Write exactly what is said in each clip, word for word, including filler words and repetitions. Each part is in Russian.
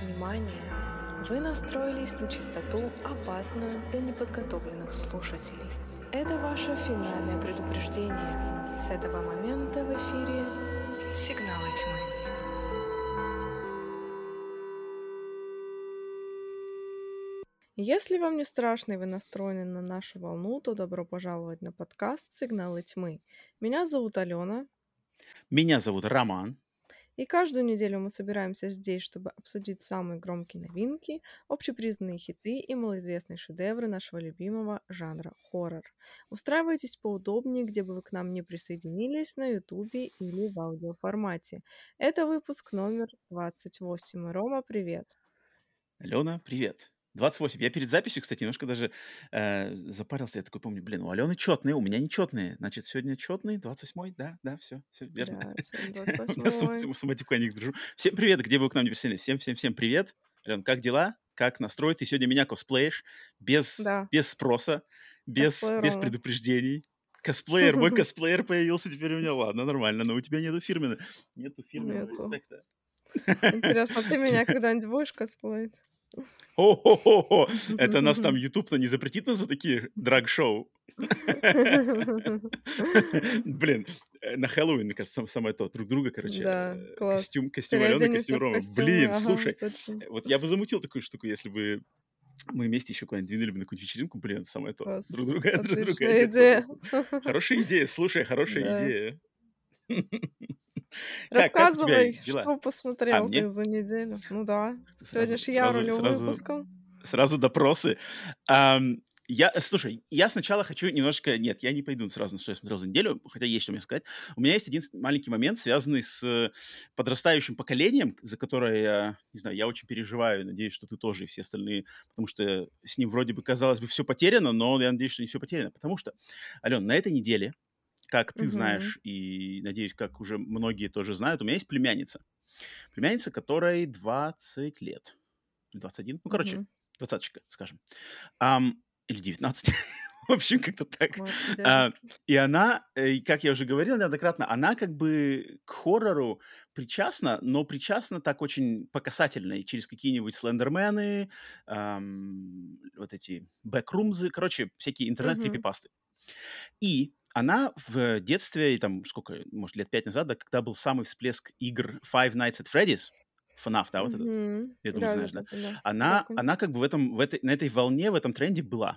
Внимание! Вы настроились на частоту, опасную для неподготовленных слушателей. Это ваше финальное предупреждение. С этого момента в эфире «Сигналы тьмы». Если вам не страшно и вы настроены на нашу волну, то добро пожаловать на подкаст «Сигналы тьмы». Меня зовут Алена. Меня зовут Роман. И каждую неделю мы собираемся здесь, чтобы обсудить самые громкие новинки, общепризнанные хиты и малоизвестные шедевры нашего любимого жанра хоррор. Устраивайтесь поудобнее, где бы вы к нам не присоединились, на Ютубе или в аудиоформате. Это выпуск номер двадцать восемь. Рома, привет. Алена, привет. двадцать восемь. Я перед записью, кстати, немножко даже э, запарился. Я такой помню, блин, у Алены четные, у меня нечетные. Значит, сегодня четный, двадцать восьмой, да, да, все, все верно. Да, сегодня двадцать У нас восьмой. с математикой дружу. Всем привет, где бы вы к нам не присоединились. Всем, всем, всем привет. Ален, как дела? Как настрой? Ты сегодня меня косплеишь без, Да, без спроса, без, косплей без Рома. предупреждений. Косплеер, мой косплеер появился теперь у меня. Ладно, нормально, но у тебя нету фирменного, нету фирменного Нету. респекта. Интересно, а ты меня когда-нибудь будешь косплеить? О-хо-хо-хо! Это нас там YouTube-то не запретит нас за такие драг-шоу? Блин, э, на Хэллоуин, мне кажется, сам- самое то. Друг друга, короче, Да, э, класс. костюм, костюм Алены, Переоденемся костюм в Ромы. костюмы. Блин, Ага, слушай, точно. э, вот я бы замутил такую штуку, если бы мы вместе еще куда-нибудь двинули бы на какую-нибудь вечеринку. Блин, самое то. Друг Класс. друга, друг друга Отличная одеться идея. просто. Хорошая идея, слушай, хорошая Да. идея. Как, как у тебя Рассказывай, дела? что А, посмотрел ты мне? за неделю. Ну да, сегодня Сразу, ж я сразу, рулю сразу выпуском. Сразу допросы. Ам, я, э, слушай, я сначала хочу немножко нет, я не пойду сразу на что я смотрел за неделю, хотя есть что мне сказать. У меня есть один с маленький момент, связанный с э, подрастающим поколением, за которое я, не знаю, я очень переживаю. Надеюсь, что ты тоже и все остальные, потому что с ним вроде бы, казалось бы, все потеряно, но я надеюсь, что не все потеряно. Потому что, Ален, на этой неделе, как ты Мгм. знаешь, и, надеюсь, как уже многие тоже знают, у меня есть племянница. Племянница, которой двадцать лет. двадцать один, ну, короче, Мгм. двадцаточка, скажем. Ам, или девятнадцать. В общем, как-то так. Матушка, дядя. А, и она, э, как я уже говорил неоднократно, она как бы к хоррору причастна, но причастна так очень по касательной, через какие-нибудь слендермены, ам, вот эти бэкрумзы, короче, всякие Мгм. интернет-крипипасты. И она в детстве, и там сколько, может, лет пять назад, да, когда был самый всплеск игр Five Nights at Freddy's, эф эн эй эф, да, вот этот, Мгм. я думаю, знаешь, да? Да-да-да-да-да. Да, Она, она конечно. как бы в, этом, в этой, на этой волне, в этом тренде была.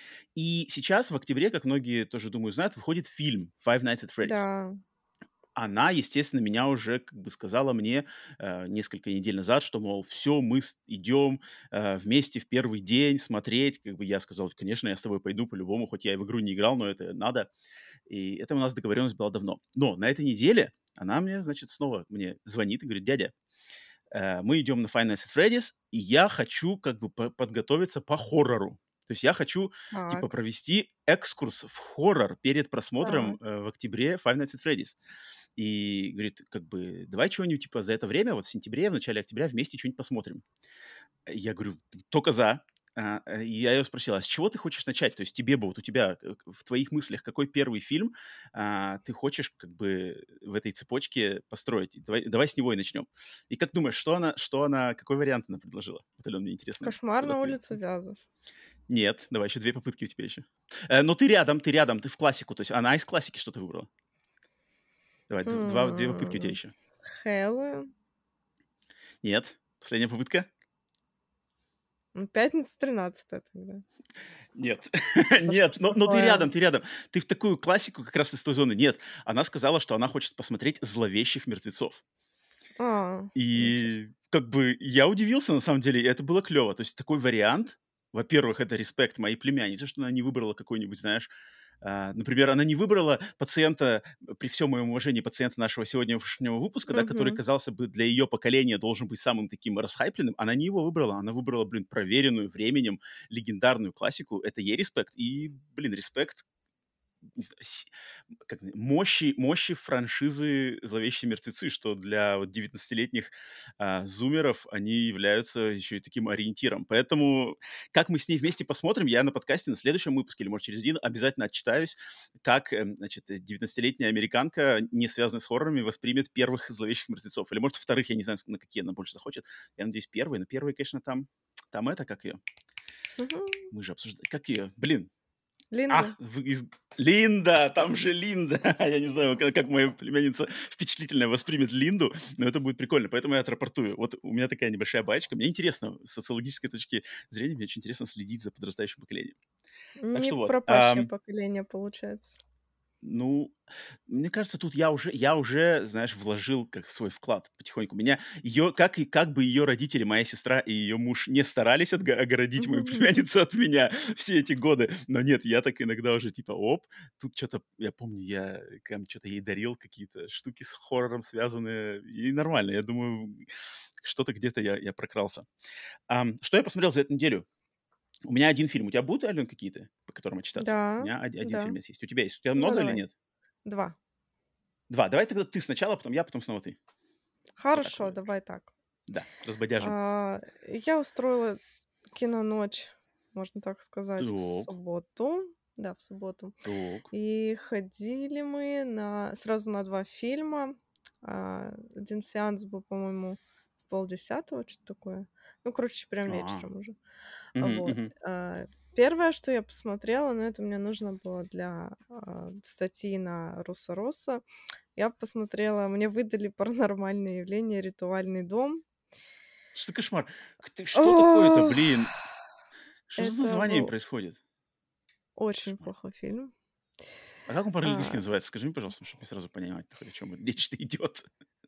И сейчас, в октябре, как многие тоже, думаю, знают, выходит фильм Five Nights at Freddy's. Да. Она, естественно, меня уже как бы сказала мне э, несколько недель назад, что, мол, все, мы с- идем э, вместе в первый день смотреть. Как бы я сказал, конечно, я с тобой пойду по-любому, хоть я и в игру не играл, но это надо. И это у нас договоренность была давно. Но на этой неделе она мне, значит, снова мне звонит и говорит, дядя, э, мы идем на Five Nights at Freddy's, и я хочу как бы по- подготовиться по хоррору. То есть я хочу, типа, Так, провести экскурс в хоррор перед просмотром так. э, в октябре Five Nights at Freddy's. И говорит, как бы, давай чего-нибудь, типа, за это время, вот в сентябре, в начале октября вместе что-нибудь посмотрим. Я говорю, только за. А, э, и я ее спросил, а с чего ты хочешь начать? То есть тебе бы, вот у тебя э, к- в твоих мыслях, какой первый фильм а, ты хочешь как бы в этой цепочке построить? И Давай, давай с него и начнем. И как думаешь, что она, что она, какой вариант она предложила? Вот, Алена, мне интересно, Кошмар куда на ты... улице Вязов. Нет, давай еще две попытки у тебя еще. Э, но ты рядом, ты рядом, ты в классику. То есть она из классики что ты выбрала? Давай, д- два, две попытки у тебя Хм. еще. Хэллоуин. Нет, последняя попытка? Ну, пятница тринадцатое тогда. Нет, Да что нет, ж но, но ты такое? рядом, ты рядом. Ты в такую классику как раз из той зоны. Нет, она сказала, что она хочет посмотреть «Зловещих мертвецов». А, ничего себе. И как бы я удивился, на самом деле, и это было клево. То есть такой вариант, во-первых, это респект моей племяннице, что она не выбрала какой-нибудь, знаешь, а, например, она не выбрала пациента, э, при всем моем уважении, пациента нашего сегодняшнего выпуска, да, который, Мгм. казался бы, для ее поколения должен быть самым таким расхайпленным. Она не его выбрала, она выбрала, блин, проверенную временем легендарную классику. Это ей респект. И, блин, респект не знаю, си как на мощи мощи франшизы "Зловещие мертвецы", что для вот девятнадцатилетних, а, зумеров они являются еще и таким ориентиром. Поэтому как мы с ней вместе посмотрим, я на подкасте на следующем выпуске или, может, через один обязательно отчитаюсь, как, эм, значит, э, девятнадцатилетняя американка, не связанная с хоррорами, воспримет первых "Зловещих мертвецов". Или, может, вторых, я не знаю, с на какие она больше захочет. Я надеюсь, первые, но первые, конечно, там там это, как ее, Мгм. мы же обсуждали, как ее, блин, Линда. ах, в из Линда, там же Линда. Я не знаю, как как моя племянница впечатлительно воспримет Линду, но это будет прикольно, поэтому я отрапортую. Вот у меня такая небольшая баечка. Мне интересно, с социологической точки зрения, мне очень интересно следить за подрастающим поколением. Так Не что вот, пропащее ам, поколение получается. ну, мне кажется, тут я уже я уже, знаешь, вложил как свой вклад потихоньку. Меня ее как и как бы ее родители, моя сестра и ее муж не старались отго огородить мою племянницу от меня все эти годы, но нет, я так иногда уже типа: "Оп, тут что то я помню, я прям что то ей дарил, какие-то штуки с хоррором связанные, и нормально. Я думаю, что-то где-то я я прокрался. Ам, что я посмотрел за эту неделю? У меня один фильм. У тебя будут, Ален, какие-то, по которым отчитаться? У Да, меня од один да. фильм есть. У тебя есть? У тебя Ну, много или давай. нет? Два. Два. Давай тогда ты сначала, потом я, потом снова ты. Вот так Хорошо, уже. давай так. Да, разбодяжим. А, я устроила киноночь, можно так сказать, в Так, субботу. Да, в субботу. так. И ходили мы на сразу на два фильма. А, один сеанс был, по-моему, в полдесятого, что-то такое. Ну, короче, прям А. вечером уже. Мгм, Вот. мгм. А, первое, что я посмотрела, но это мне нужно было для, а, статьи на Руссо Россо, я посмотрела, мне выдали "Паранормальные явления. Ритуальный дом". Что за кошмар? Х ты что такое-то, Ох, блин? Что за это названиями был происходит? очень Кошмар. плохой фильм. А как он по-английски А, называется? Скажи мне, пожалуйста, чтобы мне сразу понимать, хоть о чём речь-то идет.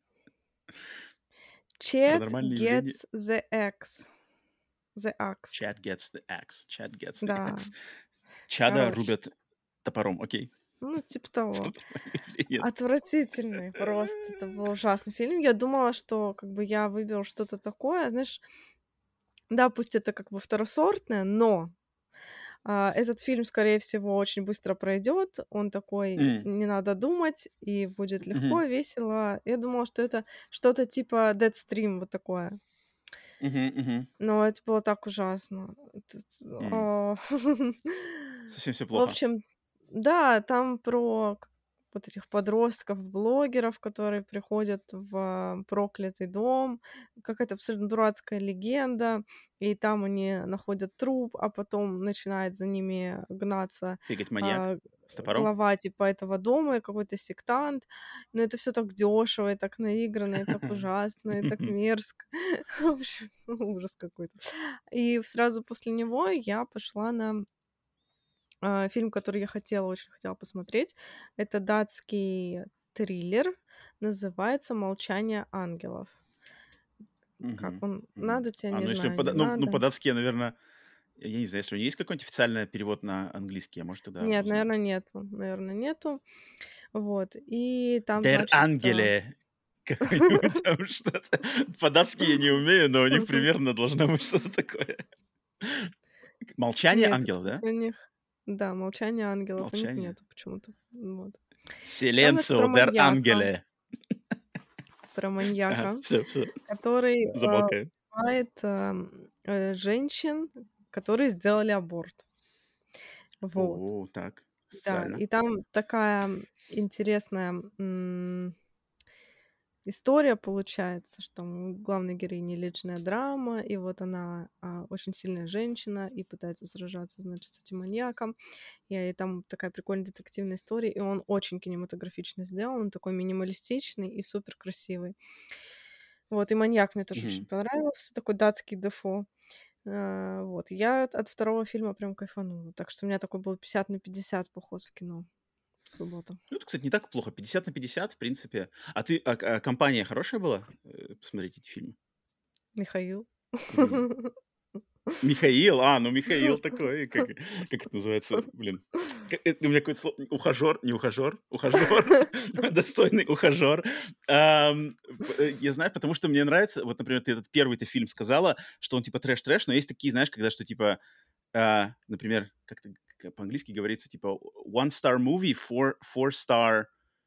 "Chat Паранормальные явления. Gets the Axe". The Axe. Chat gets the axe. Chat gets the Да, axe. Чада короче, рубят топором. Окей. ну, типа того. Паранормальные явления. Отвратительный просто. Это был ужасный фильм. Я думала, что как бы я выберу что-то такое, знаешь, да, пусть это как бы второсортное, но А, этот фильм, скорее всего, очень быстро пройдет. Он такой, М. не надо думать, и будет легко, Мгм. весело. Я думала, что это что-то типа Deadstream, вот такое. Мгм, мгм. Но это было так ужасно. Это ц М. а. Совсем всё В плохо. общем, да, там про к вот этих подростков-блогеров, которые приходят в проклятый дом. Какая-то абсолютно дурацкая легенда. И там они находят труп, а потом начинает за ними гнаться, Бегать маньяк а, с топором. глава типа этого дома, и какой-то сектант. Но это все так дешево, и так наигранно, и так ужасно, и так мерзко. В общем, ужас какой-то. И сразу после него я пошла на а, фильм, который я хотела, очень хотела посмотреть. Это датский триллер, называется "Молчание ангелов". Как Мгм, он? мгм. Надо тебе, А, не ну, если знаю, по-да не ну ну, надо. по-датски я, наверно, я не знаю, если у него есть какой-нибудь официальный перевод на английский, я, может, тогда Нет, узнаю. наверно, нету, наверно, нету. Вот, и там, Der значит, а Ангеле какой-нибудь там что-то. По-датски я не умею, но у них примерно должно быть что-то такое. "Молчание Нет, ангелов", да? кстати, у них да, "Молчание ангелов", у них "Молчание". нету почему-то. Вот. Там, значит, "Силенцио, про der маньяка, Angele". про Ага, маньяка, всё, всё, который, а, замолкаю. убивает, ам, э, женщин, которые сделали аборт. Вот. О, так, Да, социально. и там такая интересная, м, история получается, что там у главной героини личная драма, и вот она, а, очень сильная женщина и пытается сражаться, значит, с этим маньяком. И, и там такая прикольная детективная история, и он очень кинематографично сделан, он такой минималистичный и супер красивый. Вот, и маньяк мне тоже очень Мгм. понравился, такой датский Дефо. А, вот, я от от второго фильма прям кайфанула, так что у меня такой был пятьдесят на пятьдесят поход в кино в субботу. Ну, это, кстати, не так плохо. пятьдесят на пятьдесят, в принципе. А ты а к а компания хорошая была, э, посмотреть эти фильмы? Михаил. Или Михаил? А, ну Михаил такой, как как это называется, блин, к э, у меня какое-то слово, ухажёр, не ухажёр, ухажёр, достойный ухажёр. Ам, п э, я знаю, потому что мне нравится, вот, например, ты этот первый ты фильм сказала, что он типа трэш-трэш, но есть такие, знаешь, когда что типа, а, например, как ты к по-английски говорится, типа, one star movie for four star,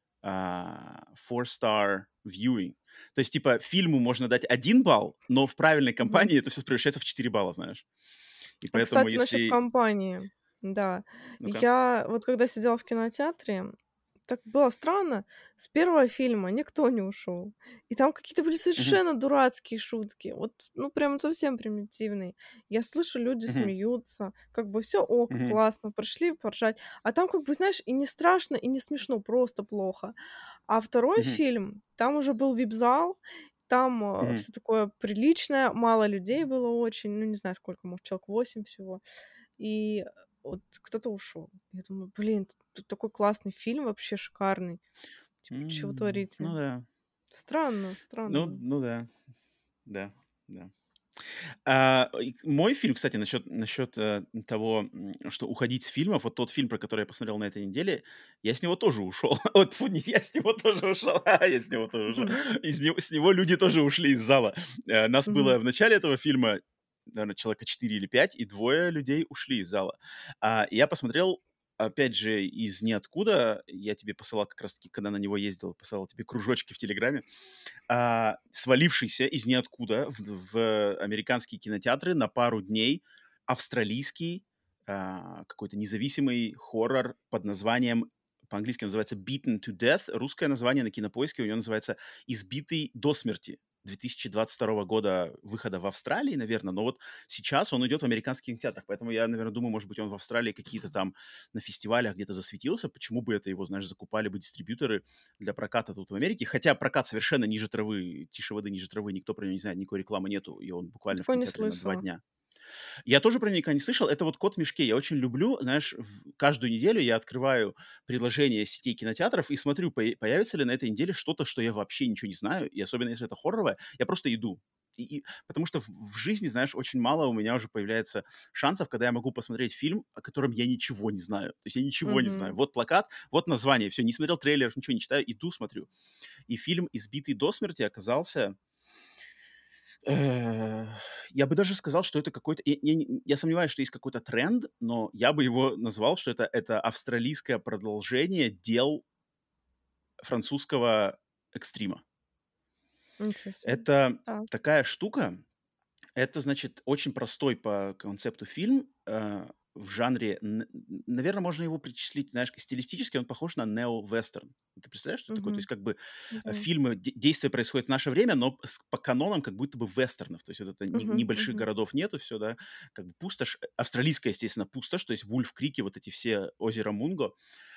а, four star viewing. То есть, типа, фильму можно дать один балл, но в правильной Мгм. компании это всё превращается в четыре балла, знаешь. И А, поэтому кстати, насчет если компании. Да, Ну-ка. я вот когда сидела в кинотеатре, так было странно. С первого фильма никто не ушел. И там какие-то были Мгм. совершенно дурацкие шутки. Вот, ну, прям совсем примитивные. Я слышу, люди Мгм. смеются. Как бы всё ок, Мгм. классно, пришли поржать. А там, как бы, знаешь, и не страшно, и не смешно, просто плохо. А второй Мгм. фильм, там уже был вип-зал, там, э, Мгм. всё такое приличное, мало людей было очень, ну, не знаю, сколько, может, человек восемь всего. И, э, вот кто-то ушел. Я думаю: "Блин, т тут такой классный фильм, вообще шикарный. Типа, чё вы М, творите?" ну да. Странно, Ну странно. ну да. Да, да. А, и мой фильм, кстати, насчет насчет, э, того, м, что уходить с фильмов, вот тот фильм, про который я посмотрел на этой неделе, я с него тоже ушел. Ой, тьфу, не я с него тоже ушел, я с него тоже ушел. Мгм. Из него с него люди тоже ушли из зала. Э, нас Мгм. было в начале этого фильма, наверно, человека четыре или пять, и двое людей ушли из зала. А, я посмотрел, опять же, из ниоткуда. Я тебе посылал как раз таки, когда на него ездил, посылал тебе кружочки в "Телеграме". А, свалившийся из ниоткуда в в американские кинотеатры на пару дней австралийский, а, какой-то независимый хоррор под названием, по-английски он называется "Beaten to Death". Русское название на "Кинопоиске" у него называется "Избитый до смерти". две тысячи двадцать второго года выхода в Австралии, наверно, но вот сейчас он идет в американских кинотеатрах. Поэтому я, наверно, думаю, может быть, он в Австралии какие-то там на фестивалях где-то засветился. Почему бы это его, знаешь, закупали бы дистрибьюторы для проката тут в Америке? Хотя прокат совершенно ниже травы, тише воды ниже травы, никто про него не знает, никакой рекламы нету, и он буквально в Такое не кинотеатре на два слышала. дня. Я тоже про него никогда не слышал. Это вот "Кот в мешке". Я очень люблю, знаешь, в каждую неделю я открываю приложение сетей кинотеатров и смотрю, поя появится ли на этой неделе что-то, что я вообще ничего не знаю. И особенно если это хорроровое, я просто иду. И и потому что в в жизни, знаешь, очень мало у меня уже появляется шансов, когда я могу посмотреть фильм, о котором я ничего не знаю. То есть я ничего не знаю. Мгм. Вот плакат, вот название, всё, не смотрел трейлеров, ничего не читаю, иду, смотрю. И фильм "Избитый до смерти" оказался э, я бы даже сказал, что это какой-то я я не я сомневаюсь, что есть какой-то тренд, но я бы его назвал, что это это австралийское продолжение дел французского экстрима. Ничего себе. Это Так. такая штука. Это, значит, очень простой по концепту фильм, э, в жанре, н н наверно, можно его причислить, знаешь, стилистически он похож на нео-вестерн. Ты представляешь, что такое? То есть Мгм. как бы, э, Да. фильмы, де действие происходит в наше время, но с по канонам как будто бы вестернов. То есть вот это не Мгм, небольших мгм. городов нету, всё, да, как бы пустошь. Э, австралийская, естественно, пустошь, то есть Вульф-Крики, вот эти все, озеро Мунго.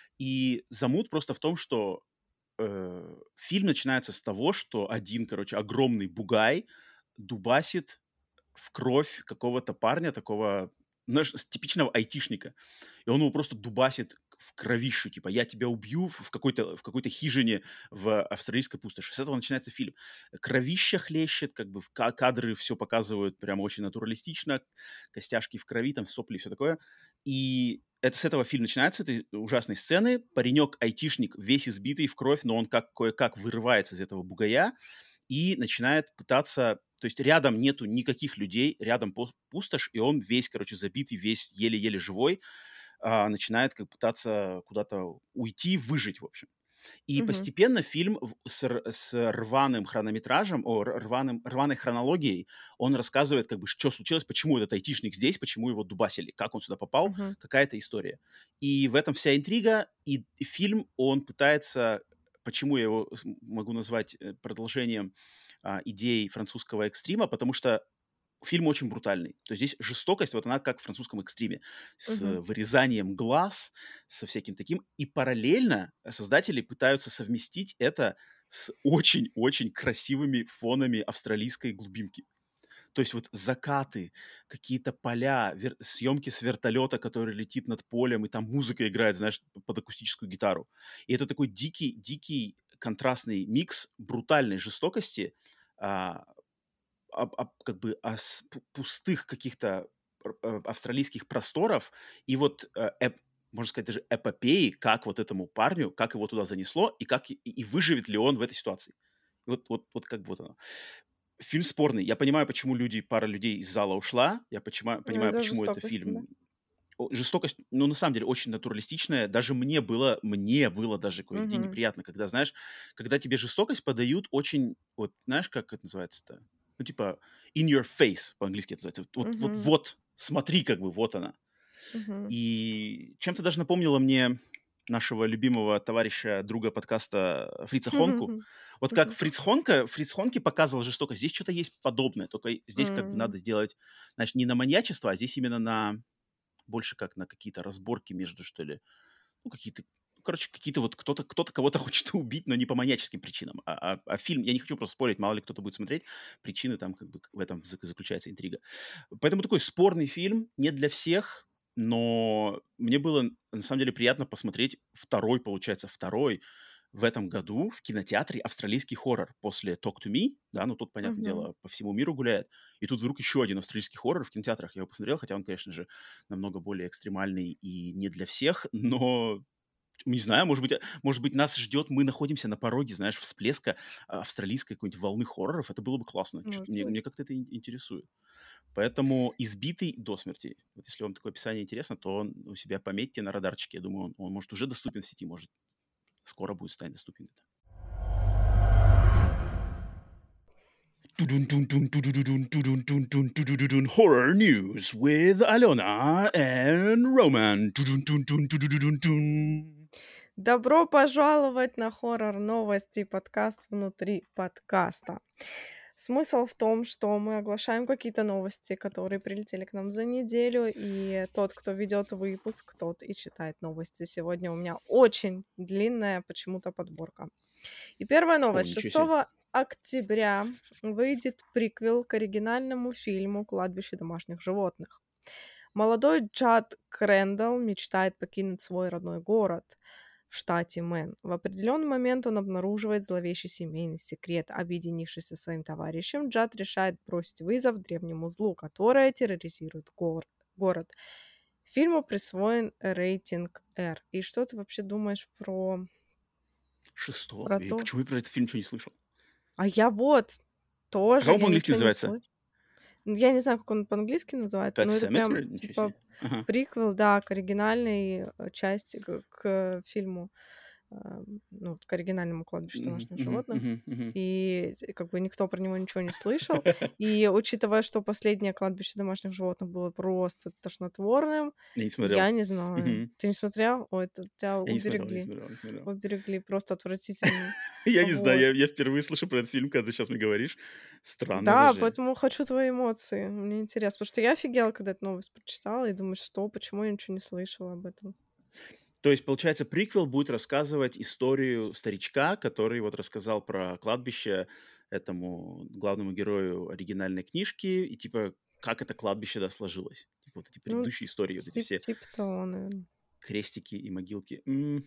И замут просто в том, что, э, фильм начинается с того, что один, короче, огромный бугай дубасит в кровь какого-то парня, такого, знаешь, с типичного айтишника. И он его просто дубасит в кровищу, типа: "Я тебя убью", в в какой-то в какой-то хижине в австралийской пустоши. С этого начинается фильм. Кровища хлещет, как бы в ка кадры всё показывают прямо очень натуралистично, костяшки в крови, там сопли и всё такое. И это с этого фильм начинается, с этой ужасной сцены. Паренек-айтишник весь избитый в кровь, но он как кое-как вырывается из этого бугая и начинает пытаться то есть рядом нету никаких людей, рядом по пустошь, и он весь, короче, забитый, весь еле-еле живой, а, начинает как пытаться куда-то уйти, выжить, в общем. И Мгм. постепенно фильм в с р с рваным хронометражем, о, р рваным рваной хронологией, он рассказывает, как бы, чё случилось, почему этот айтишник здесь, почему его дубасили, как он сюда попал, Мгм. какая-то история. И в этом вся интрига. И фильм, он пытается почему я его с могу назвать, э, продолжением, а, идей французского экстрима, потому что фильм очень брутальный. То есть здесь жестокость, вот она как в французском экстриме, с Мгм. вырезанием глаз, со всяким таким. И параллельно создатели пытаются совместить это с очень-очень красивыми фонами австралийской глубинки. То есть вот закаты, какие-то поля, вер съемки с вертолета, который летит над полем, и там музыка играет, знаешь, под акустическую гитару. И это такой дикий дикий контрастный микс брутальной жестокости, а, об об как бы, а, с пу пустых каких-то р э, австралийских просторов и вот, э, эп можно сказать, даже эпопеи, как вот этому парню, как его туда занесло и как и и выживет ли он в этой ситуации. Вот вот вот как бы вот оно. Фильм спорный. Я понимаю, почему люди пара людей из зала ушла. Я почима Ну, понимаю, из-за почему это жестокости, да? фильм о, жестокость, ну, на самом деле, очень натуралистичная. Даже мне было, мне было даже кое-где Мгм. неприятно, когда, знаешь, когда тебе жестокость подают очень, вот, знаешь, как это называется-то? Ну, типа, in your face, по-английски это называется. Вот, вот, Мгм. вот, смотри, как бы, вот она. Мгм. И чем-то даже напомнило мне нашего любимого товарища, друга подкаста Фрица Хонку. Вот как Мгм. Фриц Хонка, Фриц Хонки показывал жестокость, здесь что-то есть подобное, только здесь как бы М. надо сделать, значит, не на маньячество, а здесь именно на больше как на какие-то разборки между, что ли, ну, какие-то, короче, какие-то вот кто-то кто-то кого-то хочет убить, но не по маньяческим причинам. А, а- а фильм, я не хочу просто спорить, мало ли кто-то будет смотреть, причины там как бы в этом зак- заключается интрига. Поэтому такой спорный фильм, не для всех, но мне было на самом деле приятно посмотреть второй, получается, второй в этом году в кинотеатре австралийский хоррор после Talk to Me, да, ну тут, понятное Мгм. дело, по всему миру гуляет, и тут вдруг еще один австралийский хоррор в кинотеатрах. Я его посмотрел, хотя он, конечно же, намного более экстремальный и не для всех, но не знаю, может быть, а, может быть, нас ждет, мы находимся на пороге, знаешь, всплеска а, австралийской какой-нибудь волны хорроров. Это было бы классно. Чё-то Может мне, мне быть. как-то это ин- интересует. Поэтому «Избитый до смерти». Вот если вам такое описание интересно, то он у себя пометьте на радарчике. Я думаю, он, он может уже доступен в сети, может скоро будет стать доступен. Horror news with Alena and Roman. Добро пожаловать на хоррор-новости, подкаст внутри подкаста. Смысл в том, что мы оглашаем какие-то новости, которые прилетели к нам за неделю, и тот, кто ведет выпуск, тот и читает новости. Сегодня у меня очень длинная почему-то подборка. И первая О, новость. ничего себе. шестого октября выйдет приквел к оригинальному фильму «Кладбище домашних животных». Молодой Джад Крэндалл мечтает покинуть свой родной город в штате Мэн. В определенный момент он обнаруживает зловещий семейный секрет. Объединившись со своим товарищем, Джад решает бросить вызов древнему злу, которое терроризирует гор- город. Фильму присвоен рейтинг R. И что ты вообще думаешь про, Шестого. про И то? почему я про этот фильм ничего не слышал? А я вот А как тоже, он я по-английски ничего не называется? слышу. Ну, я не знаю, как он по-английски называет, Pet но это прям Sematary? Ничего типа себе. Ага. приквел, да, к оригинальной э, части, к, к фильму, ам, ну, вот к оригинальному «Кладбищу Мгм, домашних мгм, животных». мгм, мгм. И т- как бы никто про него ничего не слышал. И учитывая, что последнее «Кладбище домашних животных» было просто тошнотворным, Я не смотрел. я не знаю. Мгм. Ты не смотрел? Ой, это тебя Я не смотрел, не уберегли. смотрел, не смотрел. Уберегли, просто отвратительно. Я не знаю, Вот. я, я впервые слышу про этот фильм, когда ты сейчас мне говоришь. Странно Да, даже. поэтому хочу твои эмоции. Мне интересно, потому что я офигела, когда эту новость прочитала, и думаю, что, почему я ничего не слышала об этом. То есть, получается, приквел будет рассказывать историю старичка, который вот рассказал про кладбище этому главному герою оригинальной книжки, и типа, как это кладбище, да, сложилось. Типа вот эти Ну, предыдущие истории, вот эти тип, все типа того, наверное. крестики и могилки. М,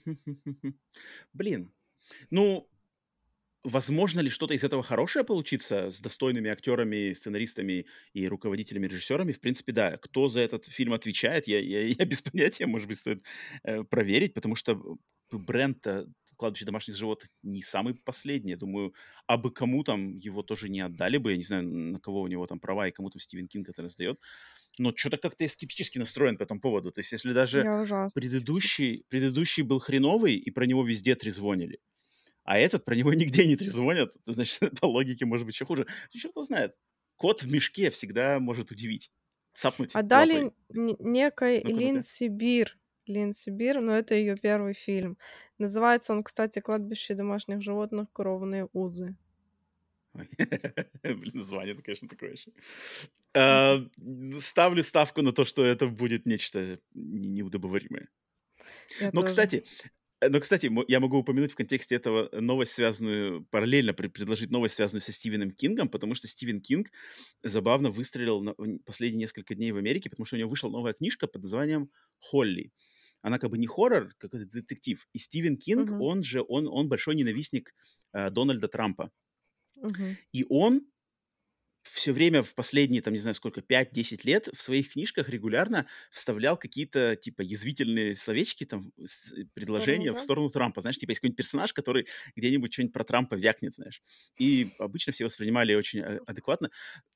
Блин, ну, возможно ли что-то из этого хорошее получиться с достойными актерами, сценаристами и руководителями, режиссерами? В принципе, да. Кто за этот фильм отвечает, я, я, я без понятия. Может быть, стоит э, проверить, потому что э, бренд «Кладбище домашних животных» не самый последний. Я думаю, а бы кому там его тоже не отдали бы. Я не знаю, на кого у него там права и кому там Стивен Кинг это раздает. Но что-то как-то я скептически настроен по этому поводу. То есть, если даже Я ужасно скептически. предыдущий, предыдущий был хреновый, и про него везде трезвонили, а этот, про него нигде не трезвонят, то, значит, по логике может быть еще хуже. Черт его знает. Кот в мешке всегда может удивить. Цапнуть Отдали лапой. н- некой Ну-ка, ну-ка. Линдси Бир. Линдси Бир, но это ее первый фильм. Называется он, кстати, «Кладбище домашних животных. Кровные узы». Ой. Блин, название, конечно, такое еще. Мгм. А, ставлю ставку на то, что это будет нечто не- неудобоваримое. Я Но, тоже. кстати, э, но, кстати, мо я могу упомянуть в контексте этого новость, связанную параллельно пре предложить новость, связанную со Стивеном Кингом, потому что Стивен Кинг забавно выстрелил на в последние несколько дней в Америке, потому что у него вышла новая книжка под названием «Холли». Она как бы не хоррор, какой-то детектив. И Стивен Кинг, Мгм. он же он он большой ненавистник, э, Дональда Трампа. Мгм. И он все время в последние, там, не знаю сколько, пять-десять лет в своих книжках регулярно вставлял какие-то, типа, язвительные словечки, там, с э, В сторону предложения в Трампа? сторону Трампа. Знаешь, типа, есть какой-нибудь персонаж, который где-нибудь что-нибудь про Трампа вякнет, знаешь. И обычно все воспринимали очень, э, адекватно.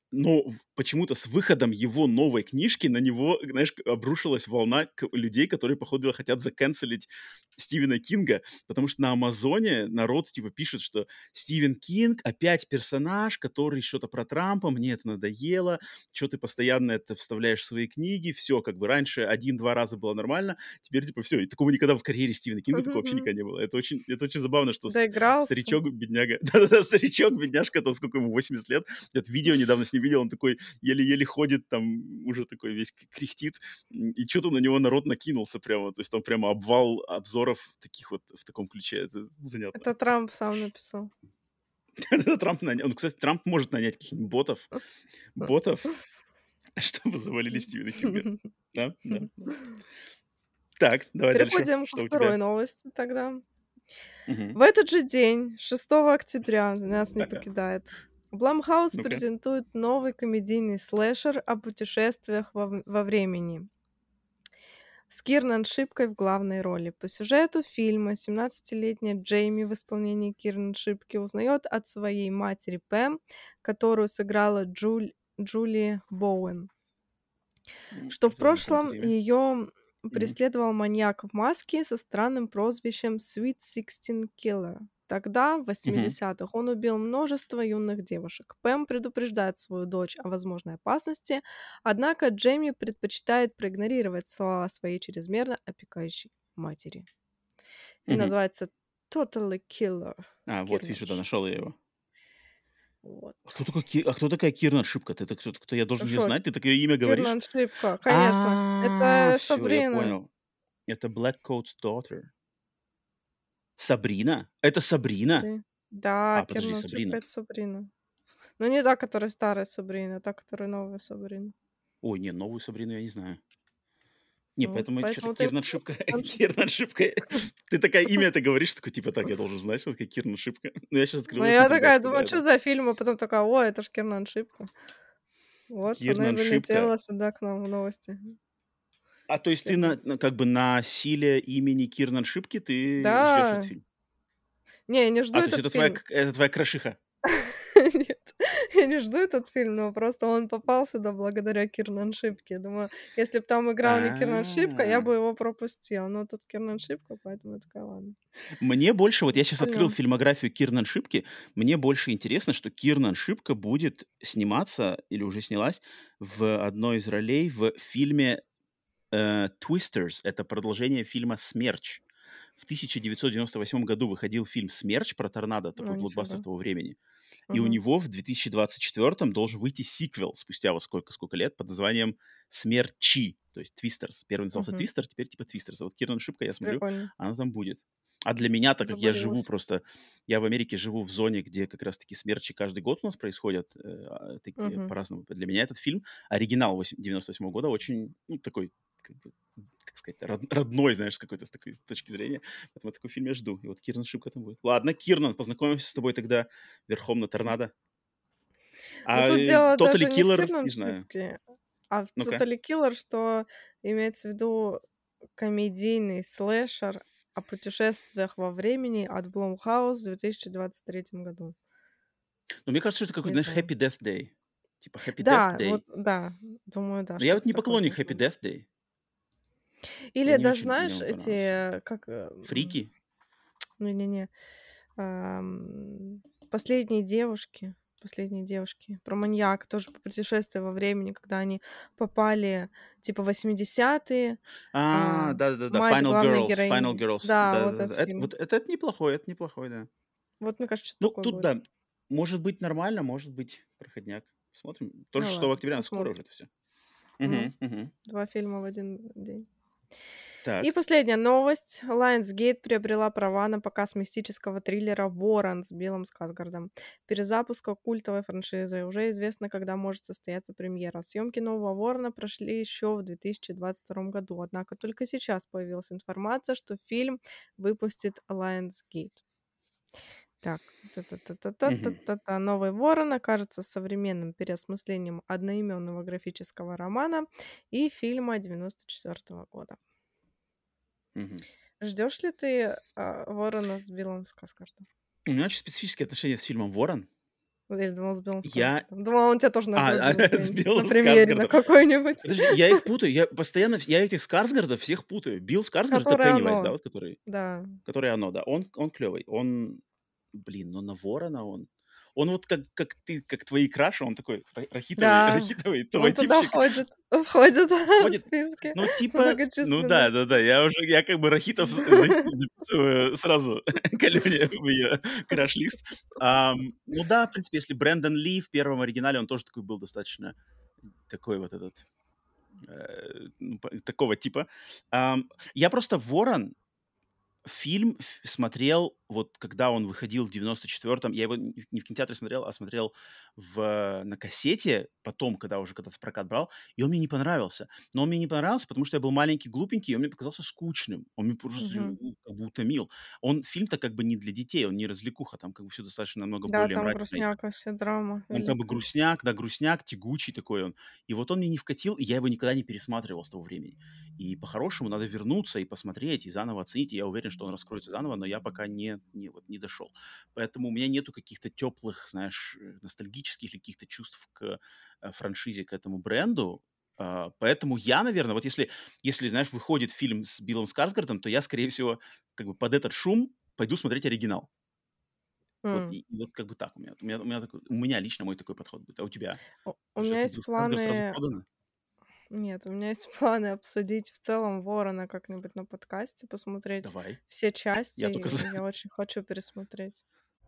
но в почему-то с выходом его новой книжки на него, знаешь, к обрушилась волна к людей, которые, походу, хотят закэнселить Стивена Кинга, потому что на "Амазоне" народ, типа, пишет, что Стивен Кинг опять персонаж, который что-то про Трампа, мне это надоело, чё ты постоянно это вставляешь в свои книги, всё, как бы раньше один-два раза было нормально, теперь, типа, всё. И такого никогда в карьере Стивена Кинга такого вообще никогда не было. Это очень это очень забавно, что с Доигрался. старичок, бедняга, да-да-да, старичок, бедняжка, там сколько ему, восемьдесят лет. Я вот видео недавно с ним видел, он такой еле-еле ходит, там уже такой весь к кряхтит, м, и чё-то на него народ накинулся прямо. То есть там прямо обвал обзоров таких вот в таком ключе. Это занятно. Это Трамп сам написал. Это Трамп нанял. Ну, кстати, Трамп может нанять каких-нибудь ботов ботов, чтобы завалили Стивена Кинга. Да, да, да. Так, давай дальше. Переходим ко Что у второй тебя? новости тогда. Мгм. В этот же день, шестого октября, нас не покидает, Blumhouse Ну-ка. презентует новый комедийный слэшер о путешествиях во в во времени с Кирнан Шипкой в главной роли. По сюжету фильма семнадцатилетняя Джейми в исполнении Кирнан Шипки узнает от своей матери Пэм, которую сыграла Джуль Джули Боуэн, М, что в даже не знакомо прошлом какое имя. ее Мгм. преследовал маньяк в маске со странным прозвищем Sweet Sixteen Killer. Тогда, в Мгм. восьмидесятых, он убил множество юных девушек. Пэм предупреждает свою дочь о возможной опасности, однако Джейми предпочитает проигнорировать слова своей чрезмерно опекающей матери. И Мгм. называется Totally Killer с А, вот Кирнан вижу, да, Шип. нашел я его. А Вот. кто такой Ки а кто такая Кирнан Шипка? Это кто кто я должен её Шо, знать? Ты такое имя говоришь? Кирнан Шипка, конечно, А, это всё, я Сабрина. понял. Это Black Coat's Daughter. Сабрина? Это Сабрина? Сабри Да, А, подожди, Кирнан Шипка- Сабрина. это Сабрина. Но не та, которая старая Сабрина, а та, которая новая Сабрина. Ой, не, новую Сабрину я не знаю. Не, Ну вот поэтому чё-то поэтому ты Кирнан Шипка Кирнан Шипка. Кирнан Шипка. Ты такая имя это говоришь, такой типа: "Так, я должен знать, что такая Кирнан Шипка". Ну, я щас Ну, открыл и я смотрю, да, такая что да, думаю: "Чё это за фильм?" А потом такая: "О, это ж Кирнан Шипка". Вот она и Кирнан Шипка. залетела сюда к нам в новости. А, то есть ты Кирнан. на на как бы на силе имени Кирнан Шипки ты ждёшь этот Да. фильм? Не, я не жду А, то есть этот это твоя фильм. к это твоя крашиха? Нет, я не жду этот фильм, но просто он попал сюда благодаря Кирнан Шипке. Я думаю, если б там играл не Кирнан Шипка, я А. бы его пропустила. Но тут Кирнан Шипка, поэтому я такая: "Ладно". Мне больше, вот я щас открыл Остальное. фильмографию Кирнан Шипки, мне больше интересно, что Кирнан Шипка будет сниматься или уже снялась в одной из ролей в фильме, э, "Twisters". Это продолжение фильма "Смерч". В тысяча девятьсот девяносто восьмом году выходил фильм "Смерч" про торнадо, Ну, такой блокбастер нифига. того времени. И у Мгм. него в две тысячи двадцать четвёртом должен выйти сиквел спустя вот сколько сколько лет под названием "Смерчи", то есть "Твистерс". Первый назывался Мгм. "Твистер", теперь типа "Твистерс". А вот Кирнан Шипка, я смотрю, Прикольно. она там будет. А для меня, так как я живу Загорелась. просто я в Америке живу в зоне, где как раз таки смерчи каждый год у нас происходят, э, а, такие Мгм. по-разному. Для меня этот фильм, оригинал восемь девяносто восьмого года, очень, ну, такой, как бы, как сказать, род родной, знаешь, с какой-то с такой точки зрения. Поэтому такой фильм я жду. И вот Кирнан Шипка там будет. Ладно, Кирнан, познакомимся с тобой тогда верхом на торнадо. Но А, тут э, дело Totally даже не в Killer, Кирнан не знаю. Шипке, а в Ну-ка. Totally Killer, что имеется в виду комедийный слэшер о путешествиях во времени от Blumhouse в две тысячи двадцать третьем году. Ну, мне кажется, это Не какой-то, знаешь, знаю. Happy Death Day. Типа Happy Death Да, вот Day. да, думаю, да, Но я вот что-то не такое поклонник должно Happy быть. Death Day. Я Или не даже, очень мне знаешь, он понравился. эти, как, э, м, Фрики? не-не-не, ам, "Последние девушки", "Последние девушки", про маньяка, тоже про путешествие во времени, когда они попали типа в восьмидесятые, а А, да-да-да, мать Final главной Girls, Final героини. Girls. Да, вот Да-да-да. этот Это фильм. вот это неплохой, это неплохой, да. Вот мне кажется, что-то Ну, такое тут будет. да, может быть нормально, может быть проходняк. Посмотрим. Тоже Ну шестого ладно, октября, скоро уже посмотрим. это всё. Ну, Мгм, мгм. два фильма в один день. И Так. последняя новость. Lionsgate приобрела права на показ мистического триллера "Ворон" с Биллом Скарсгардом. Перезапуска культовой франшизы. Уже известно, когда может состояться премьера. Съемки нового "Ворона" прошли еще в две тысячи двадцать втором году, однако только сейчас появилась информация, что фильм выпустит Lionsgate. Так, Мгм. та-та-та-та-та-та-та. Новый "Ворон" окажется современным переосмыслением одноименного графического романа и фильма девяносто четвёртого года. Мгм. Ждёшь ли ты, а, "Ворона" с Биллом Скарсгардом? У меня очень специфические отношения с фильмом "Ворон". Или думала с Биллом Я Скарсгардом? Думала, он тебя тоже а, нагрубил а, с где-нибудь на Биллом примере на Скарсгардом. какой-нибудь. Подожди, я их путаю, я постоянно я этих Скарсгардов всех путаю. Билл Скарсгард — это Которое Пеннивайз, да, оно. вот который Да. который оно, да. Он он клёвый. Он, блин, ну на ворона он он вот как как ты, как твои краши, он такой ра рахитовый Да, рахитовый он туда типчик. входит, входит в Входит, списки ну, типа, ну многочисленных. да-да-да, я уже, я как бы рахитов за запи записываю сразу к Алёне в её краш-лист. Ам, ну да, в принципе, если Брэндон Ли в первом оригинале, он тоже такой был достаточно такой вот этот, э, ну, п такого типа. Ам, я просто "Ворон" фильм ф смотрел, вот когда он выходил в девяносто четвёртом. Я его не в не в кинотеатре смотрел, а смотрел в на кассете потом, когда уже когда в прокат брал, и он мне не понравился. Но он мне не понравился, потому что я был маленький, глупенький, и он мне показался скучным. Он меня просто, Мгм. ну, как бы утомил. Он фильм-то как бы не для детей, он не развлекуха, там как бы всё достаточно намного Да, более там мрачно. грустняк вообще, драма Он как бы великая. грустняк, да, грустняк, тягучий такой он. И вот он мне не вкатил, и я его никогда не пересматривал с того времени. И по-хорошему надо вернуться и посмотреть, и заново оценить. И я уверен, что он раскроется заново, но я пока не не вот не дошел. Поэтому у меня нету каких-то теплых, знаешь, э, ностальгических или каких-то чувств к, э, франшизе, к этому бренду. А, поэтому я, наверно, вот если если, знаешь, выходит фильм с Биллом Скарсгардом, то я, скорее всего, как бы под этот шум пойду смотреть оригинал. Вот М. и и вот как бы так у меня. У меня у меня такой, у меня лично мой такой подход будет. А у тебя? У у Уже меня с есть Билл Скарсгард сразу планы продано? Нет, у меня есть планы обсудить в целом "Ворона" как-нибудь на подкасте, посмотреть Давай, все части, я только за. и я очень хочу пересмотреть.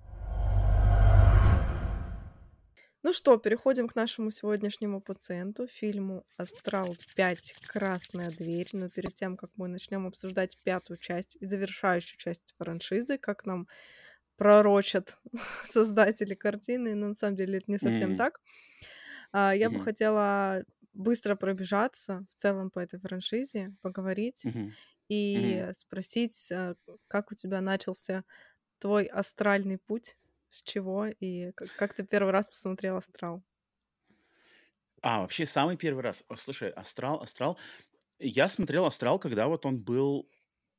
Ну что, переходим к нашему сегодняшнему пациенту, фильму "Астрал пять. Красная дверь". Но перед тем, как мы начнем обсуждать пятую часть и завершающую часть франшизы, как нам пророчат создатели картины, но на самом деле это не совсем М, так. А, я бы мгм, хотела быстро пробежаться в целом по этой франшизе, поговорить мгм, мгм. и спросить, а, как у тебя начался твой астральный путь, с чего и к как ты первый раз посмотрел "Астрал"? А, вообще самый первый раз. О, слушай, "Астрал", "Астрал". Я смотрел "Астрал", когда вот он был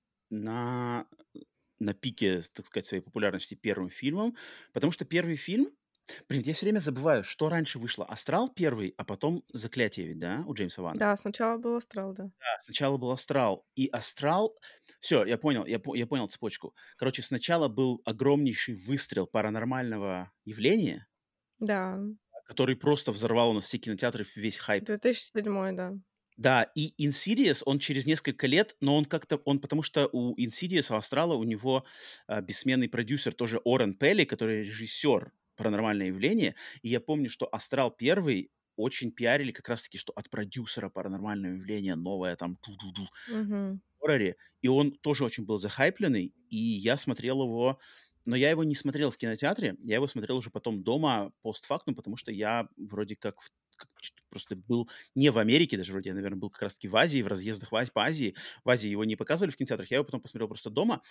на на пике, так сказать, своей популярности первым фильмом, потому что первый фильм. Блин, я всё время забываю, что раньше вышло: "Астрал" первый, а потом "Заклятие" ведь, да, у Джеймса Вана? Да, сначала был "Астрал", да. Да, сначала был "Астрал", и "Астрал". Все, я понял, я по я понял цепочку. Короче, сначала был огромнейший выстрел паранормального явления, Да, который просто взорвал у нас все кинотеатры, весь хайп. две тысячи седьмой, да. Да, и Insidious, он через несколько лет, но он как-то, он потому что у Insidious, у "Астрала", у него, а, бессменный продюсер тоже Орен Пелли, который режиссер "Паранормальное явление". И я помню, что "Астрал" первый очень пиарили как раз таки, что от продюсера "Паранормального явления" новое там ту-ду-ду Мгм. хорроре, и он тоже очень был захайпленный, и я смотрел его, но я его не смотрел в кинотеатре, я его смотрел уже потом дома постфактум, потому что я вроде как в как чт просто был не в Америке даже, вроде я, наверно, был как раз таки в Азии, в разъездах в Аз по Азии. В Азии его не показывали в кинотеатрах, я его потом посмотрел просто дома,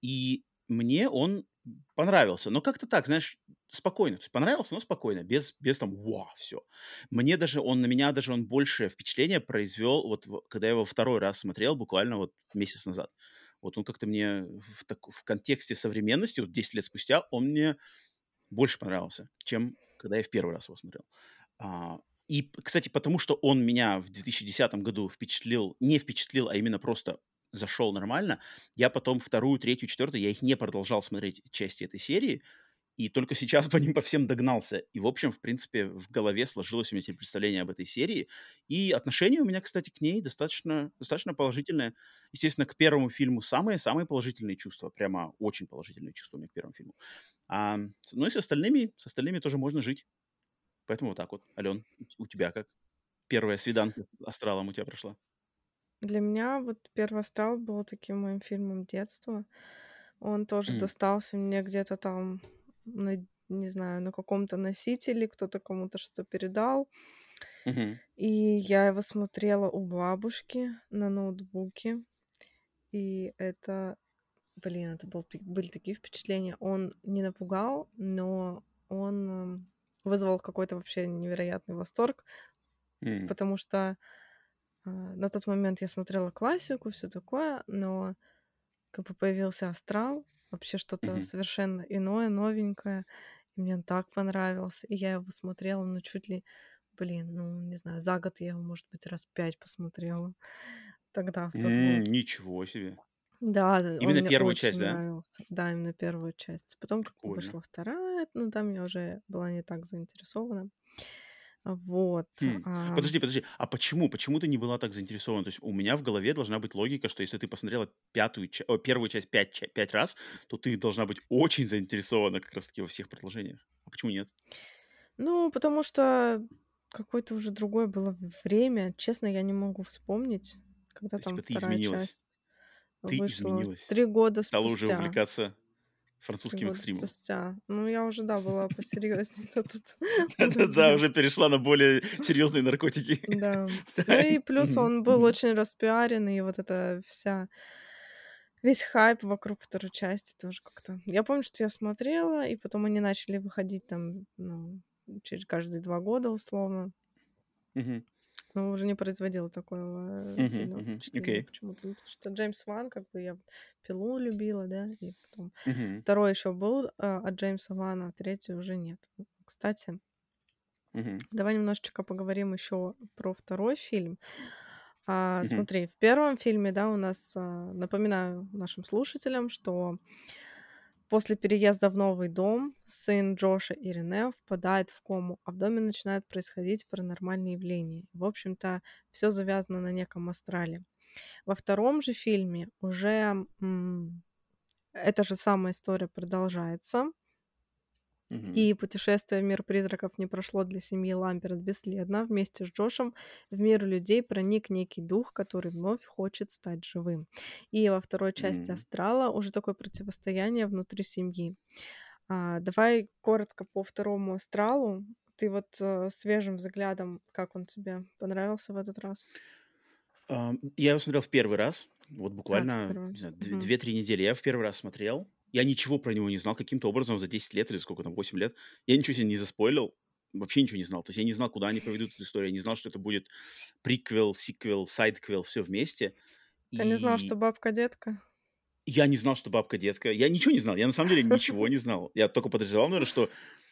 и мне он понравился. Но как-то так, знаешь, спокойно. То есть понравился, но спокойно, без без там "Вау!" Всё. Мне даже он на меня даже он большее впечатление произвел, вот в когда я его второй раз смотрел буквально вот месяц назад. Вот он как-то мне в так в контексте современности, вот десять лет спустя, он мне больше понравился, чем когда я в первый раз его смотрел. А, и, п кстати, потому что он меня в две тысячи десятом году впечатлил, не впечатлил, а именно просто зашел нормально, я потом вторую, третью, четвертую, я их не продолжал смотреть, части этой серии, и только сейчас по ним по всем догнался. И, в общем, в принципе, в голове сложилось у меня теперь представление об этой серии. И отношение у меня, кстати, к ней достаточно достаточно положительное. Естественно, к первому фильму самые-самые положительные чувства, прямо очень положительные чувства у меня к первому фильму. Ам, с ну и с остальными с остальными тоже можно жить. Поэтому вот так вот. Ален, у т у тебя как? Первая свиданка с "Астралом" у тебя прошла? Для меня вот первый "Астрал" был таким моим фильмом детства. Он тоже Мгм. достался мне где-то там на, не знаю, на каком-то носителе, кто-то кому-то что-то передал. Мгм. И я его смотрела у бабушки на ноутбуке. И это, блин, это был ты были такие впечатления. Он не напугал, но он, м, вызвал какой-то вообще невероятный восторг, М. потому что, а, на тот момент я смотрела классику, все такое, но как бы появился "Астрал", вообще что-то Мгм. совершенно иное, новенькое. Мне он так понравился. И я его смотрела, ну, чуть ли, блин, ну, не знаю, за год я его, может быть, раз пять посмотрела. Тогда, в тот М, год. ничего себе. Да, д он Именно мне первую часть, очень да? нравился. Да, именно первую часть. Потом как бы Прикольно. вышла вторая, ну, там я уже была не так заинтересована. Вот, Хм. ам. Подожди, подожди, а почему? Почему ты не была так заинтересована? То есть у меня в голове должна быть логика, что если ты посмотрела пятую ча о, первую часть пять ча пять раз, то ты должна быть очень заинтересована как раз таки во всех продолжениях. А почему нет? Ну, потому что какое-то уже другое было в время. Честно, я не могу вспомнить, когда То есть там типа ты вторая изменилась. часть Ты вышла. изменилась. три года Стала уже спустя. увлекаться три французским года экстримом. спустя. Ну, я уже, да, была посерьёзнее тут в этот Да-да-да, момент. уже перешла на более серьезные наркотики. Да. Ну Да. и плюс Мгм, он был мгм. очень распиаренный, и вот эта вся весь хайп вокруг второй части тоже как-то. Я помню, что я смотрела, и потом они начали выходить там, ну, через каждые два года условно. Мгм. Но уже не производило такого, э, Мгм, сильного мгм. впечатления Окей. почему-то. Ну, потому что Джеймс Ван, как бы я вот "Пилу" любила, да, и потом Мгм. второй ещё был, а, от Джеймса Вана, а третий уже нет. М, кстати Мгм. давай немножечко поговорим ещё про второй фильм. А, Мгм. смотри, в первом фильме, да, у нас, а, напоминаю нашим слушателям, что после переезда в новый дом сын Джоша и Рене впадает в кому, а в доме начинают происходить паранормальные явления. В общем-то, всё завязано на неком астрале. Во втором же фильме уже, м, эта же самая история продолжается. Мгм. И путешествие в мир призраков не прошло для семьи Ламберт бесследно. Вместе с Джошем в мир людей проник некий дух, который вновь хочет стать живым. И во второй части М. "Астрала" уже такое противостояние внутри семьи. А, давай коротко по второму "Астралу". Ты вот, э, свежим взглядом, как он тебе понравился в этот раз? Ам, я его смотрел в первый раз. Вот А, ты в буквально, первый не знаю, дв Мгм. две-три недели я в первый раз смотрел. Я ничего про него не знал. Каким-то образом за десять лет или сколько там, восемь лет, я ничего себе не заспойлил. Вообще ничего не знал. То есть я не знал, куда они поведут эту историю. Я не знал, что это будет приквел, сиквел, сайдквел, всё вместе. Ты не знал, И что бабка-детка? я не знал, что бабка-детка. Я ничего не знал. Я на самом деле ничего не знал. Я тока подозревал, наверно, что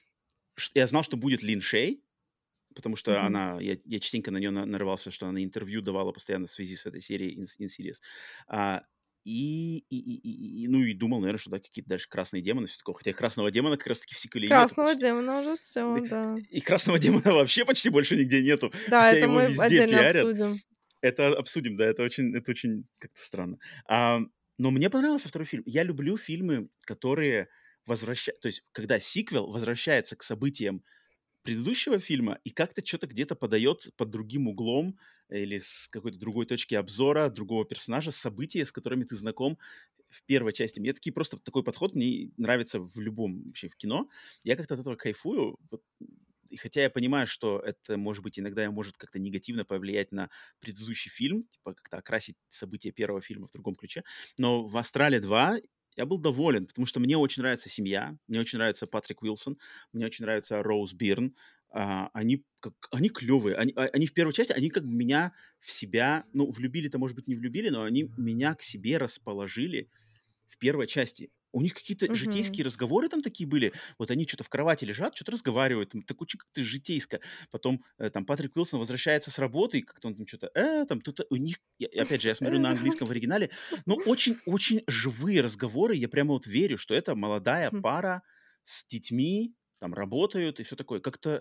ш я знал, что будет Лин Шей, потому что Мгм. она я я частенько на неё на нарывался, что она интервью давала постоянно в связи с этой серией Инс Инсидиас. А, и и и и и, ну, и думал, наверно, что, да, какие-то дальше красные демоны, всё такое. Хотя красного демона как раз таки в сиквеле и нету Красного почти. демона уже всё, да. И красного демона вообще почти больше нигде нету, Да, хотя это его мы везде отдельно пиарят. обсудим. Это обсудим, да, это очень это очень как-то странно. Ам, но мне понравился второй фильм. Я люблю фильмы, которые возвраща то есть когда сиквел возвращается к событиям предыдущего фильма и как-то чё-то где-то подаёт под другим углом или с какой-то другой точки обзора другого персонажа события, с которыми ты знаком в первой части. Мне такие просто такой подход мне нравится в любом вообще в кино. Я как-то от этого кайфую. Вот, и хотя я понимаю, что это, может быть, иногда и может как-то негативно повлиять на предыдущий фильм, типа как-то окрасить события первого фильма в другом ключе. Но в "Астрале два" я был доволен, потому что мне очень нравится семья, мне очень нравится Патрик Уилсон, мне очень нравится Роуз Бирн. А, они как они клёвые. Они а они в первой части, они как бы меня в себя, ну, влюбили-то, может быть, не влюбили, но они меня к себе расположили в первой части. У них какие-то Мгм. житейские разговоры там такие были. Вот они чё-то в кровати лежат, чё-то разговаривают, там так очень как-то житейско. Потом, э, там Патрик Уилсон возвращается с работы, и как-то он там чё-то, э, там кто-то у них, и опять же, я смотрю на английском в оригинале, но очень очень живые разговоры. Я прямо вот верю, что это молодая Хм. пара с детьми, там работают и всё такое. Как-то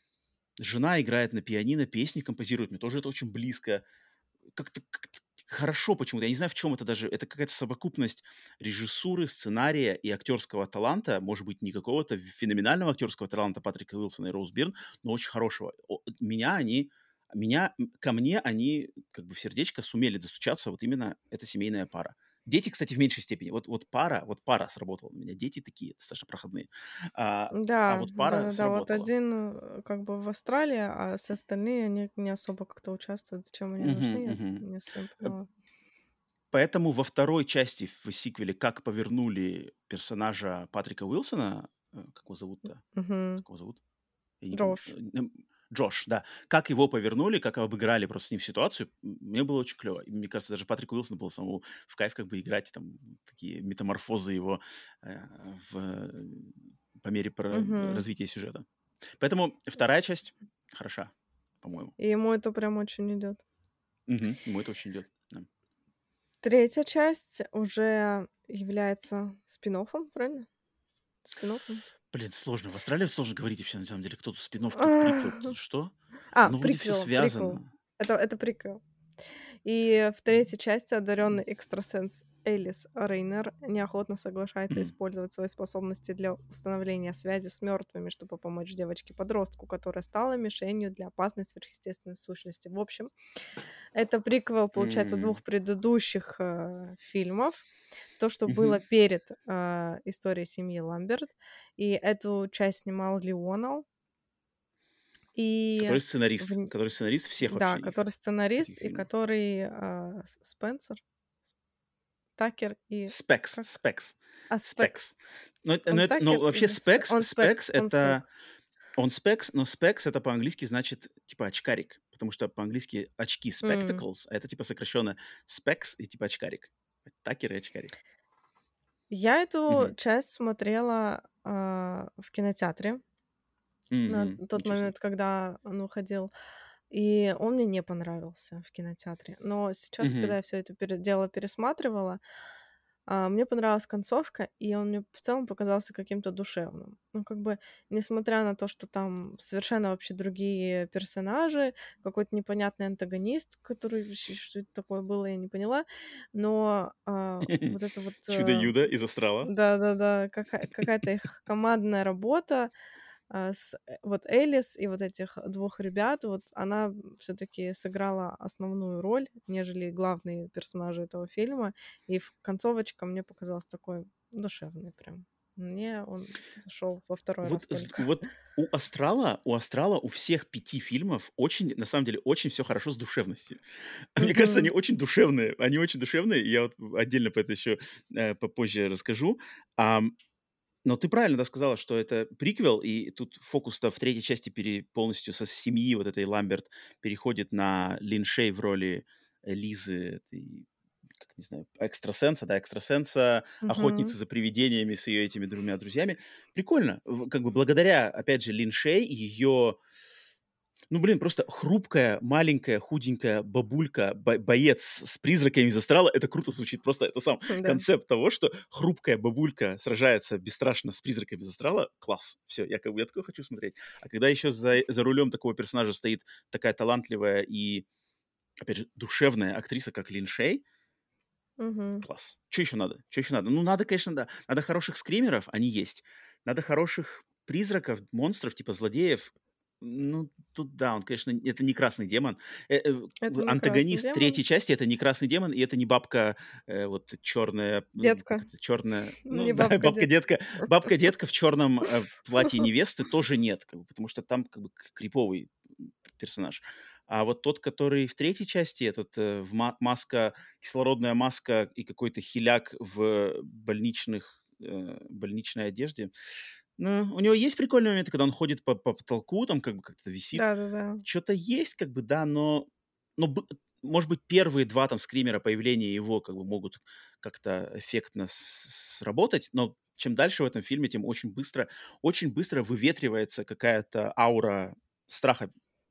жена играет на пианино, песни композирует, мне тоже это очень близко. Как-то как-то хорошо почему-то. Я не знаю, в чём это даже. Это какая-то совокупность режиссуры, сценария и актерского таланта. Может быть, не какого-то феноменального актерского таланта Патрика Уилсона и Роуз Бирн, но очень хорошего. О меня они меня ко мне они как бы в сердечко сумели достучаться вот именно эта семейная пара. Дети, кстати, в меньшей степени. Вот вот пара вот пара сработала на меня. Дети такие достаточно проходные. А, а Да, вот пара да-да-да, вот сработала. один, э, как бы в "Астрале", а все остальные, они не особо как-то участвуют. Зачем они Мгм, нужны, я мгм. не совсем Э поняла. Поэтому во второй части, в сиквеле, как повернули персонажа Патрика Уилсона, э, как его зовут-то? Мгм. Как его зовут? Я не помню. Э, Джош. м, Джош, да. Как его повернули, как обыграли просто с ним ситуацию, м мне было очень клёво. И мне кажется, даже Патрику Уилсону было самому в кайф как бы играть там такие метаморфозы его, э, в по мере про Мгм. развития сюжета. Поэтому вторая часть хороша, по-моему. И ему это прям очень идет. Мгм. Ему это очень идет. Да. Третья часть уже является спин-оффом, правильно? Спин-оффом? Блин, сложно. В Австралии сложно говорить вообще, на самом деле. Кто тут спин-офф, кто тут приквел, кто тут что. А, Оно вроде все приквел, приквел. связано. Это, это приквел. И в третьей части одаренный экстрасенс Элис Рейнер неохотно соглашается использовать свои способности для установления связи с мертвыми, чтобы помочь девочке-подростку, которая стала мишенью для опасной сверхъестественной сущности. В общем, это приквел, получается, М. двух предыдущих э, фильмов. То, что было Мгм. перед э, историей семьи Ламберт. И эту часть снимал Леонов. И Который в... сценарист, н- который сценарист всех да, вообще их который сценарист этих и фильмов. который э, С- Спенсер, Такер и Specs, как? Specs, А, Specs. Спекс. Но это Он но это но Такер вообще или Спе Specs он Спекс, Specs он это Спекс. он Specs, но Specs это по-английски значит типа очкарик, потому что по-английски очки М. spectacles, а это типа сокращенно Specs и типа очкарик. Такер и очкарик. Я эту Мгм. часть смотрела, а, в кинотеатре на Мгм. тот Ничего себе. момент, когда он выходил, и он мне не понравился в кинотеатре. Но сейчас, Мгм. когда я всё это пере дело пересматривала, а, мне понравилась концовка, и он мне в целом показался каким-то душевным. Ну, как бы, несмотря на то, что там совершенно вообще другие персонажи, какой-то непонятный антагонист, который вообще что это такое было, я не поняла. Но, а, вот это вот, э, Чудо-юдо из астрала. да-да-да, какая какая-то их командная работа, а, с э, вот Элис и вот этих двух ребят, вот она все таки сыграла основную роль, нежели главные персонажи этого фильма. И в концовочка мне показалась такой душевной прям. Мне он зашел во второй Вот раз з только. вот у "Астрала" у "Астрала", у всех пяти фильмов очень, на самом деле, очень все хорошо с душевностью. Мне кажется, они Мгм. очень душевные. Они очень душевные. И я вот отдельно про это еще, э, попозже расскажу. Ам, но ты правильно, да, сказала, что это приквел, и тут фокус-то в третьей части пере полностью со семьи вот этой Ламберт переходит на Лин Шей в роли, э, Лизы, этой, как не знаю, экстрасенса, да, экстрасенса, Мгм. охотницы за привидениями с ее этими двумя друзьями. Прикольно. В как бы благодаря, опять же, Лин Шей и ее, ну, блин, просто хрупкая, маленькая, худенькая бабулька, бо боец с призраками из "Астрала". Это круто звучит. Просто это сам Да. концепт того, что хрупкая бабулька сражается бесстрашно с призраками из "Астрала". Класс. Все, я как бы я такое хочу смотреть. А когда еще за за рулем такого персонажа стоит такая талантливая и, опять же, душевная актриса, как Лин Шей, Мгм. класс. Что еще надо? Что еще надо? Ну, надо, конечно, да. Надо хороших скримеров, они есть. Надо хороших призраков, монстров, типа злодеев. Ну, тут да, он, конечно, н- это не красный демон. Э, э, Это в- не красный антагонист демон. третьей части это не красный демон, и это не бабка, э, вот черная, ну, как Детка. это, черная, ну Не да, бабка, детка. бабка-детка. Бабка-детка в черном э, платье невесты тоже нет, как бы, потому что там как бы к- криповый м, персонаж. А вот тот, который в третьей части, этот э, в ма- маска, кислородная маска и какой-то хиляк в больничных, э, больничной одежде. Ну, у него есть прикольные моменты, когда он ходит по, по потолку, там как бы как-то висит. Да-да-да. Что-то есть, как бы, да, но, но б- может быть, первые два там скримера, появления его, как бы, могут как-то эффектно с- сработать, но чем дальше в этом фильме, тем очень быстро, очень быстро выветривается какая-то аура страха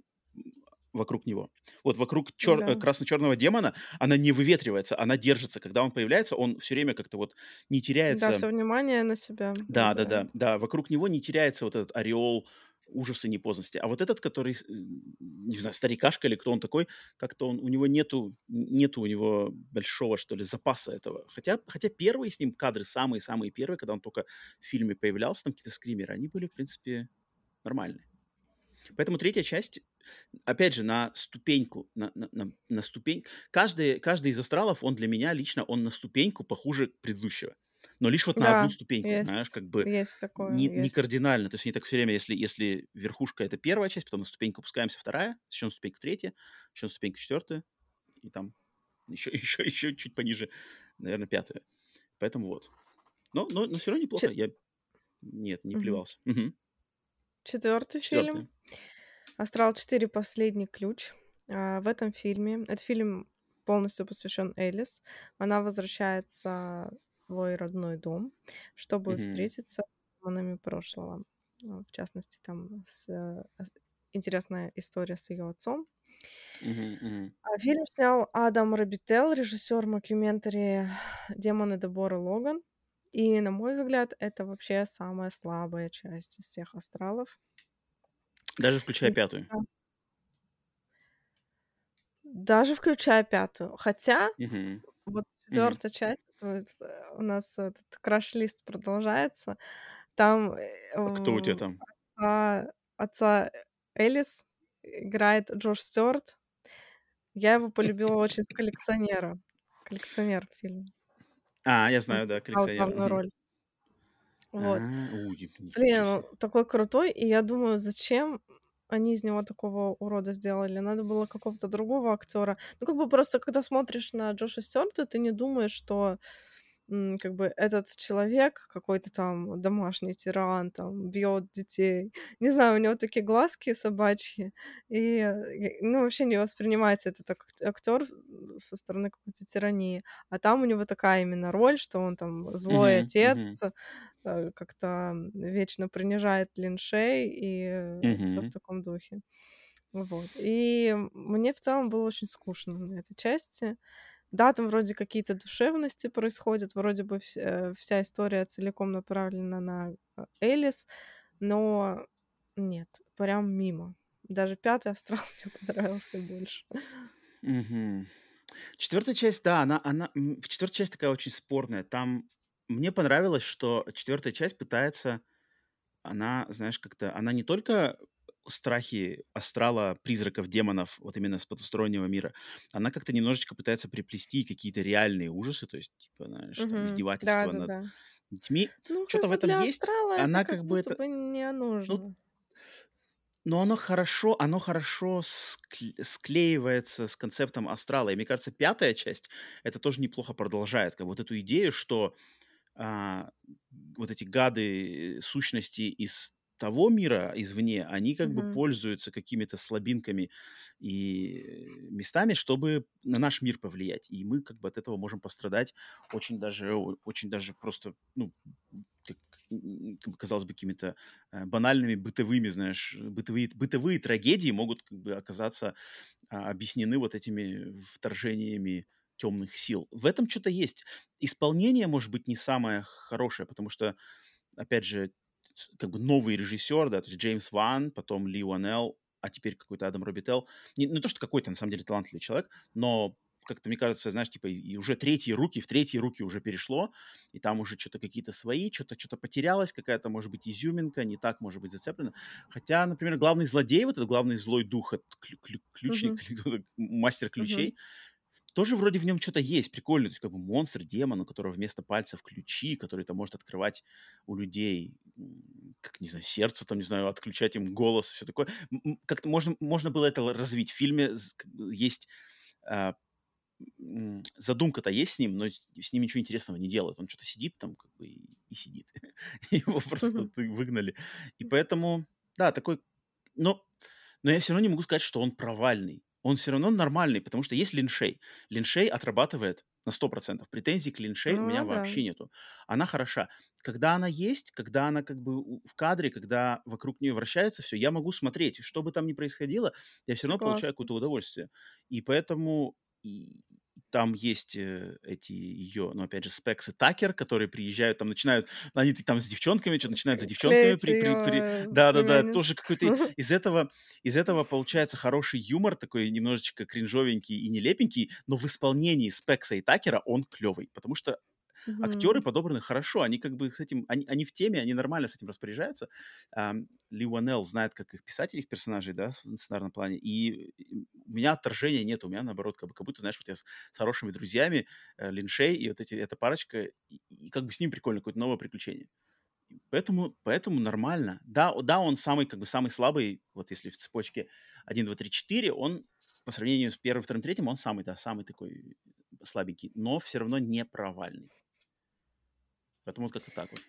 вокруг него. Вот вокруг чер э, Да. красно-черного демона она не выветривается, она держится. Когда он появляется, он все время как-то вот не Да, теряется. все внимание на себя Да-да-да, забирает. да, да, вокруг него не теряется вот этот ореол ужаса и непознанности. А вот этот, который, с м, не знаю, старикашка или кто он такой, как-то он у него нету нету у него большого, что ли, запаса этого. Хотя хотя первые с ним кадры, самые-самые первые, когда он только в фильме появлялся, там какие-то скримеры, они были, в принципе, нормальные. Поэтому третья часть, опять же, на ступеньку, на на на на ступень каждый каждый из астралов, он для меня лично, он на ступеньку похуже предыдущего. Но лишь вот на одну Да, ступеньку, знаешь, есть как бы есть такое, не не есть. кардинально. То есть они так все время, если если верхушка — это первая часть, потом на ступеньку опускаемся — вторая, еще на ступеньку — третья, еще на ступеньку — четвертая, и там еще еще еще чуть пониже, наверное, пятая. Поэтому вот. Но но но всё равно неплохо. Чет Я нет, не Мгм. плевался. Мгм. четвёртый четвертая. фильм "Астрал четыре. Последний ключ". А, в этом фильме этот фильм полностью посвящен Элис. Она возвращается в свой родной дом, чтобы Мгм. встретиться демонами прошлого. А, в частности, там с э, с интересная история с её отцом. Мгм, мгм. А фильм снял Адам Робител, режиссёр мокюментари "Демоны Деборы Логан". И, на мой взгляд, это вообще самая слабая часть из всех "Астралов". Даже включая пятую? Несмотря Даже включая пятую. Хотя Мгм. вот Мгм. четвёртая часть, это вот, э, у нас этот краш-лист продолжается. Там, э, А кто у тя в там? отца отца Элис играет Джош Стюарт. Я его полюбила очень с "Коллекционера". "Коллекционер" фильм. А, я Он знаю, там да, играл "Коллекционера". главную Мгм. роль. Вот. А, ой, ни Блин, ничего он себе. такой крутой, и я думаю, зачем они из него такого урода сделали? Надо было какого-то другого актёра. Ну, как бы просто, когда смотришь на Джоша Стюарта, ты не думаешь, что, м, как бы этот человек какой-то там домашний тиран, там, бьёт детей. Не знаю, у него такие глазки собачьи, и, э, ну, вообще не воспринимается этот ак актёр с со стороны какой-то тирании. А там у него такая именно роль, что он там злой Мгм, мгм. отец, э, как-то, м, вечно принижает линчей, и, э, всё в Мгм. таком духе. Вот. И мне в целом было очень скучно на этой части. Да, там вроде какие-то душевности происходят, вроде бы вс э, вся история целиком направлена на, э, Элис, но нет, прям мимо. Даже пятый "Астрал" мне понравился больше. Мгм. четвёртая часть, да, она она, м, четвёртая часть такая очень спорная. Там мне понравилось, что четвёртая часть пытается она, знаешь, как-то она не только страхи астрала, призраков, демонов, вот именно с потустороннего мира, она как-то немножечко пытается приплести какие-то реальные ужасы, то есть, типа, знаешь, там, Мгм. издевательства над Да-да-да. детьми. Ну, Чё-то как в бы этом для есть. "Астрала" это Она как как бы будто это бы не ну нужно. но оно хорошо оно хорошо скле склеивается с концептом "Астрала". И мне кажется, пятая часть это тоже неплохо продолжает как бы вот эту идею, что, а, вот эти гады, сущности из того мира, извне, они как бы Мгм. пользуются какими-то слабинками и местами, чтобы на наш мир повлиять. И мы как бы от этого можем пострадать очень даже о очень даже просто, ну, как, м, как бы, казалось бы, какими-то, э, банальными бытовыми, знаешь, бытовые бытовые трагедии могут как бы оказаться, а, объяснены вот этими вторжениями тёмных сил. В этом чё-то есть. Исполнение, может быть, не самое хорошее, потому что, опять же, т как бы новый режиссёр, да, то есть Джеймс Ван, потом Ли Уаннелл, а теперь какой-то Адам Робител. Не не то, что какой-то, на самом деле, талантливый человек, но как-то, мне кажется, знаешь, типа, и уже третьи руки, в третьи руки уже перешло, и там уже чё-то какие-то свои, чё-то чё-то потерялось, какая-то, может быть, изюминка, не так, может быть, зацеплено. Хотя, например, главный злодей, вот этот главный злой дух, этот клю клю ключник Мгм. или кто, м мастер Мгм. ключей, тоже вроде в нём чё-то есть прикольное. То есть как бы монстр, демон, у которого вместо пальцев ключи, которые там может открывать у людей, м, как, не знаю, сердце, там, не знаю, отключать им голос и всё такое. М м, как-то можно можно было это л развить. В фильме з к есть, а, м, задумка-то есть с ним, но с с ним ничего интересного не делают. Он чё-то сидит там как бы и и сидит. Его просто Мгм. оттуда выгнали. И поэтому, да, такой но но я всё равно не могу сказать, что он провальный. Он всё равно нормальный, потому что есть линчей. Линчей отрабатывает на сто процентов. Претензий к линчей у меня Ну да. вообще нету. Она хороша. Когда она есть, когда она как бы у в кадре, когда вокруг неё вращается всё, я могу смотреть. И что бы там ни происходило, я всё равно получаю Согласна. какое-то удовольствие. И поэтому и там есть, э, эти её, ну, опять же, Спекс и Такер, которые приезжают, там начинают они там с девчонками, чё-то начинают за К девчонками клеить при при её, при э, да-да-да, племянницу. тоже какой-то из этого из этого получается хороший юмор, такой немножечко кринжовенький и нелепенький, но в исполнении Спекса и Такера он клёвый, потому что актёры Мгм. подобраны хорошо. Они как бы с этим они они в теме, они нормально с этим распоряжаются. Ам, Ли Уаннелл знает, как их писать, этих персонажей, да, в сценарном плане. И у меня отторжения нет. У меня, наоборот, как бы как будто, знаешь, вот я с с хорошими друзьями, э, линчей и вот эти эта парочка, и и как бы с ними прикольно, какое-то новое приключение. Поэтому поэтому нормально. Да, о да, он самый, как бы самый слабый, вот если в цепочке один два три четыре, он по сравнению с первым вторым третьим, он самый, да, самый такой слабенький, но всё равно не провальный. Поэтому вот как-то так вот.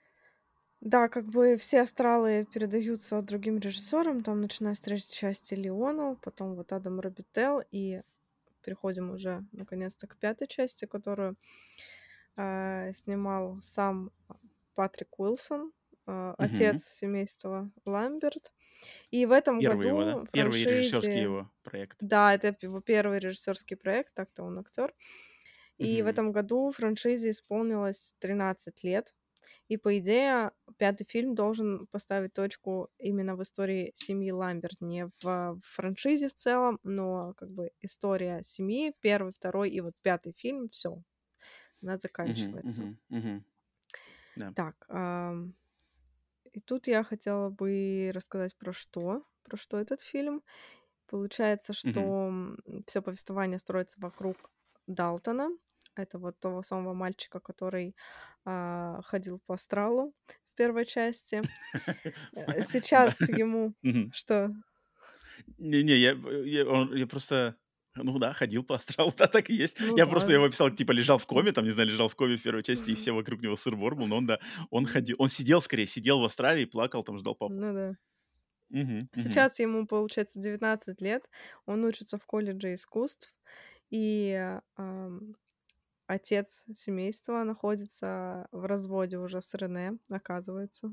Да, как бы все "Астралы" передаются другим режиссёрам, там, начиная с третьей части Ли Уаннелл, потом вот Адам Робител, и переходим уже наконец-то к пятой части, которую, а, снимал сам Патрик Уилсон. а, Мгм. отец семейства Ламберт. И в этом Первый его, да? году Первый режиссерский франшизе его проект. да, это его первый режиссерский проект, так-то он актер. И в Мгм. этом году франшизе исполнилось тринадцать лет. И, по идее, пятый фильм должен поставить точку именно в истории семьи Ламберт. Не в франшизе в целом, но как бы история семьи, первый, второй и вот пятый фильм, все, она Мгм. заканчивается. Мгм. Мгм. Да. Так, ам, и тут я хотела бы рассказать про что, про что этот фильм. Получается, Мгм. что все повествование строится вокруг Далтона. Это вот того самого мальчика, который а, ходил по астралу в первой части. Э, Да. Сейчас ему Мгм. что? Не-не, я э, я он я просто, ну да, ходил по астралу, да, так и есть. Ну Я да. просто его описал, типа лежал в М. коме, там, не знаю, лежал в коме в первой части, и все вокруг него сыр-бор был, но он, да, он ходил, он сидел скорее, сидел в Австралии, плакал, там, ждал папу. Ну да. Мгм. Мгм. Сейчас ему, получается, девятнадцать лет. Он учится в колледже искусств. И ам, отец семейства находится в разводе уже с Рене, оказывается.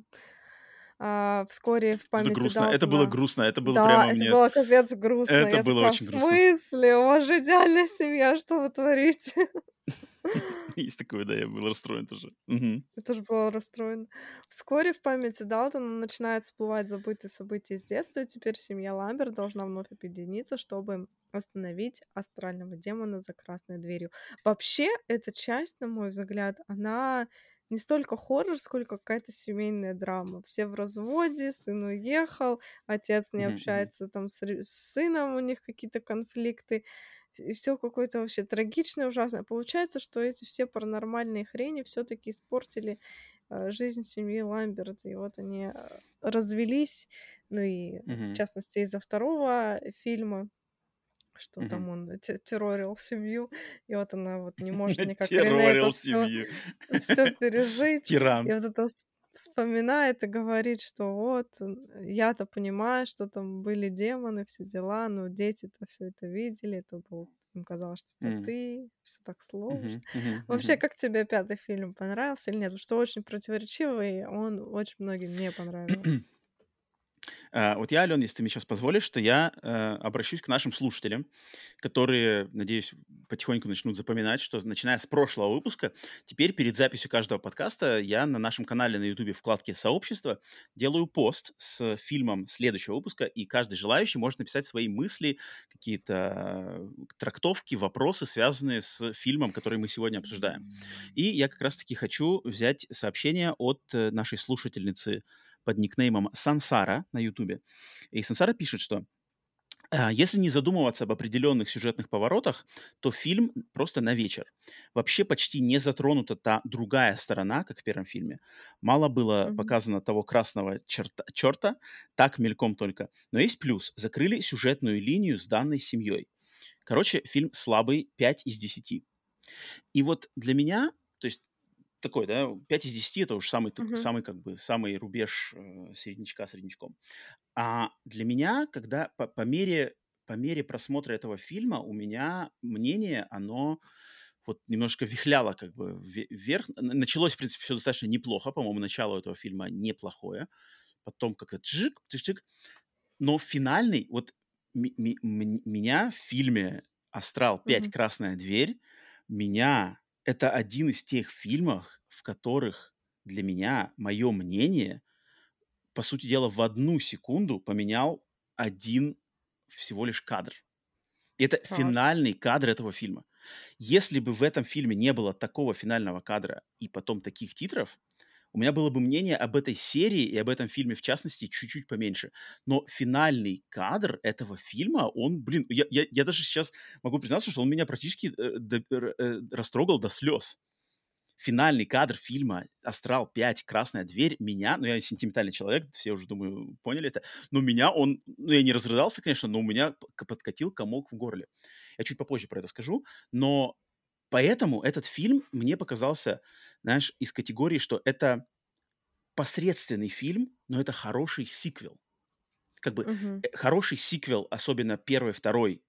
А, вскоре в Это памяти грустно, это было Далтона. грустно, это было Да, прямо это мне было капец грустно. это Я было такая: "В очень грустно. смысле? У вас же идеальная семья, что вы творите?" Есть такое, да, я был расстроен тоже. Мгм. Я тоже была расстроена. Вскоре в памяти Далтона начинают всплывать забытые события из детства, и теперь семья Ламберт должна вновь объединиться, чтобы остановить астрального демона за красной дверью. Вообще, эта часть, на мой взгляд, она не столько хоррор, сколько какая-то семейная драма. Все в разводе, сын уехал, отец не Мгм. Мгм. общается там с, ре- с сыном, у них какие-то конфликты. И все какое-то вообще трагичное, ужасное. Получается, что эти все паранормальные хрени все таки испортили, э, жизнь семьи Ламберт. И вот они, э, развелись. Ну и, в Мгм. частности, из-за второго фильма, что Мгм. там он те террорил семью. И вот она вот не может никак Рене это Террорил все семью. все пережить. И Тиран. вот это вс вспоминает и говорит, что вот, н я-то понимаю, что там были демоны, все дела, но дети-то все это видели, это был им казалось, что это М. ты, все так сложно. Мгм. Мгм. Вообще, Мгм. как тебе пятый фильм, понравился или нет? Потому что очень противоречивый, он очень многим не понравился. А, вот я, Ален, если ты мне сейчас позволишь, то я, э, обращусь к нашим слушателям, которые, надеюсь, потихоньку начнут запоминать, что, начиная с прошлого выпуска, теперь перед записью каждого подкаста я на нашем канале на "Ютубе" в вкладке "Сообщество" делаю пост с фильмом следующего выпуска, и каждый желающий может написать свои мысли, какие-то, э, трактовки, вопросы, связанные с фильмом, который мы сегодня обсуждаем. И я как раз таки хочу взять сообщение от, э, нашей слушательницы под никнеймом Сансара на "Ютубе". И Сансара пишет, что а, если не задумываться об определенных сюжетных поворотах, то фильм просто на вечер. Вообще почти не затронута та другая сторона, как в первом фильме. Мало было Мгм. показано того красного черта, черта, так мельком только. Но есть плюс. Закрыли сюжетную линию с данной семьей. Короче, фильм слабый, пять из десяти. И вот для меня, то есть такой, да, пять из десяти это уж самый, так- Мгм. самый как бы, самый рубеж э, среднячка среднячком. А для меня, когда по, по мере по мере просмотра этого фильма у меня мнение, оно вот немножко вихляло как бы ве- вверх. Н- Началось, в принципе, все достаточно неплохо. По-моему, начало этого фильма неплохое. Потом как-то чжик, чжик. Но финальный, вот ми- ми- м- меня в фильме «Астрал пять. Мгм. Красная дверь», меня это один из тех фильмов, в которых для меня мое мнение по сути дела, в одну секунду поменял один всего лишь кадр. И это Так. финальный кадр этого фильма. Если бы в этом фильме не было такого финального кадра и потом таких титров, у меня было бы мнение об этой серии и об этом фильме, в частности, чуть-чуть поменьше. Но финальный кадр этого фильма, он, блин, я, я, я даже сейчас могу признаться, что он меня практически э, до- р- э, растрогал до слез. Финальный кадр фильма "Астрал пять. Красная дверь" меня, ну, я сентиментальный человек, все уже, думаю, поняли это, но меня он, ну, я не разрыдался, конечно, но у меня п подкатил комок в горле. Я чуть попозже про это скажу, но поэтому этот фильм мне показался, знаешь, из категории, что это посредственный фильм, но это хороший сиквел. Как бы, Мгм. э, хороший сиквел, особенно первый, второй.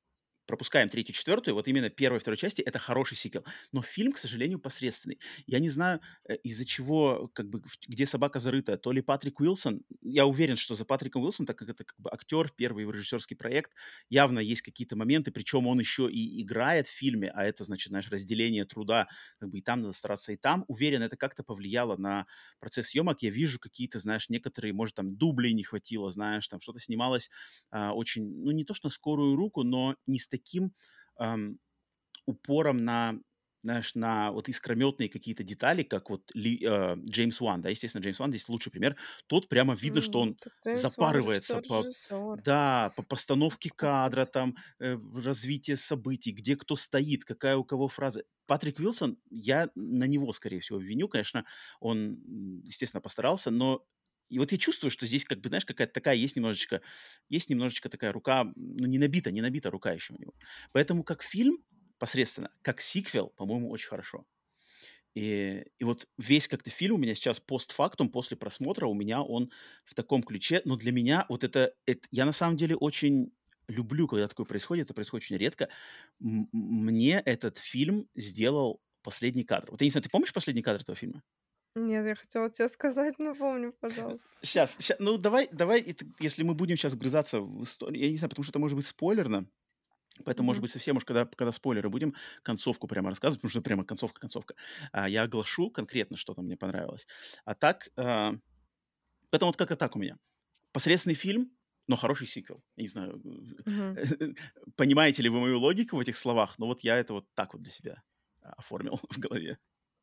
пропускаем третью, четвертую, вот именно первой и второй части — это хороший сиквел. Но фильм, к сожалению, посредственный. Я не знаю, э, из-за чего, как бы, в где собака зарыта. То ли Патрик Уилсон, я уверен, что за Патриком Уилсоном, так как это как бы актер, первый его режиссерский проект, явно есть какие-то моменты, причем он еще и играет в фильме, а это, значит, знаешь, разделение труда, как бы и там надо стараться, и там. Уверен, это как-то повлияло на процесс съемок. Я вижу какие-то, знаешь, некоторые, может, там дублей не хватило, знаешь, там что-то снималось а, очень, ну, не то что на скорую руку, но не с таким ам, упором на, знаешь, на вот искрометные какие-то детали, как вот Ли, э, Джеймс Ван, да, естественно, Джеймс Ван здесь лучший пример. Тут прямо видно, что М, он так Джеймс Ван запарывается режиссер, по, режиссер. да, по постановке кадра, Молодец. там, э, развитие событий, где кто стоит, какая у кого фраза. Патрик Уилсон, я на него, скорее всего, виню, конечно, он, м, естественно, постарался, но и вот я чувствую, что здесь, как бы, знаешь, какая-то такая есть немножечко, есть немножечко такая рука, м, ну, не набита, не набита рука еще у него. Поэтому как фильм посредственно, как сиквел, по-моему, очень хорошо. И, и вот весь как-то фильм у меня сейчас постфактум, после просмотра, у меня он в таком ключе. Но для меня вот это, это я на самом деле очень люблю, когда такое происходит. Это происходит очень редко. М- мне этот фильм сделал последний кадр. Вот я не знаю, ты помнишь последний кадр этого фильма? Нет, я хотела тебе сказать, напомни, пожалуйста. Сейчас, ну давай, давай, и т- если мы будем сейчас вгрызаться в историю, я не знаю, потому что это может быть спойлерно, поэтому, может Мгм. быть, совсем уж когда, когда спойлеры будем, концовку прямо рассказывать, потому что прямо концовка-концовка. А, я оглашу конкретно, что там мне понравилось. А так, а, поэтому вот как-то так у меня. Посредственный фильм, но хороший сиквел. Я не знаю, Мгм. понимаете ли вы мою логику в этих словах, но вот я это вот так вот для себя а, оформил в голове.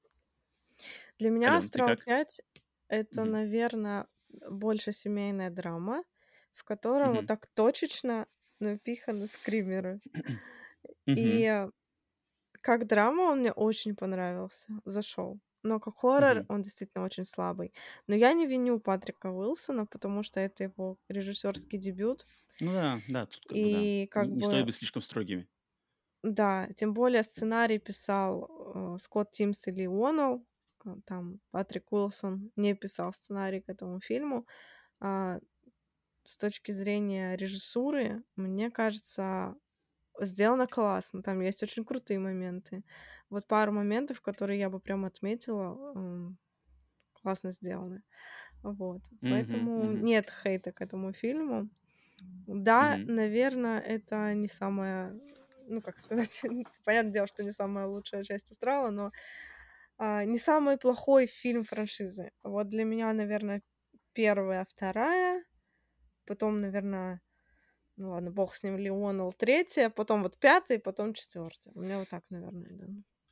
Для меня Ален, ты "Астрал как? пять" — это, Мгм. наверно, больше семейная драма, в которой вот Мгм. так точечно напиханы скримеры. И, Мгм. э, как драма он мне очень понравился, зашел. Но как хоррор Мгм. он действительно очень слабый. Но я не виню Патрика Уилсона, потому что это его режиссерский дебют. Ну да, да, тут как бы да. И Не, как не стоит бы быть слишком строгими. да, тем более сценарий писал, э, Скотт Тимс и Ли Уоннелл. А, там Патрик Уилсон не писал сценарий к этому фильму. А, с точки зрения режиссуры, мне кажется, сделано классно. Там есть очень крутые моменты. Вот пару моментов, которые я бы прям отметила, м, классно сделаны. Вот. Мгм. Поэтому Мгм. нет хейта к этому фильму. Да, Мгм. наверно, это не самая, ну, как сказать, понятное дело, что не самая лучшая часть "Астрала", но, а, не самый плохой фильм франшизы. Вот для меня, наверно, первая, вторая, потом, наверно, ну ладно, бог с ним, Леонел, третья, потом вот пятый, потом четвертая. У меня вот так, наверное, да.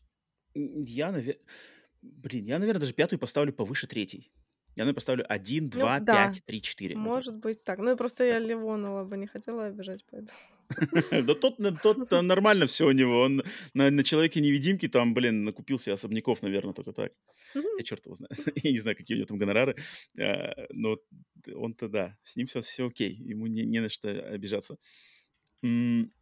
М, Я, наве блин, я, наверное, даже пятую поставлю повыше третьей. Я, наверно, поставлю один, Ну два, да, пять, три, четыре. Вот так вот. может быть так. Ну и просто я Так вот. Леонела бы не хотела обижать, поэтому. Да тот н тот-то нормально все у него. Он на на Человеке-невидимке там, блин, накупил себе особняков, наверное, только так. Я черт его знает. Я не знаю, какие у него там гонорары, а, но он-то да, с ним всё всё окей, ему не не на что обижаться. М,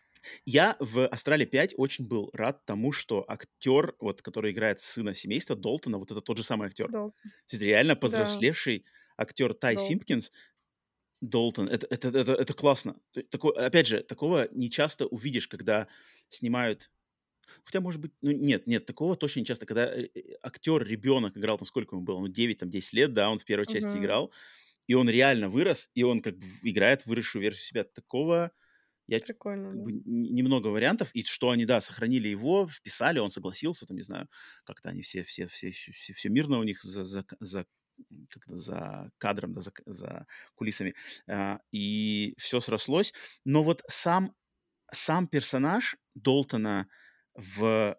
я в "Астрале пять" очень был рад тому, что актер, вот который играет сына семейства Долтона, вот это тот же самый актер. Долтон. То есть реально Да, повзрослевший актер Тай Долтон. Симпкинс. Долтон. Это это это это классно. Т тако опять же, такого не часто увидишь, когда снимают. Хотя, может быть, ну нет, нет, такого точно не часто, когда, э, э, актер, ребенок играл, там сколько ему было, ну девять там, десять лет, да, он в первой части Мгм. играл, и он реально вырос, и он как бы в играет выросшую версию себя. Такого я Прикольно, как да. бы н немного вариантов. И что они, да, сохранили его, вписали, он согласился, там, не знаю, как-то они все все все все все всё мирно у них за за к за м, как это, за кадром, да, за к за кулисами. А, и все срослось. Но вот сам сам персонаж Долтона в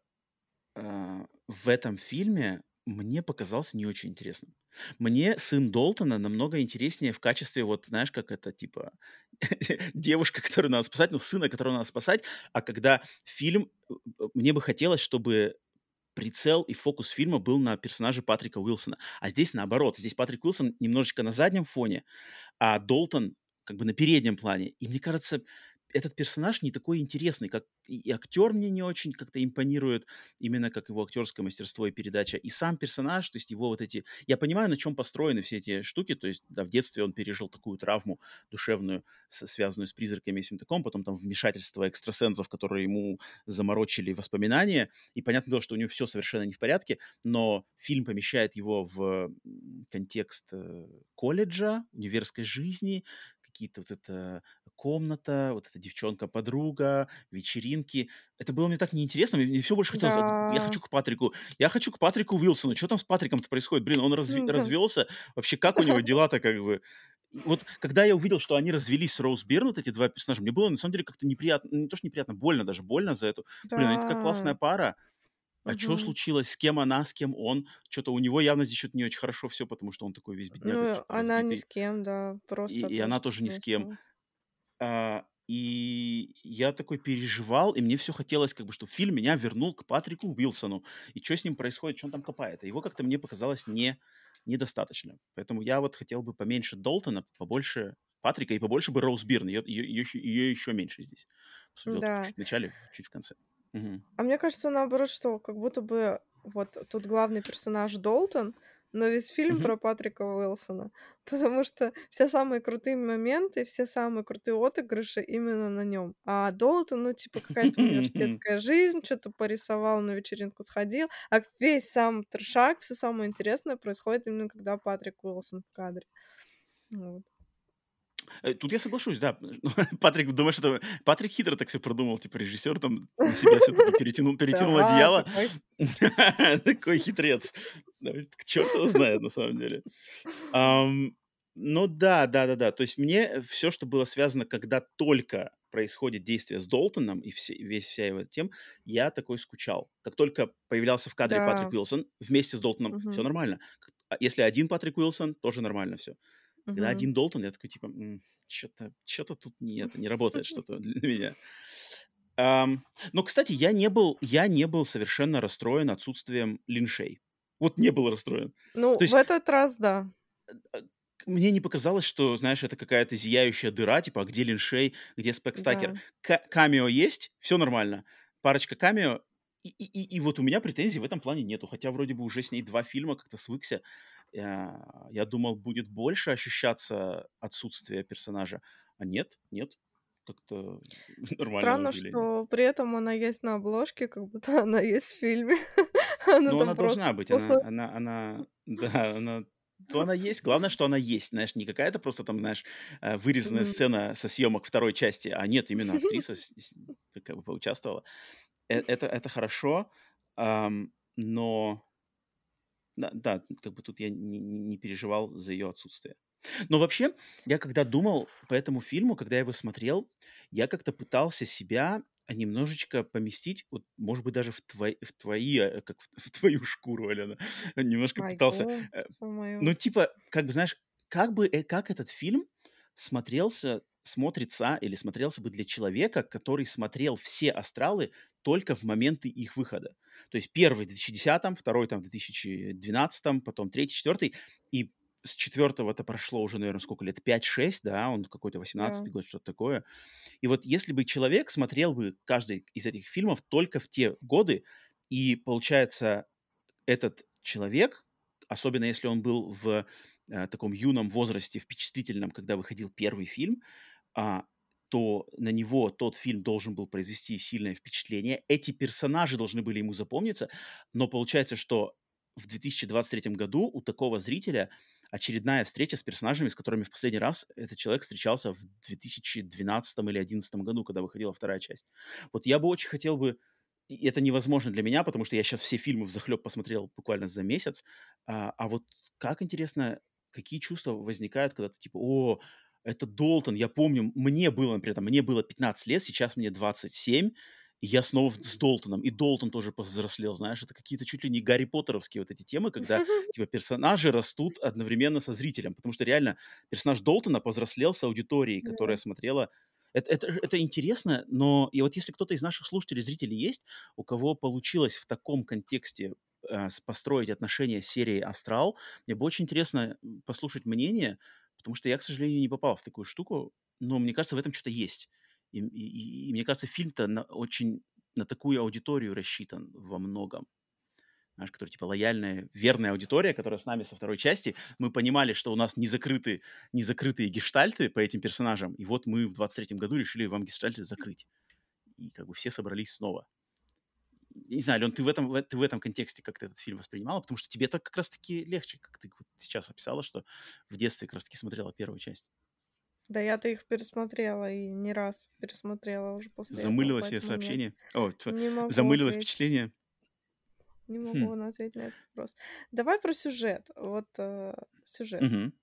а, в этом фильме мне показался не очень интересным. Мне сын Долтона намного интереснее в качестве, вот знаешь, как это, типа, девушка, которую надо спасать, ну, сына, которого надо спасать. А когда фильм, э, э, мне бы хотелось, чтобы прицел и фокус фильма был на персонаже Патрика Уилсона. А здесь наоборот. Здесь Патрик Уилсон немножечко на заднем фоне, а Долтон как бы на переднем плане. И мне кажется, этот персонаж не такой интересный, как и и актер мне не очень как-то импонирует, именно как его актерское мастерство и передача, и сам персонаж, то есть его вот эти я понимаю, на чем построены все эти штуки, то есть, да, в детстве он пережил такую травму душевную, с связанную с призраками и всем таком, потом там вмешательство экстрасенсов, которые ему заморочили воспоминания, и понятное дело, что у него все совершенно не в порядке, но фильм помещает его в, м, контекст, э, колледжа, универской жизни, какие-то вот это комната, вот эта девчонка-подруга, вечеринки. Это было мне так неинтересно, мне мне всё больше хотелось: "А, я Да. хочу к Патрику, я хочу к Патрику Уилсону, чё там с Патриком-то происходит? Блин, он разв Да. развелся? Вообще, как у него Да. дела-то как бы?" И вот когда я увидел, что они развелись с Роуз Бирн, вот эти два персонажа, мне было на самом деле как-то неприятно, ну, не то что неприятно, больно даже, больно за эту. Блин, они такая классная Да. пара. А чё Мгм. случилось? С кем она, с кем он? Чё-то у него явно здесь что-то не очень хорошо всё, потому что он такой весь бедняга, Ну, чё-то она ни разбитый. с кем, да, И просто и она тоже тоже ни типа ни с с кем. кем. А, и я такой переживал, и мне всё хотелось, как бы, чтобы фильм меня вернул к Патрику Уилсону. И чё с ним происходит, чё он там копает. А его как-то мне показалось не недостаточно. Поэтому я вот хотел бы поменьше Долтона, побольше Патрика и побольше бы Роуз Бирн. Её её её ещё её еще меньше здесь. Особенно только Да. чуть в начале, чуть в конце. Мгм. А мне кажется, наоборот, что как будто бы вот тут главный персонаж Долтон, но весь фильм Мгм. про Патрика Уилсона, потому что все самые крутые моменты, все самые крутые отыгрыши именно на нем. А Долтон, ну, типа какая-то университетская жизнь, что то порисовал, на вечеринку сходил, а весь сам трешак, все самое интересное происходит именно когда Патрик Уилсон в кадре. Вот. Э, тут я соглашусь, да. Патрик, думаешь, это Патрик хитро так всё продумал, типа режиссер там на себя всё-таки перетянул перетянул Да, одеяло. такой. Такой хитрец. Да, черт его знает на самом деле. Ам, ну да, да-да-да. То есть мне все, что было связано, когда только происходит действие с Долтоном и все весь вся его тема, я такой скучал. Как только появлялся в кадре Патрик Да. Уилсон вместе с Долтоном, все Мгм. нормально. К а если один Патрик Уилсон, тоже нормально все. Когда Мгм. один Долтон, я такой типа: что то что то тут не это, не работает что-то для меня". Ам, но, кстати, я не был я не был совершенно расстроен отсутствием линшей. Вот не был расстроен. Ну, То в есть этот раз да. Э, к мне не показалось, что, знаешь, это какая-то зияющая дыра, типа, а где Линшей, где Спекстакер. Да. Ка камео есть, все нормально. Парочка камео, и и и и вот у меня претензий в этом плане нету. Хотя вроде бы уже с ней два фильма, как-то свыкся. Я я думал, будет больше ощущаться отсутствие персонажа, а нет, нет. Как-то нормально на Странно, удивление. что при этом она есть на обложке, как будто она есть в фильме. Она Но там она просто должна быть, она кусок. она она, да, она то она есть. Главное, что она есть, знаешь, не какая-то просто там, знаешь, э, вырезанная Мгм. сцена со съемок второй части, а нет, именно актриса с с как бы поучаствовала. Э это это хорошо, ам, но да, да, как бы тут я не не не переживал за ее отсутствие. Но вообще, я когда думал по этому фильму, когда я его смотрел, я как-то пытался себя немножечко поместить, вот, может быть, даже в твой в твои, э, как в в твою шкуру, Алена. Немножко пытался, Айго, э, что моё. ну, типа, как бы, знаешь, как бы, э, как этот фильм смотрелся смотрится или смотрелся бы для человека, который смотрел все "Астралы" только в моменты их выхода. То есть первый в две тысячи десятом, второй там в две тысячи двенадцатом, потом третий, четвертый, и с четвертого-то прошло уже, наверно, сколько лет, пять-шесть, да, он какой-то Да. восемнадцатый год, что-то такое. И вот если бы человек смотрел бы каждый из этих фильмов только в те годы, и, получается, этот человек, особенно если он был в, э, таком юном возрасте, впечатлительном, когда выходил первый фильм, а, то на него тот фильм должен был произвести сильное впечатление. Эти персонажи должны были ему запомниться, но получается, что в две тысячи двадцать третьем году у такого зрителя очередная встреча с персонажами, с которыми в последний раз этот человек встречался в две тысячи двенадцатом или одиннадцатом году, когда выходила вторая часть. Вот я бы очень хотел бы и это невозможно для меня, потому что я сейчас все фильмы взахлеб посмотрел буквально за месяц. А, а вот как интересно, какие чувства возникают, когда ты типа: "О, это Долтон". Я помню, мне было, например, там, мне было пятнадцать лет, сейчас мне двадцать семь, и я снова в с Долтоном. И Долтон тоже повзрослел, знаешь. Это какие-то чуть ли не гарри поттеровские вот эти темы, когда, типа, персонажи растут одновременно со зрителем. Потому что реально персонаж Долтона повзрослел с аудиторией, которая Да. смотрела. Это это ж это интересно, но и вот если кто-то из наших слушателей, зрителей есть, у кого получилось в таком контексте, э, с построить отношения с серией "Астрал", мне бы очень интересно, м, послушать мнение, потому что я, к сожалению, не попал в такую штуку, но мне кажется, в этом что то есть. И м и и и мне кажется, фильм-то на очень на такую аудиторию рассчитан во многом. Знаешь, которая типа лояльная, верная аудитория, которая с нами со второй части. Мы понимали, что у нас не закрыты не закрытые гештальты по этим персонажам, и вот мы в двадцать третьем году решили вам гештальты закрыть. И как бы все собрались снова. Я не знаю, Ален, ты в этом в ты в этом контексте как ты этот фильм воспринимала? Потому что тебе так как раз таки легче, как ты вот сейчас описала, что в детстве как раз таки смотрела первую часть. Да я-то их пересмотрела и не раз пересмотрела уже после этого, Замылила себе поэтому нет, сообщение. О, тьфу, не могу замылила ответить. впечатление. Не Хм. могу на ответить на этот вопрос. Давай про сюжет. Вот, э, сюжет. Мгм.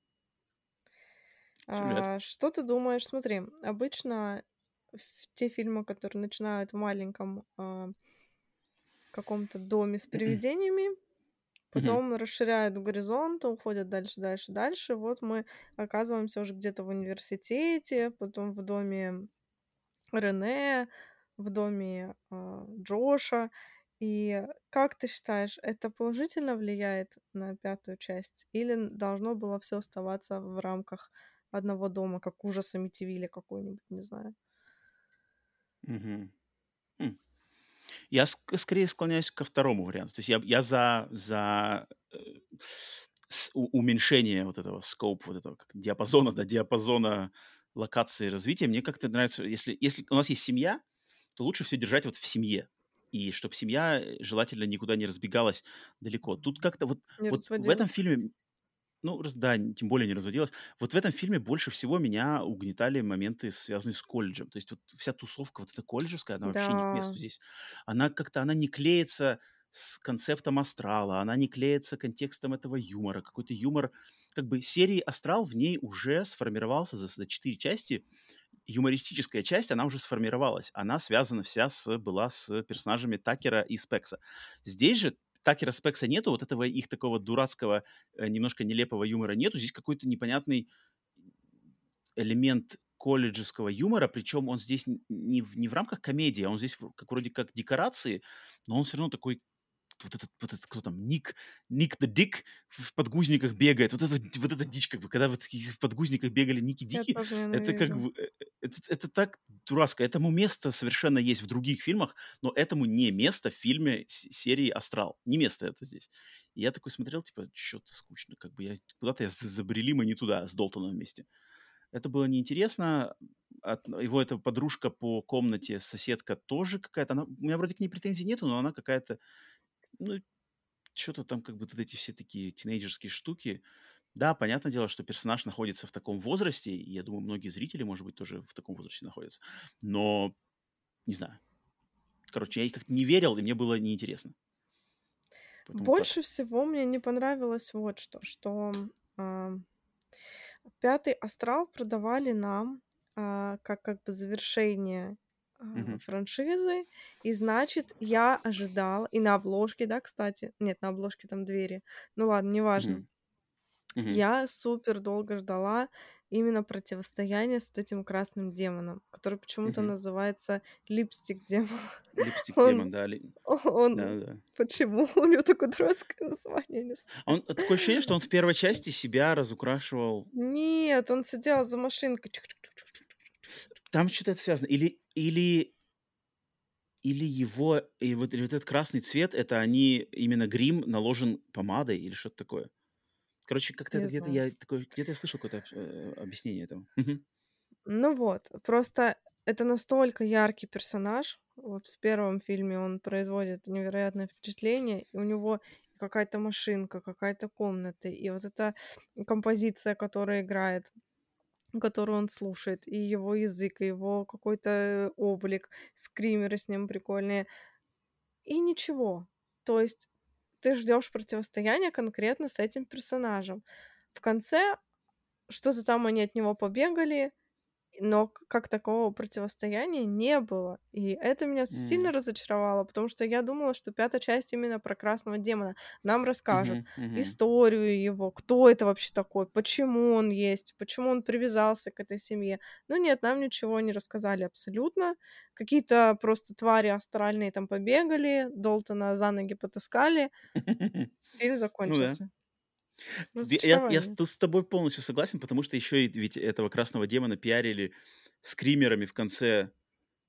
Сюжет. А, что ты думаешь? Смотри, обычно в те фильмы, которые начинают в маленьком, а каком-то доме с привидениями, Мгм. потом расширяют горизонт, уходят дальше, дальше, дальше. Вот мы оказываемся уже где-то в университете, потом в доме Рене, в доме, а, Джоша. И как ты считаешь, это положительно влияет на пятую часть или н должно было всё оставаться в рамках одного дома, как "Ужас Амитивилля" какой-нибудь, не знаю? Мгм. Хм. Я ск скорее склоняюсь ко второму варианту. То есть я б я за за, э, с у уменьшение вот этого scope, вот этого как диапазона, да, диапазона локации развития. Мне как-то нравится, если если у нас есть семья, то лучше всё держать вот в семье. И чтоб семья, э, желательно никуда не разбегалась далеко. Тут как-то вот Не вот в этом разводилась. фильме, ну, раз да, н тем более не разводилась. Вот в этом фильме больше всего меня угнетали моменты, связанные с колледжем. То есть вот вся тусовка вот эта колледжевская, она вообще не к месту Да. здесь. Она как-то, она не клеится с концептом "Астрала", она не клеится контекстом этого юмора. Какой-то юмор как бы серии "Астрал", в ней уже сформировался за за четыре части. Юмористическая часть, она уже сформировалась. Она связана вся с была с персонажами Такера и Спекса. Здесь же Такера, Спекса нету, вот этого их такого дурацкого, э, немножко нелепого юмора нету. Здесь какой-то непонятный элемент колледжеского юмора, причем он здесь н не в не в рамках комедии, а он здесь в как вроде как декорации, но он всё равно такой, вот этот вот этот, кто там, Ник Ник the Dick в подгузниках бегает. Вот эта вот эта дичь, как бы, когда вот такие в подгузниках бегали Я Ники-Дики, тоже это как ненавижу. бы, э, это это так дурацко. Этому место совершенно есть в других фильмах, но этому не место в фильме с серии "Астрал". Не место это здесь. И я такой смотрел, типа, чё-то скучно, как бы я куда-то я з забрели мы не туда с Долтоном вместе. Это было неинтересно. От его эта подружка по комнате, соседка, тоже какая-то, она у меня вроде к ней претензий нету, но она какая-то, ну, чё-то там как бы вот эти все такие тинейджерские штуки. Да, понятное дело, что персонаж находится в таком возрасте, и я думаю, многие зрители, может быть, тоже в таком возрасте находятся. Но не знаю. Короче, я ей как-то не верил, и мне было неинтересно. Поэтому так вот. Больше всего мне не понравилось вот что, что, ам пятый "Астрал" продавали нам, а, как как бы завершение, а, Мгм. франшизы. И значит, я ожидала и на обложке, да, кстати. Нет, на обложке там двери. Ну ладно, неважно. Мгм. Мгм. Я супер долго ждала именно противостояния с вот этим красным демоном, который почему-то Мгм. называется Lipstick Demon. Lipstick Он Demon, да, ли он да-да-да. почему у него такое дурацкое название, не А знаю. он такое ощущение, что он в первой части себя разукрашивал. Нет, он сидел за машинкой. Там чё-то это связано. Или или или его, и вот или вот этот красный цвет- это они именно грим наложен помадой или что-то такое. Короче, как-то это Не где-то знаю. я такое, где-то я слышал какое-то обс э, объяснение этому. Мгм. Ну вот, просто это настолько яркий персонаж. Вот в первом фильме он производит невероятное впечатление, и у него какая-то машинка, какая-то комната, и вот эта композиция, которая играет, которую он слушает, и его язык, и его какой-то облик, скримеры с ним прикольные. И ничего. То есть ты ждёшь противостояния конкретно с этим персонажем. В конце что-то там они от него побегали, но к как такового противостояния не было. И это меня сильно М. разочаровало, потому что я думала, что пятая часть именно про красного демона. Нам расскажут Мгм, мгм. историю его, кто это вообще такой, почему он есть, почему он привязался к этой семье. Но нет, нам ничего не рассказали абсолютно. Какие-то просто твари астральные там побегали, Долтона за ноги потаскали. Фильм Ну да. закончился. Д я я с Разочарование. тут с тобой полностью согласен, потому что еще и ведь этого красного демона пиарили скримерами в конце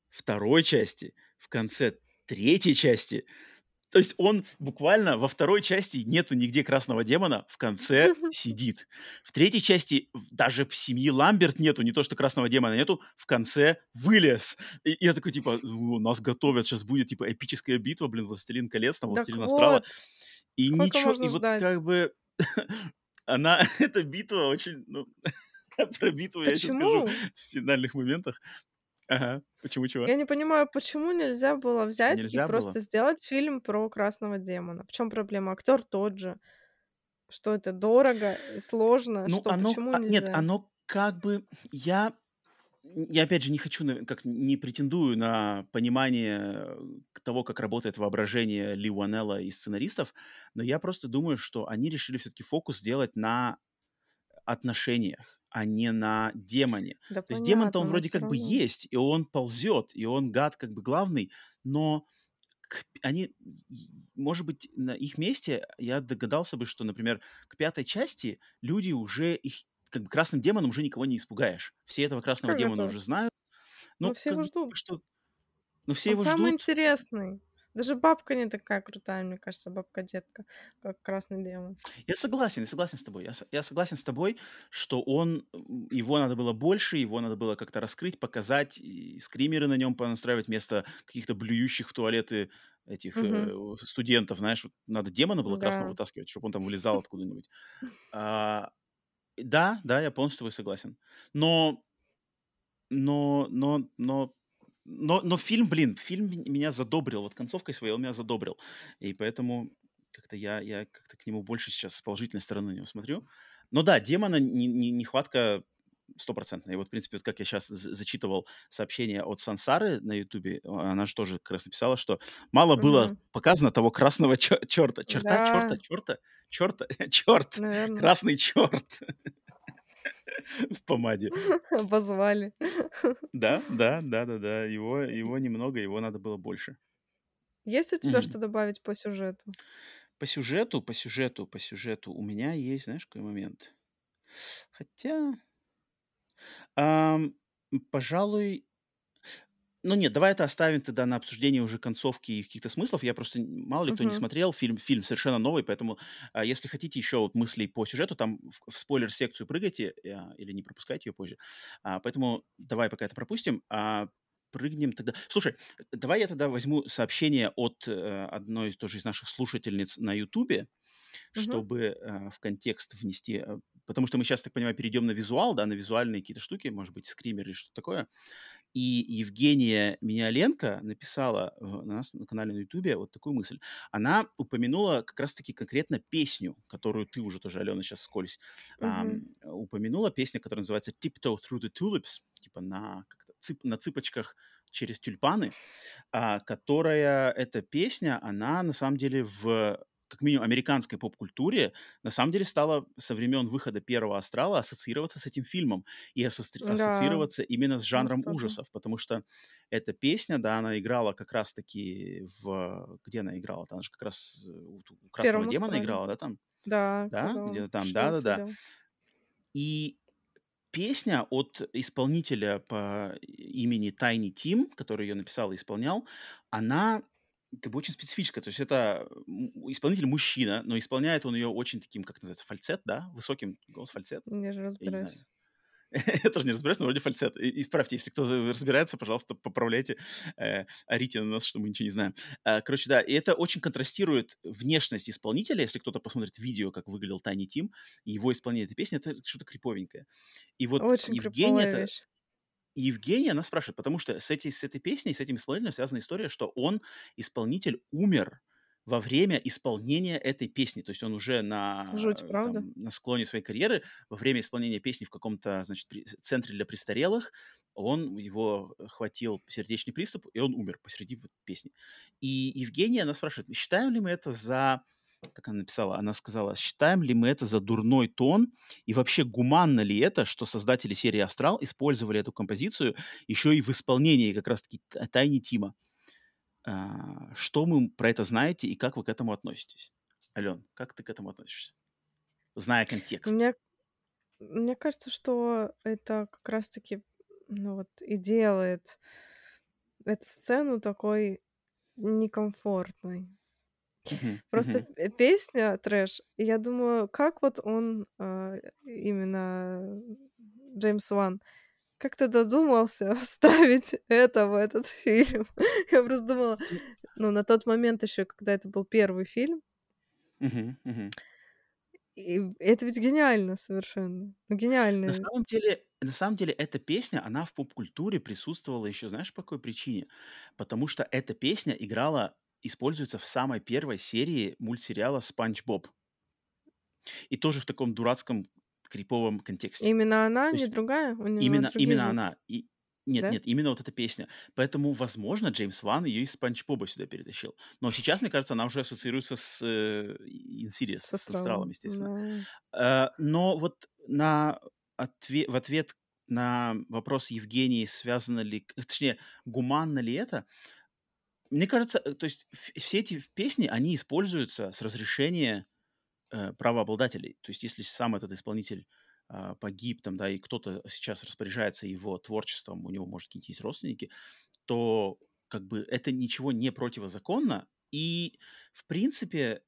второй части, в конце третьей части. То есть он буквально во второй части нету нигде красного демона, в конце сидит. В третьей части в даже в семьи Ламберт нету, не то что красного демона нету, в конце вылез. И и я такой типа: "У, нас готовят, сейчас будет типа эпическая битва, блин, "Властелин колец", там Так "Властелин астрала". вот, И сколько ничего, и можно вот ждать? как бы она, эта битва очень, ну, про битву я еще скажу Почему? в финальных моментах. Ага. Почему чего? Я не понимаю, почему нельзя было взять и Нельзя было? просто сделать фильм про красного демона? В чем проблема? Актер тот же. Что это дорого, э, сложно? Ну, Что, оно, почему а, нет, нельзя? оно как бы я я опять же не хочу, наве как не претендую на понимание, э, к того, как работает воображение Ли Уанелла и сценаристов, но я просто думаю, что они решили все-таки фокус сделать на отношениях, а не на демоне. Да То есть демон-то понятно, он но вроде все как бы равно. есть, и он ползет, и он гад как бы главный, но к они, и может быть, на их месте я догадался бы, что, например, к пятой части люди уже их как бы красным демоном уже никого не испугаешь. Все этого красного Как демона это? уже знают. Ну, Ну, все как его бы ждут. что, ну, все Он его самый ждут. интересный. Даже бабка не такая крутая, мне кажется, бабка-детка, как красный демон. Я согласен, я согласен с тобой. Я со я согласен с тобой, что он, м, его надо было больше, его надо было как-то раскрыть, показать, и скримеры на нем понастраивать вместо каких-то блюющих в туалеты этих, Мгм. э, о, студентов. Знаешь, вот надо демона было красного Да. вытаскивать, чтобы он там вылезал откуда-нибудь. А, да, да, я полностью с тобой согласен. Но но но но но но фильм, блин, фильм ме меня задобрил. Вот концовкой своей он меня задобрил. И поэтому как-то я я как-то к нему больше сейчас с положительной стороны на него смотрю. Но да, демона не не нехватка стопроцентная. И вот, в принципе, вот как я сейчас зачитывал сообщение от Сансары на "Ютубе", а она же тоже как раз написала, что мало было Мгм. показано того красного чё чёрта. Черта, чёрта, Да, чёрта, чёрта, чёрт, наверно, красный чёрт в помаде. обозвали. Да, да, да-да-да. Его его немного, его надо было больше. Есть у тебя Мгм. что добавить по сюжету? По сюжету по сюжету по сюжету у меня есть, знаешь, какой момент? Хотя, ам, м, пожалуй, ну нет, давай это оставим тогда на обсуждение уже концовки и каких-то смыслов. Я просто, н мало ли кто не Мгм. смотрел, фильм фильм совершенно новый, поэтому, а, если хотите еще вот мыслей по сюжету, там в в спойлер-секцию прыгайте, а, или не пропускайте ее позже. А, поэтому давай пока это пропустим, а прыгнем тогда. Слушай, э, давай я тогда возьму сообщение от, э, одной из тоже из наших слушательниц на "Ютубе", Мгм. чтобы, э, в контекст внести, э, потому что мы сейчас, так понимаю, перейдем на визуал, да, на визуальные какие-то штуки, может быть, скример или что-то такое. И Евгения Миняленко написала в на нас на канале на "Ютубе" вот такую мысль. Она упомянула как раз таки конкретно песню, которую ты уже тоже, Алена, сейчас вскользь, Мгм. ам, упомянула. Песня, которая называется "Tiptoe Through the Tulips", типа на как-то цып на цыпочках через тюльпаны, а, которая эта песня, она на самом деле в как минимум американской поп-культуре на самом деле стала со времен выхода первого "Астрала" ассоциироваться с этим фильмом и ассоци Да, ассоциироваться именно с у нас жанром тоже. ужасов. Потому что эта песня, да, она играла как раз таки в где она играла-то? Она же как раз э, у ту у В "Красного первом демона" "Астрале". играла, да, там? Да, Да? когда он Где-то там, шил, да-да-да. сидел. И песня от исполнителя по имени Tiny Tim, который ее написал и исполнял, она как бы очень специфическая. То есть это м, исполнитель мужчина, но исполняет он ее очень таким, как называется, фальцет, да? Высоким голос фальцет. Не Я не знаю. разбираюсь. Я тоже не разбираюсь, но вроде фальцет. И исправьте, если кто разбирается, пожалуйста, поправляйте, э, орите на нас, что мы ничего не знаем. А, короче, да, и это очень контрастирует внешность исполнителя. Если кто-то посмотрит видео, как выглядел Tiny Tim, и его исполнение этой песни, это что-то криповенькое. И вот Очень Евгения криповая это вещь. Евгения, она спрашивает, потому что с этой с этой песней, с этим исполнителем связана история, что он, исполнитель, умер во время исполнения этой песни. То есть он уже на, Жуть, э, правда? там, на склоне своей карьеры, во время исполнения песни в каком-то, значит, при центре для престарелых, он его хватил сердечный приступ, и он умер посреди вот песни. И Евгения, она спрашивает: "Считаем ли мы это за" как она написала, она сказала: "Считаем ли мы это за дурной тон и вообще гуманно ли это, что создатели серии "Астрал" использовали эту композицию еще и в исполнении как раз-таки Т Тайни Тима? А, что мы про это знаете и как вы к этому относитесь?" Ален, как ты к этому относишься, зная контекст? Мне мне кажется, что это как раз таки, ну вот и делает эту сцену такой некомфортной. Мгм, Просто мгм. п песня "Трэш", и я думаю, как вот он, а, именно Джеймс Ван, как ты додумался вставить это в этот фильм? Я просто думала, М, ну, на тот момент еще, когда это был первый фильм, мгм, мгм. и это ведь гениально совершенно. Ну, На гениально. самом деле на самом деле эта песня, она в поп-культуре присутствовала еще, знаешь, по какой причине? Потому что эта песня играла используется в самой первой серии мультсериала "Спанч Боб". И тоже в таком дурацком криповом контексте. Именно она, То не есть другая? У него именно другие именно звуки, она. И нет, да? нет, именно вот эта песня. Поэтому, возможно, Джеймс Ван ее из "Спанч Боба" сюда перетащил. Но сейчас, мне кажется, она уже ассоциируется с, э, Insidious, С с астралом, астралом, естественно. да. Э, но вот на отве в ответ на вопрос Евгении, связано ли, к точнее, гуманно ли это, мне кажется, э, то есть в все эти песни, они используются с разрешения, э, правообладателей. То есть если сам этот исполнитель, а, погиб там, да, и кто-то сейчас распоряжается его творчеством, у него, может, какие-то есть родственники, то как бы это ничего не противозаконно. И, в принципе,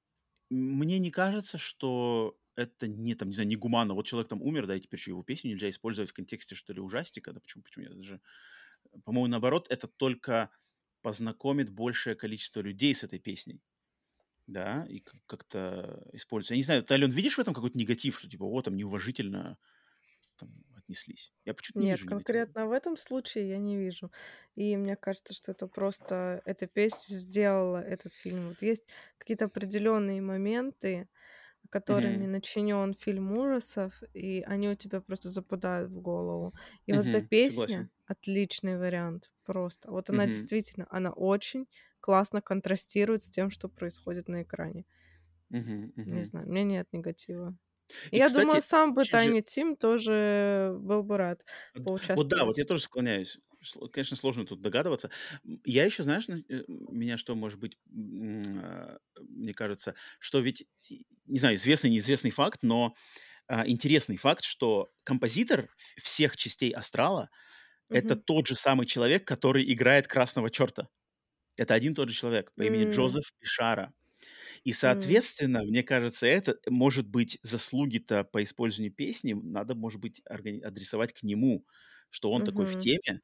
М, мне не кажется, что это не, там, не знаю, негуманно. Вот человек там умер, да, и теперь еще его песню нельзя использовать в контексте, что ли, ужастика. Да почему, почему? Это же, по-моему, наоборот, это только познакомит большее количество людей с этой песней, да, и как- как-то используется. Я не знаю, ты, Ален, видишь в этом какой-то негатив, что типа, о, там неуважительно там, отнеслись? Я почему-то не Нет, вижу негатива. конкретно в этом случае я не вижу. И мне кажется, что это просто эта песня сделала этот фильм. Вот есть какие-то определенные моменты, которыми Мгм. начинен фильм ужасов, и они у тебя просто западают в голову. И вот эта Мгм. Согласен. песня отличный вариант просто. Вот она Мгм. действительно, она очень классно контрастирует с тем, что происходит на экране. Мгм. Не Мгм. знаю, у меня нет негатива. И, Я думаю, кстати, сам бы очень же Tiny Тим тоже был бы рад Вот вот да, вот я поучаствовать. тоже склоняюсь. Сло Конечно, сложно тут догадываться. М, я еще, знаешь, на э, меня что, может быть, м, а, мне кажется, что ведь, и не знаю, известный, неизвестный факт, но, а, интересный факт, что композитор в всех частей "Астрала" — это Мгм. тот же самый человек, который играет Красного Черта. Это один и тот же человек по имени М, Джозеф Пишара. И, м, соответственно, мне кажется, это, может быть, заслуги-то по использованию песни надо, может быть, органи адресовать к нему, что он такой в мгм. теме,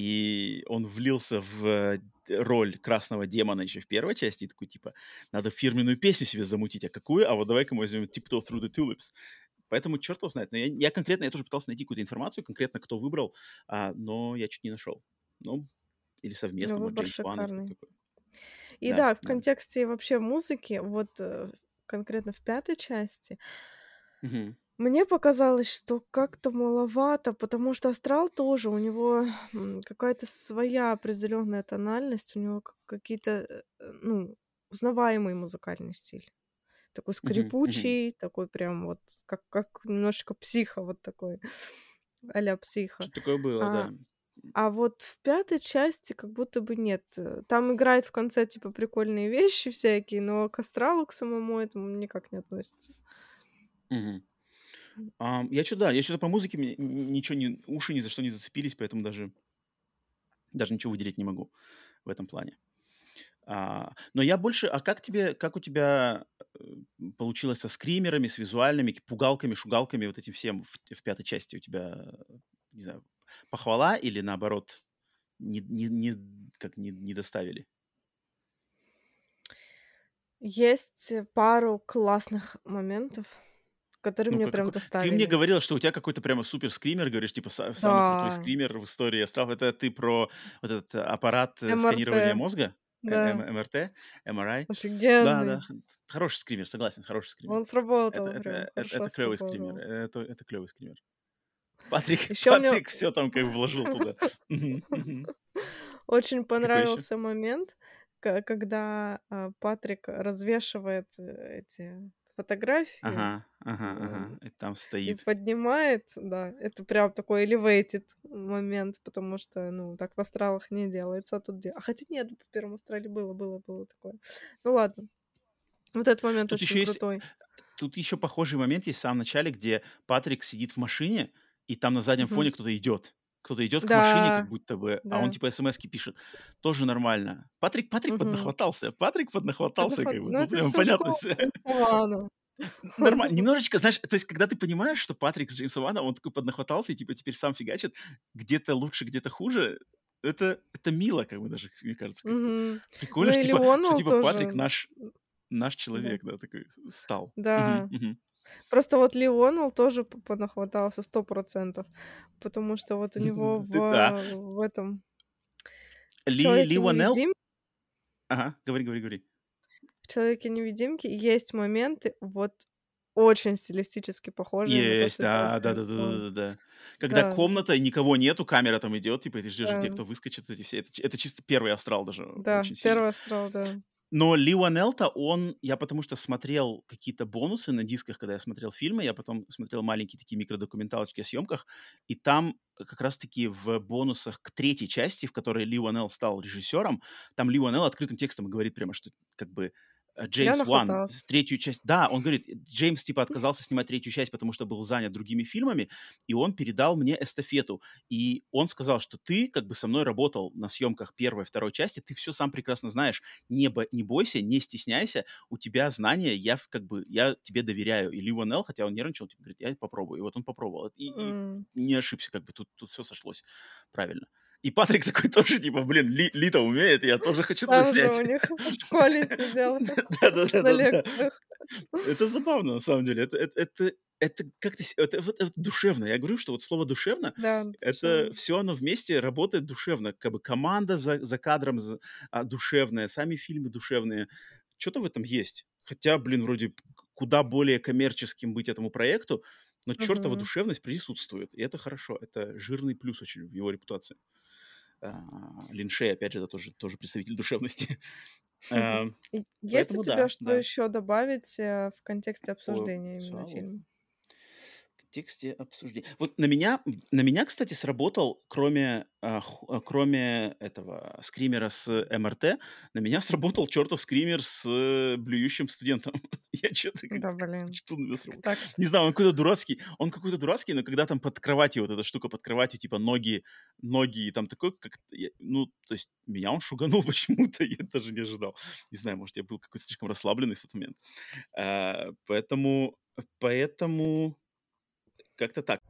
и он влился в, э, роль красного демона еще в первой части, и такой типа: "Надо фирменную песню себе замутить". А какую? А вот давай-ка мы возьмем "Tiptoe Through the Tulips". Поэтому черт его знает. Но я я конкретно, я тоже пытался найти какую-то информацию, конкретно кто выбрал, а, но я чуть не нашел. Ну, или Ну, совместно, может, выбор Джеймс Ван, или кто-то шикарный. такой. И Да, да, в да. контексте вообще музыки, вот, э, конкретно в пятой части, Мгм. мне показалось, что как-то маловато, потому что "Астрал" тоже, у него, м, какая-то своя определенная тональность, у него к какие-то, э, э, ну, узнаваемый музыкальный стиль. Такой Мгм. Мгм. скрипучий, такой прям вот как как немножечко "Психо", вот такой а-ля "Психо". Что такое было, А да. А вот в пятой части как будто бы нет. Э, там играет в конце, типа, прикольные вещи всякие, но к астралу, к самому этому никак не относится. Мгм. М. Ам, я чё, да, я чё-то по музыке мне н ничего не уши ни за что не зацепились, поэтому даже даже ничего выделить не могу в этом плане. А, но я больше а как тебе как у тебя, э, м, получилось со скримерами, с визуальными, ки пугалками, шугалками, вот этим всем в в пятой части? У тебя, э, не знаю, похвала или, наоборот, не не не как не не доставили? Есть, э, пару классных моментов, которые мне Ну-ка, прям какой ты мне доставили. говорил, что у тебя какой-то прямо супер скример, говоришь, типа, са самый крутой Да, скример в истории астралов. Это ты про вот этот э, аппарат, э, эм эр тэ, сканирования мозга? Э да, эм МРТ? эм ар ай? Да, офигенный. да, х хороший скример, согласен, хороший скример. Он Это сработал, прям это это хорошо это клевый скример, сработал. это это клевый скример. Патрик Еще мне Патрик все там как бы вложил туда. Мгм, мгм. очень Какой еще? понравился момент, ка когда, а, Патрик развешивает, э, эти фотографии, Ага, ага, э, ага. И там и стоит. поднимает. Да, это прям такой elevated момент, потому что, ну, так в "Астралах" не делается, а тут де а хотя нет, в первом "Астрале" было было было такое. Ну ладно, вот этот момент Тут очень еще есть крутой. Тут еще похожий момент есть в самом начале, где Патрик сидит в машине, и там на заднем Мгм. фоне кто-то идет. Кто-то идет к машине как Да, будто бы, а он да. типа смски пишет. Тоже нормально. Патрик Патрик Мгм. поднахватался. Патрик поднахватался, Подоход как бы. ну, Тут это прям всё понятно школа всё. Джеймса Вана. Нормально. Немножечко, знаешь, то есть, когда ты понимаешь, что Патрик с Джеймса Вана, он такой поднахватался и типа теперь сам фигачит, где-то лучше, где-то хуже, это это мило, как бы даже, мне кажется, как-то. Мгм. Ну Прикольно, что и типа что Леонел типа тоже, Патрик наш м, наш да. человек, да, такой с стал. Мгм, Да. мгм. Просто вот Леонел тоже п понахватался сто процентов, потому что вот у него Ты да. в в этом в Ли Ли Уаннелл "Человеке-невидим" Ага, говори говори говори. в "Человеке-невидимке" есть моменты, вот очень стилистически похожие на то, Есть, что делает да, Джеймс Ван. да-да-да-да-да-да. Когда Да, д комната и никого нету, камера там идет, типа, и ты ждешь, где да, кто выскочит, эти все. Это ч это чисто первый астрал даже да, очень сильно. первый астрал, да. Но Ли Уаннелл-то, он я потому что смотрел какие-то бонусы на дисках, когда я смотрел фильмы, я потом смотрел маленькие такие микродокументалочки о съемках, и там э, как раз таки в бонусах к третьей части, в которой Ли Уаннелл стал режиссером, там Ли Уаннелл открытым текстом говорит прямо, что как бы э, Я Джеймс Уан с нахваталась. третью часть да, он говорит, Джеймс типа отказался снимать третью часть, потому что был занят другими фильмами, и он передал мне эстафету. И он сказал, что ты как бы со мной работал на съемках первой, второй части, ты все сам прекрасно знаешь, не, бо- не бойся, не стесняйся, у тебя знания, я в- как бы, я тебе доверяю. И Ли Уаннелл, хотя он нервничал, типа, говорит, я попробую. И вот он попробовал. И, и М. не ошибся, как бы, тут, тут все сошлось правильно. И Патрик такой тоже, типа, блин, Ли, Ли-то умеет, я тоже хочу туда Там же у снять. них в школе сидел на Да-да-да-да-да. лекциях. Это забавно, на самом деле. Это это это это как-то с это вот это душевно. Я говорю, что вот слово "душевно" — Да, это душевно. все оно вместе работает душевно. Как бы команда за за кадром з а, душевная, сами фильмы душевные. Что то в этом есть. Хотя, блин, вроде к куда более коммерческим быть этому проекту, но чертова Мгм. душевность присутствует, и это хорошо. Это жирный плюс очень в его репутации. А, Лин Шей, опять же, это тоже тоже представитель душевности. А, И есть у поэтому тебя да, что да. еще добавить, э, в контексте По обсуждения именно салу. фильма? В тексте обсуждения. Вот на меня на меня, кстати, сработал, кроме, а, ху а, кроме этого скримера с эм эр тэ, на меня сработал чертов скример с э, блюющим студентом. Я чё-то как Да, блин, что на меня как сработал. так-то? Не знаю, он какой-то дурацкий он какой-то дурацкий, но когда там под кроватью, вот эта штука под кроватью, типа ноги ноги, и там такой, как я ну, то есть меня он шуганул почему-то, я даже не ожидал. Не знаю, может, я был какой-то слишком расслабленный в тот момент. А, поэтому поэтому как-то так.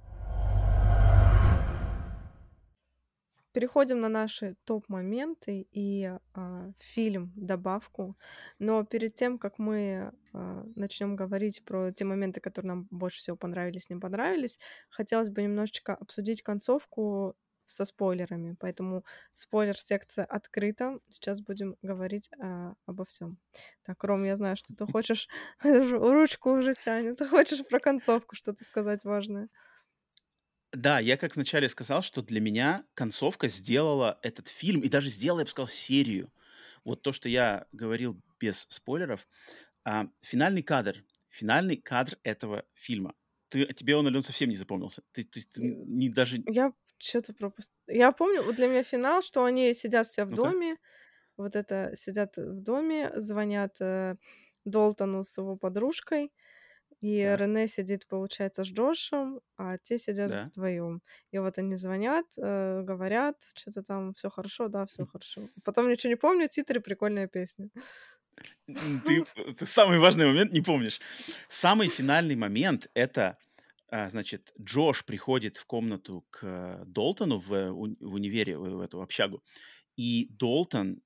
Переходим на наши топ-моменты и, а, фильм добавку. Но перед тем, как мы, а, начнем говорить про те моменты, которые нам больше всего понравились, не понравились, хотелось бы немножечко обсудить концовку со спойлерами. Поэтому спойлер-секция открыта. Сейчас будем говорить, а, обо всем. Так, Ром, я знаю, что ты хочешь, ж ручку уже тянет. Ты хочешь про концовку что-то сказать важное. Да, я как вначале сказал, что для меня концовка сделала этот фильм и даже сделала, я бы сказал, серию. Вот то, что я говорил без спойлеров. А, финальный кадр, финальный кадр этого фильма. Ты тебе он, Алён, совсем не запомнился. Ты то есть ты И не даже я что-то пропус Я помню, вот для меня финал, что они сидят все в ну-ка. доме, вот это сидят в доме, звонят, э, Долтону с его подружкой, и Так, Рене сидит, получается, с Джошем, а те сидят да. вдвоем. И вот они звонят, э, говорят, что то там: все хорошо, да, все хорошо". Потом ничего не помню, титры, прикольная песня. М, ты ты самый важный момент не помнишь. Самый финальный момент — это, а, значит, Джош приходит в комнату к Долтону в уни в универе, в в эту общагу, и Долтон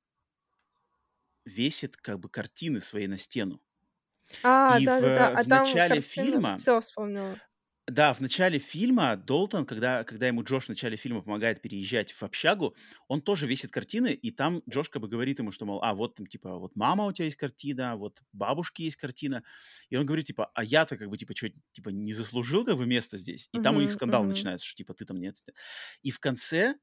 весит как бы картины свои на стену. А, И в да-да-да, э, а в там начале картина фильма все вспомнила. да, в начале фильма Долтон, когда когда ему Джош в начале фильма помогает переезжать в общагу, он тоже весит картины, и там Джош как бы говорит ему, что, мол, а вот там, типа, вот мама у тебя есть картина, вот бабушки есть картина. И он говорит, типа, а я-то как бы, типа, чё, типа, не заслужил как бы место здесь? И там у них Мгм, скандал мгм. начинается, что, типа, ты там нет. И в конце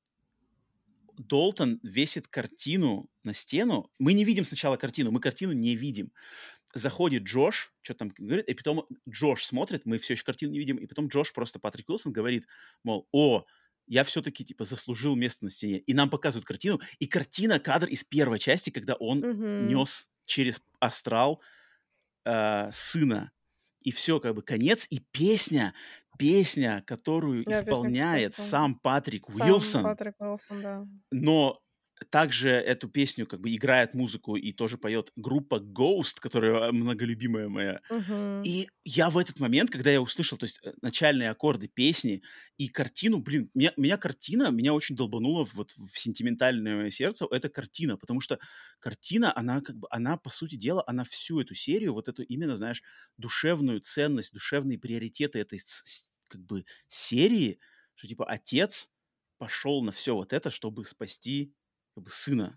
Долтон весит картину на стену. Мы не видим сначала картину, мы картину не видим. Заходит Джош, что там говорит, и потом Джош смотрит, мы все еще картину не видим, и потом Джош просто, Патрик Уилсон, говорит, мол, о, я все-таки, типа, заслужил место на стене. И нам показывают картину, и картина, кадр из первой части, когда он Мгм. нес через астрал э, сына. И все, как бы конец, и песня. песня, которую Да, песня крутая в исполняет целом. сам Патрик Сам Уилсон Патрик Уилсон, да. но также эту песню как бы играет музыку и тоже поет группа Ghost, которая многолюбимая моя. Мгм. И я в этот момент, когда я услышал, то есть, э, начальные аккорды песни и картину, блин, меня меня картина, меня очень долбанула вот в сентиментальное сердце эта картина, потому что картина, она как бы, она, по сути дела, она всю эту серию, вот эту именно, знаешь, душевную ценность, душевные приоритеты этой с с как бы серии, что типа отец пошел на все вот это, чтобы спасти как бы сына.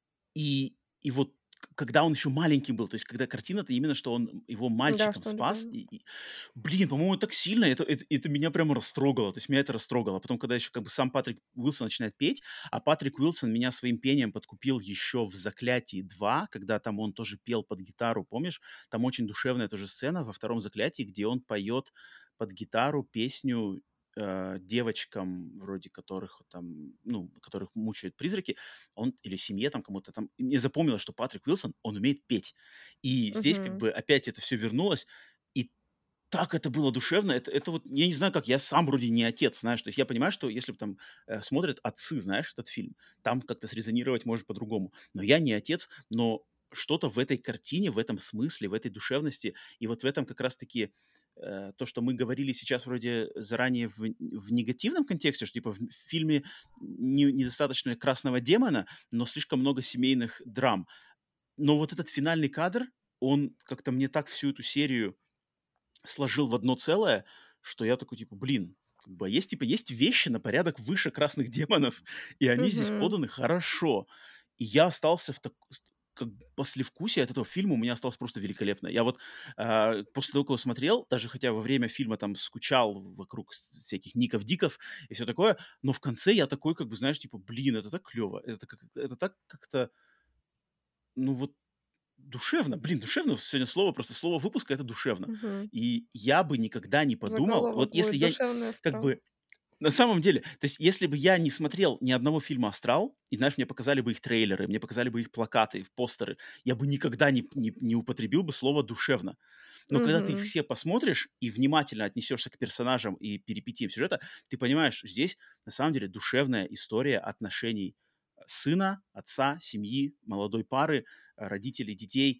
И и вот к когда он еще маленьким был, то есть когда картина-то именно, что он его Да, мальчиком что он спас, ребенок. и и, блин, по-моему, так сильно, это это это меня прямо растрогало, то есть меня это растрогало. Потом, когда еще как бы сам Патрик Уилсон начинает петь, а Патрик Уилсон меня своим пением подкупил еще в "Заклятии два", когда там он тоже пел под гитару, помнишь? Там очень душевная тоже сцена во втором "Заклятии", где он поет под гитару песню, э, девочкам, вроде которых вот там, ну, которых мучают призраки, он или семье там кому-то там. И мне запомнилось, что Патрик Уилсон, он умеет петь. И здесь как Мгм. бы опять это все вернулось. И так это было душевно. Это это вот я не знаю как, я сам вроде не отец, знаешь. То есть я понимаю, что если б там, э, смотрят отцы, знаешь, этот фильм, там как-то срезонировать может по-другому. Но я не отец, но что-то в этой картине, в этом смысле, в этой душевности и вот в этом как раз таки, э, то, что мы говорили сейчас вроде заранее в в негативном контексте, что типа в в фильме не недостаточно красного демона, но слишком много семейных драм. Но вот этот финальный кадр, он как-то мне так всю эту серию сложил в одно целое, что я такой типа: "Блин, как бы, а есть типа есть вещи на порядок выше красных демонов, и они здесь Мгм. поданы хорошо". И я остался в так с как бы послевкусие от этого фильма у меня осталось просто великолепное. Я вот, а, после того, как его смотрел, даже хотя во время фильма там скучал вокруг с всяких ников-диков и все такое, но в конце я такой, как бы, знаешь, типа: "Блин, это так клево, это как это так как-то, ну вот душевно, блин, душевно сегодня слово, просто слово выпуска — это душевно". Мгм. И я бы никогда не подумал, Заголовок вот если будет я "Душевный как астрал". бы на самом деле, то есть если бы я не смотрел ни одного фильма "Астрал", и, знаешь, мне показали бы их трейлеры, мне показали бы их плакаты, их постеры, я бы никогда не не не употребил бы слово "душевно". Но когда ты их Мгм. все посмотришь и внимательно отнесешься к персонажам и перипетиям сюжета, ты понимаешь, что здесь на самом деле душевная история отношений э, сына, отца, семьи, молодой пары, э, родителей, детей.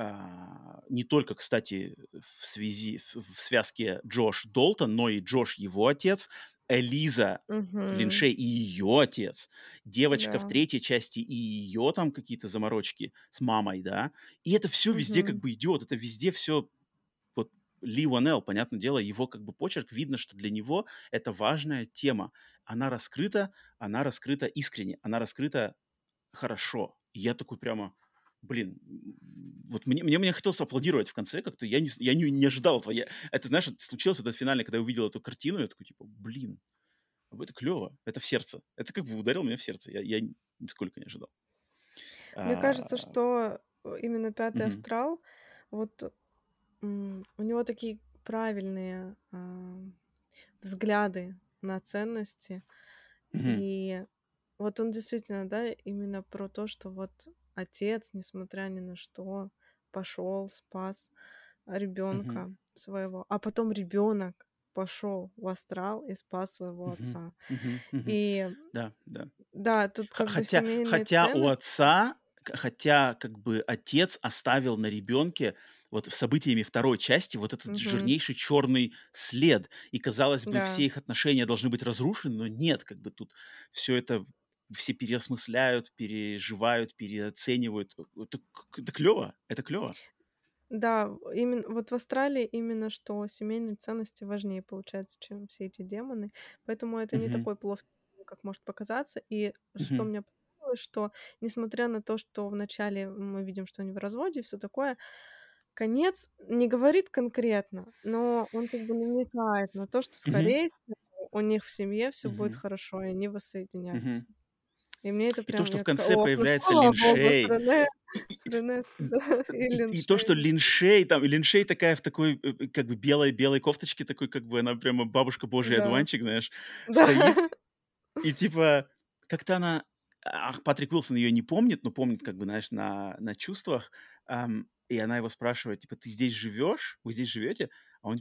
А, не только, кстати, в связи в в связке Джош Долтон, но и Джош его отец, Элиза Мгм. Линшей и ее отец, девочка в Да. третьей части и ее там какие-то заморочки с мамой, да. И это все везде как Мгм. бы идет, это везде все вот Ли Уаннелл, понятное дело, его как бы почерк, видно, что для него это важная тема. Она раскрыта, она раскрыта искренне, она раскрыта хорошо. И я такой прямо, блин, м, вот мне мне мне хотелось аплодировать в конце как-то. Я не з я не не ожидал этого. Я это, знаешь, это случилось вот это финально, когда я увидел эту картину, я такой типа: "Блин, ну это клево, это в сердце". Это как бы ударило меня в сердце. Я я нисколько не ожидал. Мне кажется, А, что, э, именно "Пятый мгм, астрал", вот, м, у него такие правильные, а, взгляды на ценности. мгм, И вот он действительно, да, именно про то, что вот отец, несмотря ни на что, пошел, спас мгм, ребенка своего, а потом ребенок пошел в астрал и спас своего мгм, отца. мгм, мгм. И Да, да. да, тут Х как бы хотя семейные хотя у ценности. отца, к хотя как бы отец оставил на ребенке вот событиями второй части вот этот Мгм. жирнейший черный след. И, казалось бы, все Да. их отношения должны быть разрушены, но нет, как бы тут все это все переосмысляют, переживают, переоценивают. Э, это к это клево, это клево. Да, именно вот в Австралии именно что семейные ценности важнее, получается, чем все эти демоны. Поэтому это не Мгм, такой плоский, фильм, как может показаться. И что мгм, мне понравилось, что несмотря на то, что вначале мы видим, что они в разводе и всё такое, конец не говорит конкретно, но он как бы намекает на то, что, мгм, скорее всего, у них в семье все будет мгм, хорошо, и они воссоединятся. мгм. И мне это И то, прям что я в такая: конце "О, ну появляется слава богу, с Лин-Шей, Рене и и с Рене и да, и и и то, что Лин-Шей". Лин-Шей там, Лин-Шей такая в такой, э, э, как бы белой белой кофточке, такой, как бы она прямо бабушка Божий Да, одуванчик, знаешь, да. стоит. И типа как-то она, ах, Патрик Уилсон ее не помнит, но помнит, как бы, знаешь, на на чувствах. Ам, и она его спрашивает, типа: "Ты здесь живешь? Вы здесь живете?" А он типа говорит: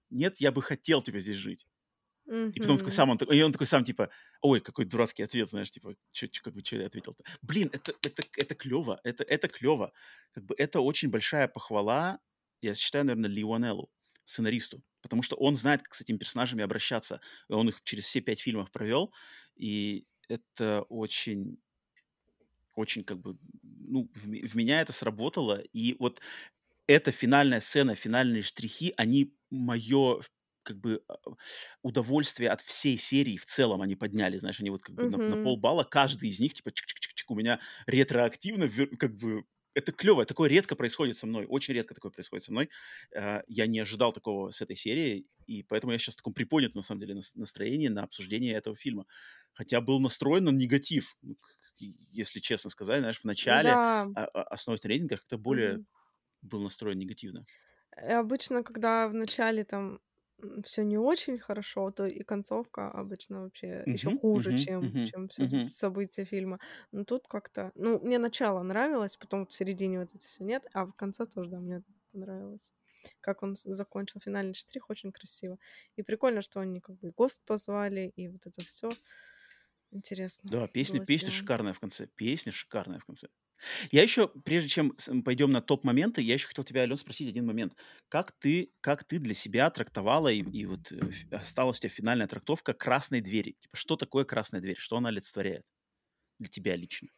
нет, я бы хотел типа здесь жить. И потом такой Мгм. сам, он такой, и он такой сам типа, ой, какой дурацкий ответ, знаешь, типа, чё, чё, как бы, чё я ответил-то? Блин, это, это, это клево, это, это клево. Как бы это очень большая похвала, я считаю, наверное, Лионеллу, сценаристу, потому что он знает, как с этими персонажами обращаться. И он их через все пять фильмов провел, и это очень, очень как бы, ну, в, ме- в меня это сработало. И вот эта финальная сцена, финальные штрихи, они мое как бы а, удовольствие от всей серии в целом они подняли. Знаешь, они вот как бы на, на Мгм. полбалла, каждый из них типа чик-чик-чик-чик у меня ретроактивно вер- как бы это клево, такое редко происходит со мной, очень редко такое происходит со мной. Э, Я не ожидал такого с этой серией, и поэтому я сейчас в таком приподнятом, на самом деле, нас- настроении на обсуждение этого фильма. Хотя был настроен на негатив, ну, к- к- если честно сказать, знаешь, в начале, Да. а- а- основываясь на рейтингах, это более Мгм. был настроен негативно. И обычно, когда в начале там, все не очень хорошо, то и концовка обычно вообще еще Мгм, хуже, мгм, чем мгм, чем всё мгм. события фильма. Но тут как-то ну, мне начало нравилось, потом вот в середине вот это всё нет, а в конце тоже, да, мне понравилось. Как он с закончил финальный штрих, очень красиво. И прикольно, что они как бы и ГОСТ позвали, и вот это все интересно Да, песня было песня сделано. шикарная в конце. Песня шикарная в конце. Я еще, прежде чем с пойдем на топ-моменты, я еще хотел тебя, Алён, спросить один момент. Как ты как ты для себя трактовала и и вот, э, ф осталась у тебя финальная трактовка "Красной двери"? Типа, что такое красная дверь? Что она олицетворяет для тебя лично?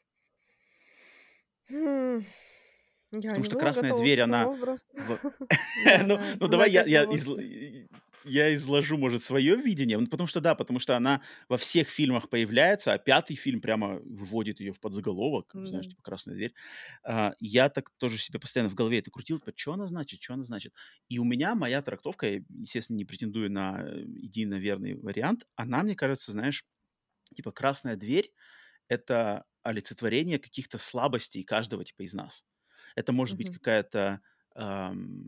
Хм, я Потому не что была "Красная готова к дверь", этому она вопросу. в Да, Ну на ну, на давай я этой я изл поводке. и я изложу, может, свое видение. Ну, потому что да, потому что она во всех фильмах появляется, а пятый фильм прямо выводит ее в подзаголовок, как бы, Да. знаешь, типа "Красная дверь". А, я так тоже себе постоянно в голове это крутил, типа: "Чё она значит? Чё она значит?" И у меня моя трактовка, я, естественно, не претендую на, э, едино верный вариант. Она, мне кажется, знаешь, типа "Красная дверь" — это олицетворение каких-то слабостей каждого, типа, из нас. Это может быть Мгм. какая-то, ам,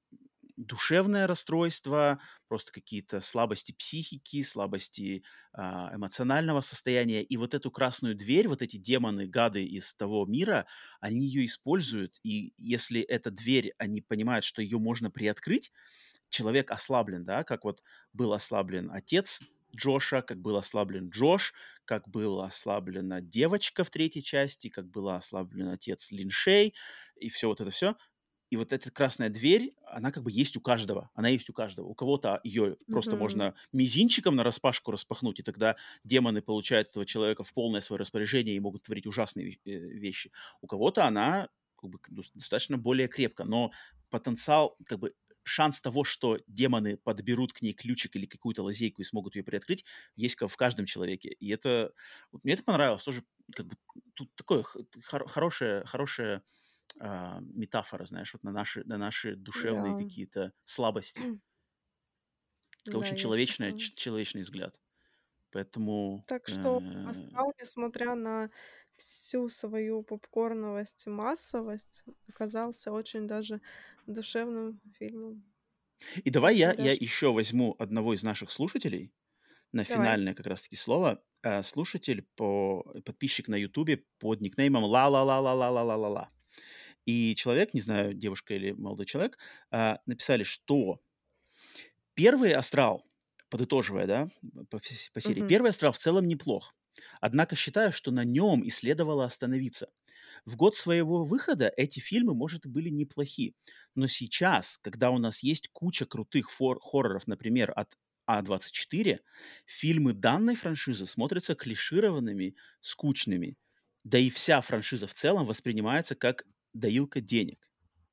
душевное расстройство, просто какие-то слабости психики, слабости, а, эмоционального состояния. И вот эту красную дверь, вот эти демоны, гады из того мира, они ее используют. И если эта дверь, они понимают, что ее можно приоткрыть, человек ослаблен, да, как вот был ослаблен отец Джоша, как был ослаблен Джош, как была ослаблена девочка в третьей части, как была ослаблен отец Линшей, и все вот это все. И вот эта красная дверь, она как бы есть у каждого. Она есть у каждого. У кого-то ее просто Мгм. можно мизинчиком нараспашку распахнуть, и тогда демоны получают этого человека в полное свое распоряжение и могут творить ужасные ве- э, вещи. У кого-то она как бы дос- достаточно более крепко, но потенциал, как бы шанс того, что демоны подберут к ней ключик или какую-то лазейку и смогут ее приоткрыть, есть ка- в каждом человеке. И это вот мне это понравилось тоже, как бы тут такое х- хор- хорошее, хорошее а, метафора, знаешь, вот на наши, на наши душевные Да. какие-то слабости. Такой Да, очень есть человечная, такое. ч- человечный взгляд. Поэтому Так что э, "Астрал", несмотря на всю свою попкорновость и массовость, оказался очень даже душевным фильмом. и давай я, Очень я даже. еще возьму одного из наших слушателей на Давай. финальное как раз-таки слово. Э, слушатель, по, подписчик на Ютубе под никнеймом ла-ла-ла-ла-ла-ла-ла-ла-ла. И человек, не знаю, девушка или молодой человек, а, написали, что первый "Астрал", подытоживая, да, по вс по серии, Мгм. первый "Астрал" в целом неплох. Однако считаю, что на нем и следовало остановиться. В год своего выхода эти фильмы, может, и были неплохи, но сейчас, когда у нас есть куча крутых фор хорроров, например, от а двадцать четыре, фильмы данной франшизы смотрятся клишированными, скучными. Да и вся франшиза в целом воспринимается как доилка денег.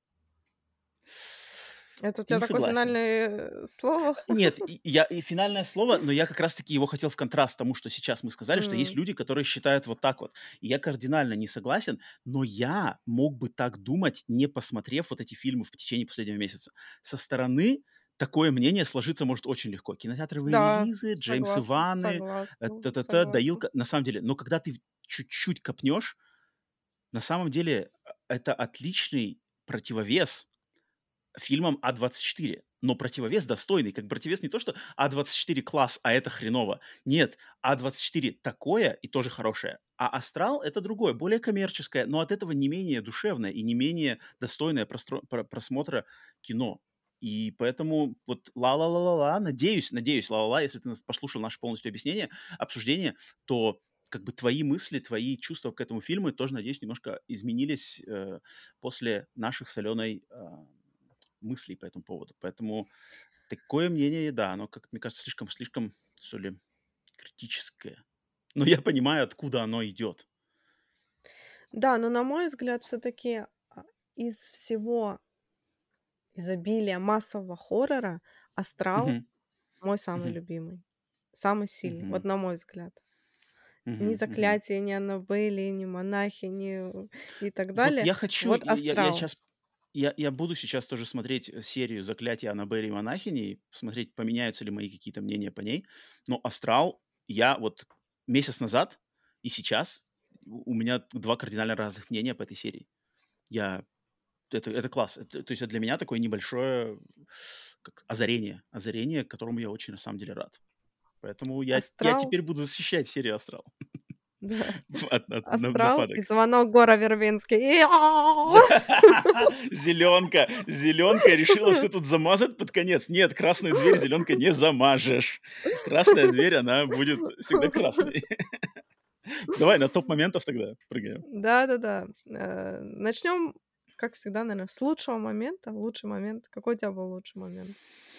Это у тебя Не такое согласен. финальное, э, слово? Нет, и я и финальное слово, но я как раз таки его хотел в контраст тому, что сейчас мы сказали, что есть М. люди, которые считают вот так вот. И я кардинально не согласен, но я мог бы так думать, не посмотрев вот эти фильмы в течение последнего месяца. Со стороны такое мнение сложиться может очень легко. Кинотеатровые Да, релизы, Джеймс согласна, Ваны, э, согласна, та-та-та, согласна. доилка. На самом деле, но когда ты чуть-чуть копнешь, на самом деле, э, это отличный противовес фильмом а двадцать четыре. Но противовес достойный. Как противовес не то, что а двадцать четыре класс, а это хреново. Нет, а двадцать четыре такое и тоже хорошее. А "Астрал" — это другое, более коммерческое, но от этого не менее душевное и не менее достойное простро про просмотра кино. И поэтому вот "Ла-ла-ла-ла-ла", надеюсь надеюсь, "Ла-ла-ла", если ты нас послушал наше полностью объяснение, обсуждение, то как бы твои мысли, твои чувства к этому фильму тоже, надеюсь, немножко изменились, э, после наших с Аленой, а, мыслей по этому поводу. Поэтому такое мнение, да, оно, как мне кажется, слишком слишком, что ли, критическое. Но я понимаю, откуда оно идет. Да, но на мой взгляд, все-таки из всего изобилия массового хоррора "Астрал" Мгм. мой самый Мгм. любимый, самый сильный, вот Мгм. на мой взгляд. Ни Мгм. Мгм. "Заклятие", ни "Аннабель", ни "Монахи", ни и так Вот далее. я хочу, Вот я я "Астрал". щас я я буду сейчас тоже смотреть, э, серию "Заклятие Аннабель и монахини", посмотреть, поменяются ли мои какие-то мнения по ней. Но "Астрал", я вот месяц назад и сейчас у у меня два кардинально разных мнения по этой серии. Я это это класс. Это, то есть, это для меня такое небольшое, как озарение озарение, которому я очень на самом деле рад. Поэтому я я "Астрал" теперь буду защищать серию "Астрал" Да. в от от на "Астрал" и нападок. "Звонок Гора Вербински". Да, зеленка зеленка решила всё тут замазать под конец. Нет, красную дверь зеленкой не замажешь. Красная дверь, она будет всегда красной. Давай на топ моментов тогда прыгаем. Да-да-да. Э, начнем, как всегда, наверно, с лучшего момента. Лучший момент. Какой у тебя был лучший момент?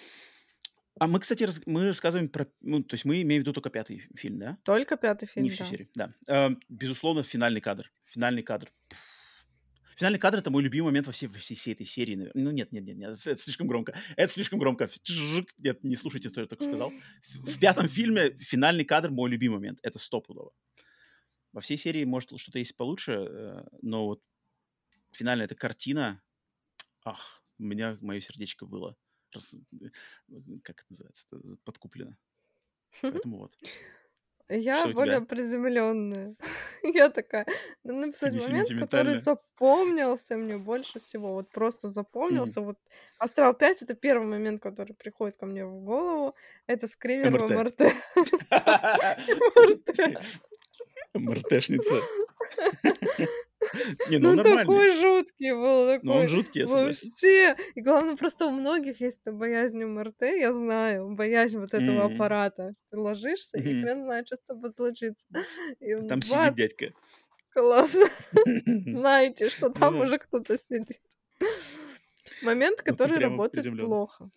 А мы, кстати, раз мы рассказываем про ну, то есть мы имеем в виду только пятый фильм, да? Только пятый Не фильм, всю да. серию, да. Э, безусловно, финальный кадр. Финальный кадр. Финальный кадр- это мой любимый момент во всей во всей этой серии, навер ну, нет нет нет нет, это слишком громко. Это слишком громко. Ф тжжик. Нет, не слушайте, что я только сказал. В в пятом фильме финальный кадр- мой любимый момент. Это стопудово. Во всей серии, может, что-то есть получше, э, но вот финальная эта картина, ах, у меня мое сердечко было рас э, как это называется-то, подкуплено. Поэтому вот. Я Что у более тебя? приземленная. Я такая: "Надо Ты написать не момент, который сентиментальная? запомнился мне больше всего". Вот просто Мгм. запомнился. Вот "Астрал пять"- это первый момент, который приходит ко мне в голову. Это скример в МРТ. МРТ. Да, МРТ. МРТшница. Не, ну Ну, он он нормальный. такой жуткий был, Но он такой жуткий, я согласен. вообще. И главное, просто у многих есть эта боязнь МРТ, я знаю, боязнь вот этого М. аппарата. Ты ложишься, и Мгм. хрен знает, что с тобой случится. И А он там сидит бац! дядька. Классно. Знаете, что Ну там да. уже кто-то сидит. Момент, Ну, ты который прямо работает приземлён. плохо.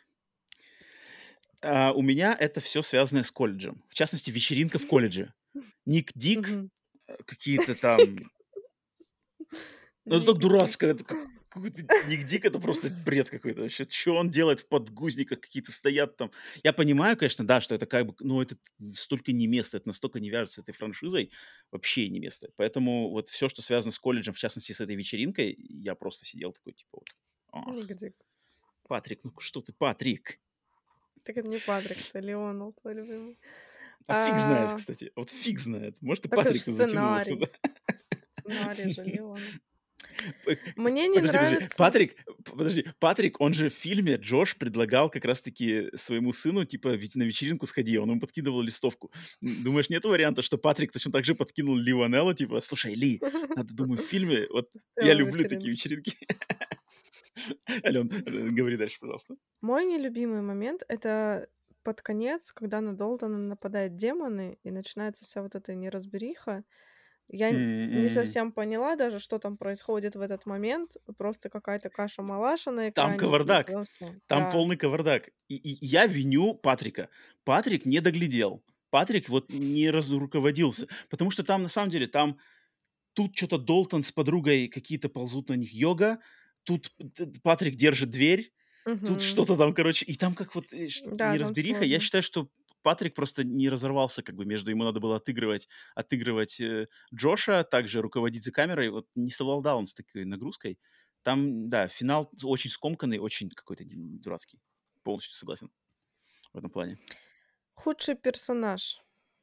А, у меня это всё связанное с колледжем. В частности, вечеринка в колледже. Ник Дик, Мгм. э, какие-то там Ну, это так Ник Дик. дурацко, это как какой-то Ник Дик- это просто бред какой-то вообще. Чё он делает в подгузниках, какие-то стоят там. Я понимаю, конечно, да, что это как бы, ну, это столько не место, это настолько не вяжется с этой франшизой, вообще не место. Поэтому вот всё, что связано с колледжем, в частности, с этой вечеринкой, я просто сидел такой, типа вот: Ник "Ах, Дик. Патрик, ну что ты, Патрик?" Так это не Патрик, это Лионел твой любимый. А фиг знает, А кстати. Вот фиг знает. Может, и Так это ж Патрика затянуло в сценарий. туда. Сценарий же Леона. П Мне не подожди подожди. нравится Патрик, п подожди, Патрик, он же в фильме, Джош предлагал как раз таки своему сыну, типа: "Ведь на вечеринку сходи". Он ему подкидывал листовку. Н думаешь, нету варианта, что Патрик точно так же подкинул Лионеллу, типа: "Слушай, Ли, надо, думаю, в фильме вот я Сделаем люблю такие вечеринку. вечеринки". Алён, э, говори дальше, пожалуйста. Мой нелюбимый момент- это под конец, когда на Долтона нападают демоны и начинается вся вот эта неразбериха. Я н М, не м. совсем поняла даже, что там происходит в этот момент. Просто какая-то каша-малаша на Там экране, и кавардак. потом всё. Там Да. полный кавардак. И и я виню Патрика. Патрик не доглядел. Патрик вот не разруководился. Потому что там, на самом деле, там тут чё-то Долтон с подругой какие-то ползут на них йога, тут т Патрик держит дверь, тут Мгм. что-то там, короче, и там как вот, э, ш Да, там неразбериха. Я сложно. считаю, что Патрик просто не разорвался как бы между ему надо было отыгрывать отыгрывать, э, Джоша, также руководить за камерой. Вот не совладал он с такой нагрузкой. Там, да, финал очень скомканный, очень какой-то д дурацкий. Полностью согласен в этом плане. Худший персонаж.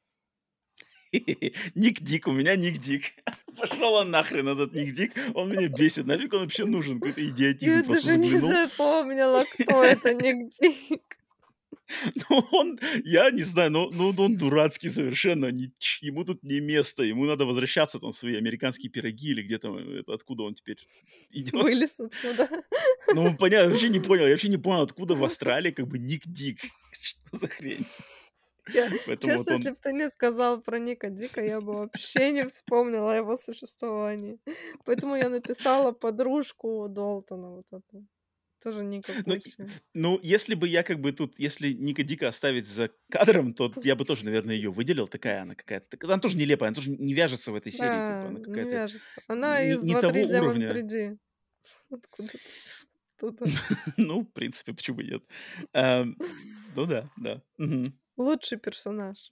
Ник Дик, у меня Ник Дик. Пошел он нахрен, этот Ник Дик. Он меня бесит. Нафиг он вообще нужен? Какой-то идиотизм Я просто даже не заглянул. запомнила, кто это Ник Дик. Ну, он, я не знаю, но но он дурацкий совершенно, нич ему тут не место, ему надо возвращаться там в свои американские пироги или где там, э, это откуда он теперь идет. Вылез откуда. Ну, понятно, вообще не понял, я вообще не понял, откуда в Австралии как бы Ник Дик. Что за хрень? Я, Поэтому вот честно, он если бы ты не сказал про Ника Дика, я бы вообще не вспомнила о его существовании. Поэтому я написала подружку Долтона вот эту. Тоже Ника ну и Кучи. ну, если бы я как бы тут, если Ника Дика оставить за кадром, то я бы тоже, наверное, ее выделил. Такая она какая-то, так она тоже нелепая, она тоже не вяжется в этой серии, как бы Да, она не какая-то вяжется. Она не из не два три того Демон уровня. приди. Откуда-то оттуда. Ну, в принципе, почему бы нет? Ам, ну да, да. Мгм. Лучший персонаж.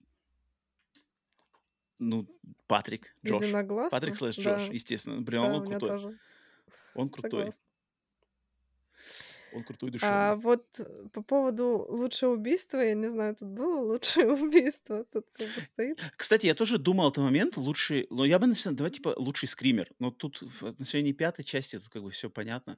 Ну, Патрик, Джош. Патрик Единогласно? слэш Джош, Да, естественно. Блин, да, он у меня крутой. тоже. Он крутой. Согласна. Он крутой А душевно. вот э, по поводу лучшего убийства, я не знаю, тут было лучшее убийство, тут как бы стоит. Кстати, я тоже думал этот момент лучший, но я бы начал давай типа лучший скример. Но тут в отношении пятой части тут как бы все понятно.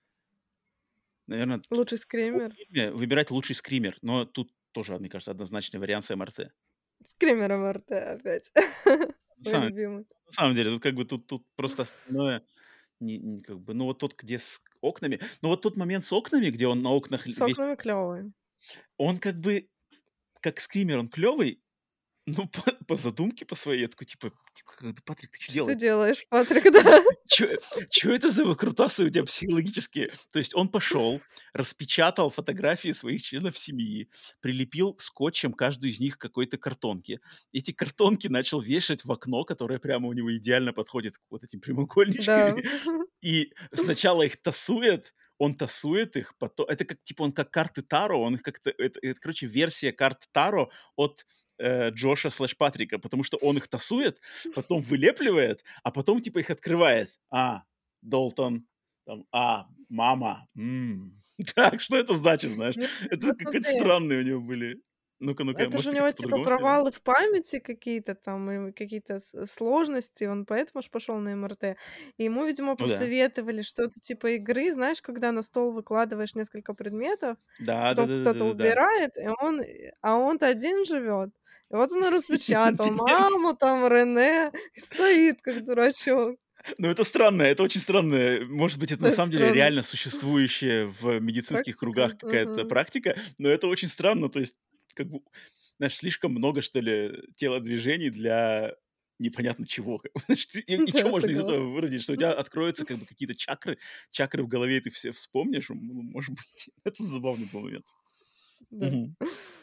Наверное, Лучший в таком скример. фильме выбирать лучший скример, но тут тоже, мне кажется, однозначная вариант МРТ. Скример эм эр тэ опять. На Мой самом любимый. на самом деле, тут как бы тут тут просто остальное не не как бы, ну, вот тот, где с окнами. Ну, вот тот момент с окнами, где он на окнах л С весь, окнами клёвый. он как бы как скример, он клёвый, ну, по по задумке по своей, я такой типа типа: "Патрик, ты чё Что ты делаешь? делаешь, Патрик, да? Чё чё это за выкрутасы у тебя психологические?" То есть он пошел, распечатал фотографии своих членов семьи, прилепил скотчем каждую из них к какой-то картонке. Эти картонки начал вешать в окно, которое прямо у него идеально подходит к вот этим Да. прямоугольничками. И сначала их тасует, он тасует их, потом это как типа он как карты Таро, он их как-то это, это, короче, версия карт Таро от, э, Джоша слэш Патрика, потому что он их тасует, потом вылепливает, а потом типа их открывает. А, Долтон, там, а, мама, м. Так, что это значит, знаешь? Не, Это ну какой-то смотри, странные у него были. Ну-ка, ну-ка, это же может, у ты него как-то типа по-другому сделал? провалы в памяти какие-то там, и какие-то с сложности, он поэтому ж пошёл на эм эр тэ. И ему, видимо, Ну да. посоветовали что-то типа игры, знаешь, когда на стол выкладываешь несколько предметов, Да, потом кто-то да-да-да-да-да-да. убирает, и он, э, а он-то один живёт. И вот он и распечатал маму, там, Рене, и стоит как дурачок. Ну, это странно, это очень странно. Может быть, это на Да, самом деле странно. реально существующая в медицинских кругах Практика. какая-то Ага. практика, но это очень странно. То есть, как бы, знаешь, слишком много, что ли, телодвижений для непонятно чего. как бы, знаешь, ты- И, и что Да, можно из этого согласна. выродить? Что у тебя откроются как бы какие-то чакры, чакры в голове, и ты все вспомнишь? М, ну, может быть, это забавный был момент. Да. Мгм.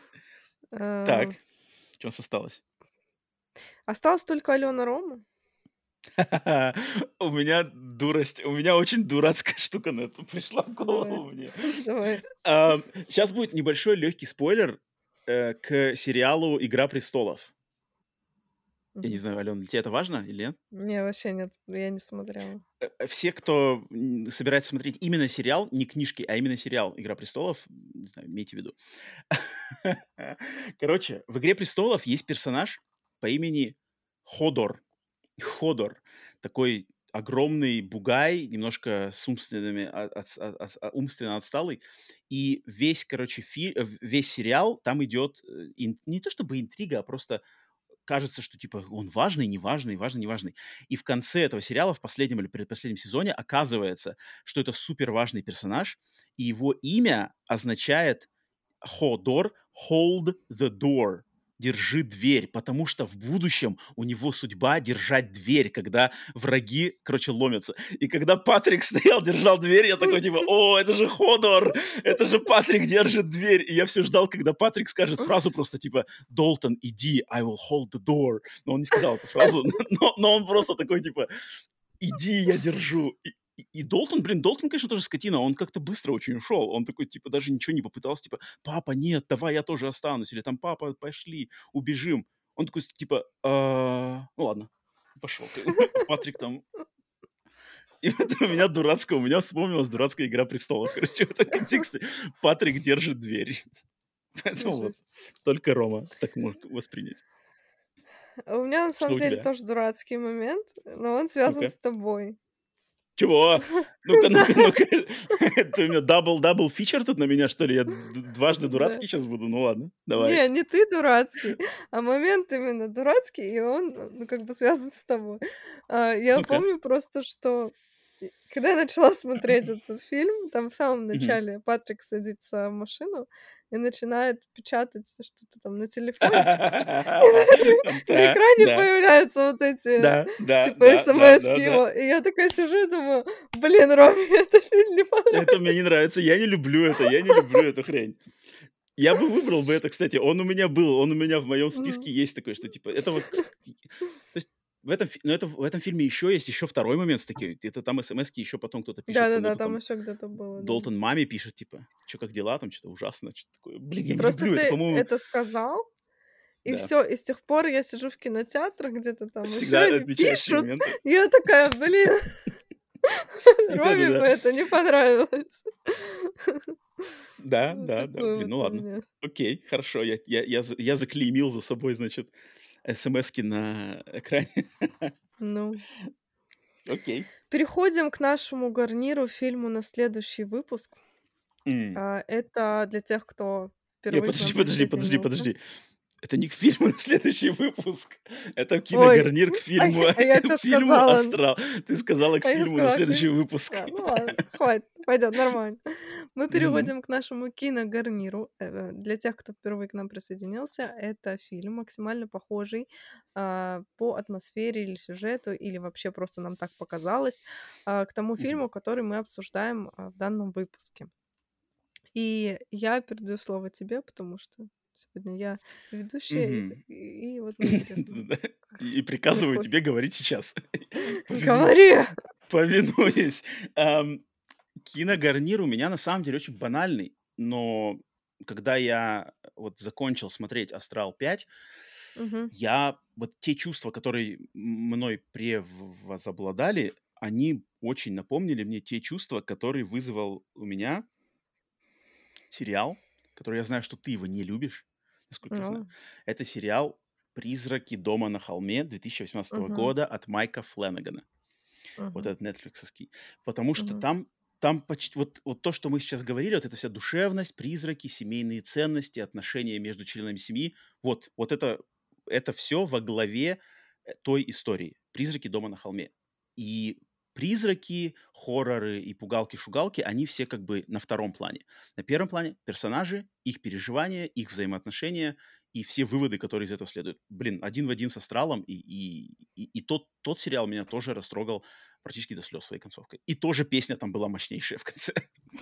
А, Так, что у нас осталось? осталась только Алена Рома. У меня дурость, у меня очень дурацкая штука на это пришла в Давай, голову мне. давай. Сейчас будет небольшой легкий спойлер, э, к сериалу "Игра престолов". Я не Мгм. знаю, Алена, для тебя это важно или нет? Не, вообще нет, я не смотрела. Э, э, все, кто, м, собирается смотреть именно сериал, не книжки, а именно сериал "Игра престолов", м, не знаю, имейте в виду. Короче, в "Игре престолов" есть персонаж по имени Ходор. Ходор. Такой огромный бугай, немножко с умственными а отс а ас а, умственно отсталый. И весь, короче, фи э, в весь сериал, там идет, э, ин не то чтобы интрига, а просто кажется, что типа он важный, неважный, важный, неважный. И в конце этого сериала, в последнем или предпоследнем сезоне, оказывается, что это супер важный персонаж, и его имя означает Ходор, hold the door. Держи дверь, потому что в будущем у него судьба держать дверь, когда враги, короче, ломятся. И когда Патрик стоял, держал дверь, я такой типа: "О, это же Ходор, это же Патрик держит дверь". И я все ждал, когда Патрик скажет фразу просто типа: "Долтон, иди, I will hold the door". Но он не сказал эту фразу, но но он просто такой типа: "Иди, я держу". И и и Долтон, блин, Долтон, конечно, тоже скотина. Он как-то быстро очень ушел. Он такой, типа, даже ничего не попытался, типа: "Папа, нет, давай я тоже останусь". Или там: "Папа, пошли, убежим". Он такой, типа: "А, ну ладно". Пошел. А Патрик там и это у меня дурацкая, у меня вспомнилась дурацкая "Игра престолов". Короче, в этом контексте Патрик держит дверь. Поэтому вот Жесть. только Рома так может воспринять. А у меня на Что самом у деле тебя? тоже дурацкий момент, но он связан Ну-ка. с тобой. Чего? Ну-ка, Да, ну-ка, ну-ка. Ты у меня дабл-дабл фичер тут на меня, что ли? Я д дважды да. дурацкий сейчас буду? Ну ладно, давай. Не, не ты дурацкий, а момент именно дурацкий, и он, э, ну, как бы связан с тобой. А, я Ну-ка. помню просто, что и когда я начала смотреть этот фильм, там в самом Мгм. начале Патрик садится в машину и начинает печатать что-то там на телефоне, чик-чик-чик, и на на Да, экране да, появляются вот эти, да, да, типа, да, да, да, эсэмэски да. его. И я такая сижу и думаю: "Блин, Роме этот фильм не Это мне не понравится". нравится. Я не люблю это, я не люблю эту хрень. Я бы выбрал бы это, кстати. Он у меня был, он у меня в моем списке Мгм. есть такой, что типа это вот кс то есть в этом фи но это в этом фильме еще есть еще второй момент с таким. Это там эсэмэски еще потом кто-то пишет, Да-да-да, кому-то там там еще где-то было, да. Долтон маме пишет, типа: "Чё, как дела там? Чё-то ужасно". Чё-то такое. Блин, я не Просто люблю это, ты по-моему, это сказал, и да. все, и с тех пор я сижу в кинотеатрах где-то там, еще Всегда они отмечаешь эти пишут, моменты. и я такая: "Блин, Роме Да-да-да. бы это не понравилось". Да, Вот да, да. такой Блин, ну вот у ладно. меня. Окей, хорошо. Я я я за я заклеймил за собой, значит, эсэмэски на экране. Ну, Окей. переходим к нашему гарниру, фильму на следующий выпуск. М. А, это для тех, кто Не, впервые к подожди, нам подожди, подожди, присоединился. подожди. Это не к фильму на следующий выпуск. Это Ой, киногарнир к а фильму я а я к чё фильму сказала? "Астрал". Ты сказала к А я фильму на сказала: следующий "К". выпуск. А, ну ладно, хватит, пойдет, нормально. Мы Мгм. переходим к нашему киногарниру. Э, для тех, кто впервые к нам присоединился, это фильм, максимально похожий, а, по атмосфере или сюжету, или вообще просто нам так показалось, а, к тому Мгм. фильму, который мы обсуждаем, а, в данном выпуске. И я передаю слово тебе, потому что сегодня я ведущая, и т Мгм. и и вот мне интересно, Да. И и ты приказываю хочешь. тебе говорить сейчас. Повинуюсь. Говори! Повинуюсь. Ам, киногарнир у меня на самом деле очень банальный, но когда я, э, вот закончил смотреть "Астрал пять", Мгм. я вот те чувства, которые м мной превозобладали, они очень напомнили мне те чувства, которые вызвал у меня сериал, который я знаю, что ты его не любишь, насколько я знаю. О, Это сериал "Призраки дома на холме" две тысячи восемнадцатого мгм, года от Майка Фленнегана. Вот мгм, этот нетфликсовский. Потому что мгм, там там почти вот вот то, что мы сейчас говорили, вот эта вся душевность, призраки, семейные ценности, отношения между членами семьи. Вот вот это это все во главе, э, той истории "Призраки дома на холме". И призраки, хорроры и пугалки-шугалки, они все как бы на втором плане. На первом плане персонажи, их переживания, их взаимоотношения и все выводы, которые из этого следуют. Блин, один в один с "Астралом", и и и и тот тот сериал меня тоже растрогал практически до слез своей концовкой. И тоже песня там была мощнейшая в конце.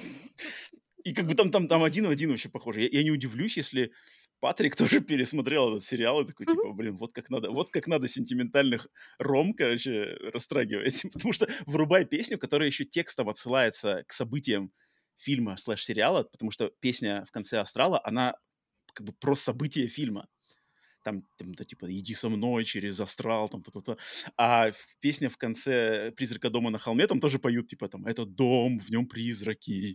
И как бы там там там один в один вообще похоже. Я я не удивлюсь, если Патрик тоже пересмотрел этот сериал и такой мгм. типа: "Блин, вот как надо вот как надо сентиментальных ром, короче, растрагивать". Потому что врубай песню, которая еще текстом отсылается к событиям фильма слэш сериала, потому что песня в конце "Астрала", она как бы про события фильма. Там там, да, типа "Иди со мной через астрал", там та-та-та. А в песня в конце "Призрака дома на холме" там тоже поют, типа там: "Это дом, в нем призраки".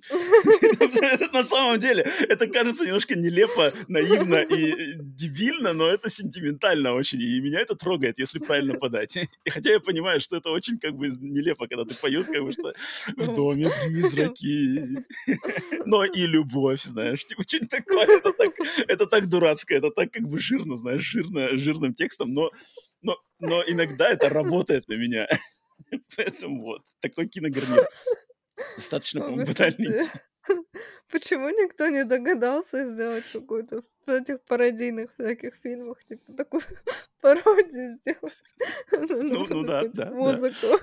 На самом деле это кажется немножко нелепо, наивно и э, дебильно, но это сентиментально очень, и меня это трогает, если правильно подать. И хотя я понимаю, что это очень как бы нелепо, когда ты поют, как бы, что в Ну, доме призраки. Но и любовь, знаешь, типа что-нибудь такое. Это так, это так дурацко, это так как бы жирно, знаешь, жирно, жирным текстом, но, но, но иногда это работает на меня. Поэтому вот такой киногарнир. Достаточно, Ой, по-моему, кстати, банальненький. почему никто не догадался сделать какую-то в этих пародийных всяких фильмах, типа такую пародию сделать на на Ну, вот ну эту да, вот да, да. музыку?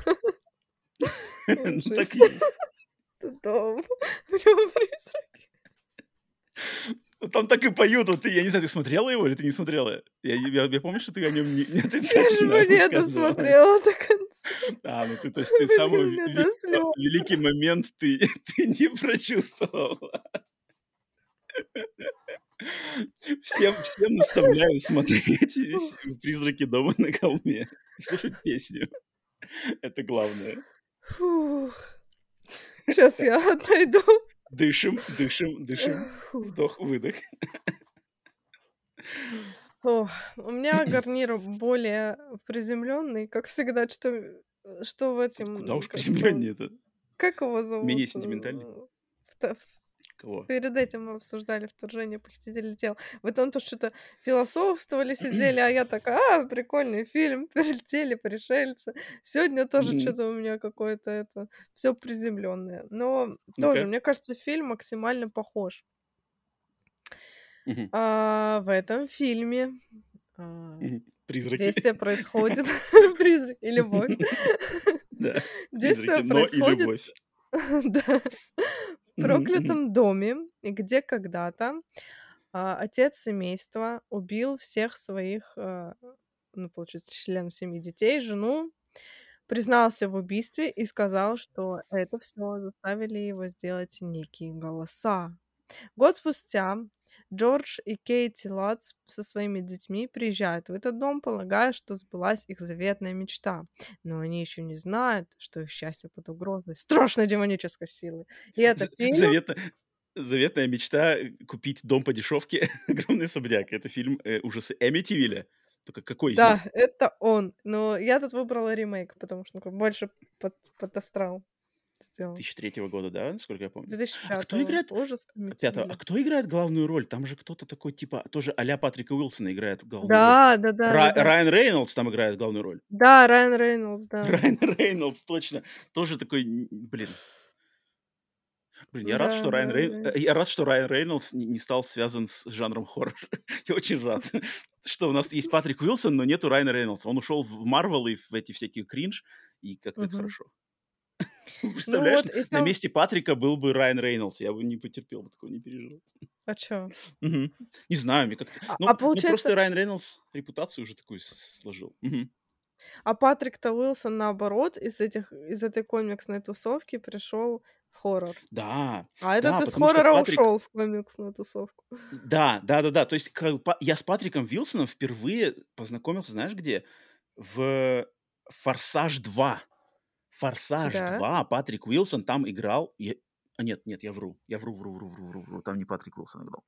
Ой, Ну так и жесть. есть. Дом, в нём призраки. Ну, там так и поют. Вот ты, я не знаю, ты смотрела его или ты не смотрела? Я, я, я помню, что ты о нем не, не Я же отрицательно его не высказывалась. досмотрела до конца. А, ну ты, то есть ты самый Блин, ве- мне ве- до слёз. великий момент ты, ты не прочувствовала. Всем всем наставляю смотреть с "Призраки дома на холме" и слушать песню. Это главное. Фух. Щас я отойду. Дышим, дышим, дышим. Фух. Вдох-выдох. Ох, у меня гарнир более приземленный, как всегда, что э, что в Куда куда этом, уж как его приземленнее-то. как его Менее зовут? сентиментальный? Э, вта Кого? перед этим мы обсуждали "Вторжение похитителей тел". Вы там тоже чё-то философствовали, сидели, а я такая: "А, прикольный фильм, прилетели пришельцы". Сегодня тоже Мгм. чё-то у меня какое-то это всё приземлённое. Но тоже, Ну-ка. мне кажется, фильм максимально похож. Мгм. А, в этом фильме, а, Мгм. Призраки. действие происходит призрак и любовь. Да, призраки, Действие но и происходит, любовь. да, в Мгм, мгм. проклятом доме, где когда-то, а, отец семейства убил всех своих, а, ну, получается, членов семьи, детей, жену, признался в убийстве и сказал, что это всё заставили его сделать некие голоса. Год спустя Джордж и Кейти Латц со своими детьми приезжают в этот дом, полагая, что сбылась их заветная мечта. Но они ещё не знают, что их счастье под угрозой страшной демонической силы. И это За фильм заветно заветная мечта, э, купить дом по дешевке, огромный особняк. Это фильм, э, ужасы Эмитивилля? Тока какой из них? Да, это он. Но я тут выбрала ремейк, потому что, ну, как больше под под астрал сделан. тысяча третьего года, да, насколько я помню? две тысячи А кто пятого. играет Ужасы пятого? А Амитивилля. кто играет главную роль? Там же кто-то такой, типа, тоже а-ля Патрика Уилсона играет главную роль. Да, да-да, Ра да-да. Райан Рейнольдс там играет главную роль. Да, Райан Рейнольдс, да. Райан Рейнольдс, точно. Тоже такой, н блин. Блин, я рад, что Райан Рей Да-да-да. э, я рад, что Райан Рейнольдс не не стал связан с жанром хоррор. Я очень рад, что у нас есть Патрик Уилсон, но нету Райана Рейнольдса. Он ушел в "Марвел" и в эти всякие кринж, и как-то это Мгм. хорошо. Ну Представляешь, вот, и на там месте Патрика был бы Райан Рейнольдс, я бы не потерпел бы такого, не пережил. А чё? Мгм. Не знаю, мне как-то А а ну ну, получается просто Райан Рейнольдс репутацию уже такую с сложил. Мгм. а Патрик-то Уилсон, наоборот, из этих из этой комиксной тусовки пришёл в хоррор. Да, А этот да, из потому что хоррора Патрик ушёл в комиксную тусовку. Да, да-да-да. То есть как бы па я с Патриком Вилсоном впервые познакомился, знаешь где? В "Форсаж два". "Форсаж Да? два", Патрик Уилсон там играл. Я а нет, нет, я вру. Я вру вру вру вру вру вру. Там не Патрик Уилсон играл.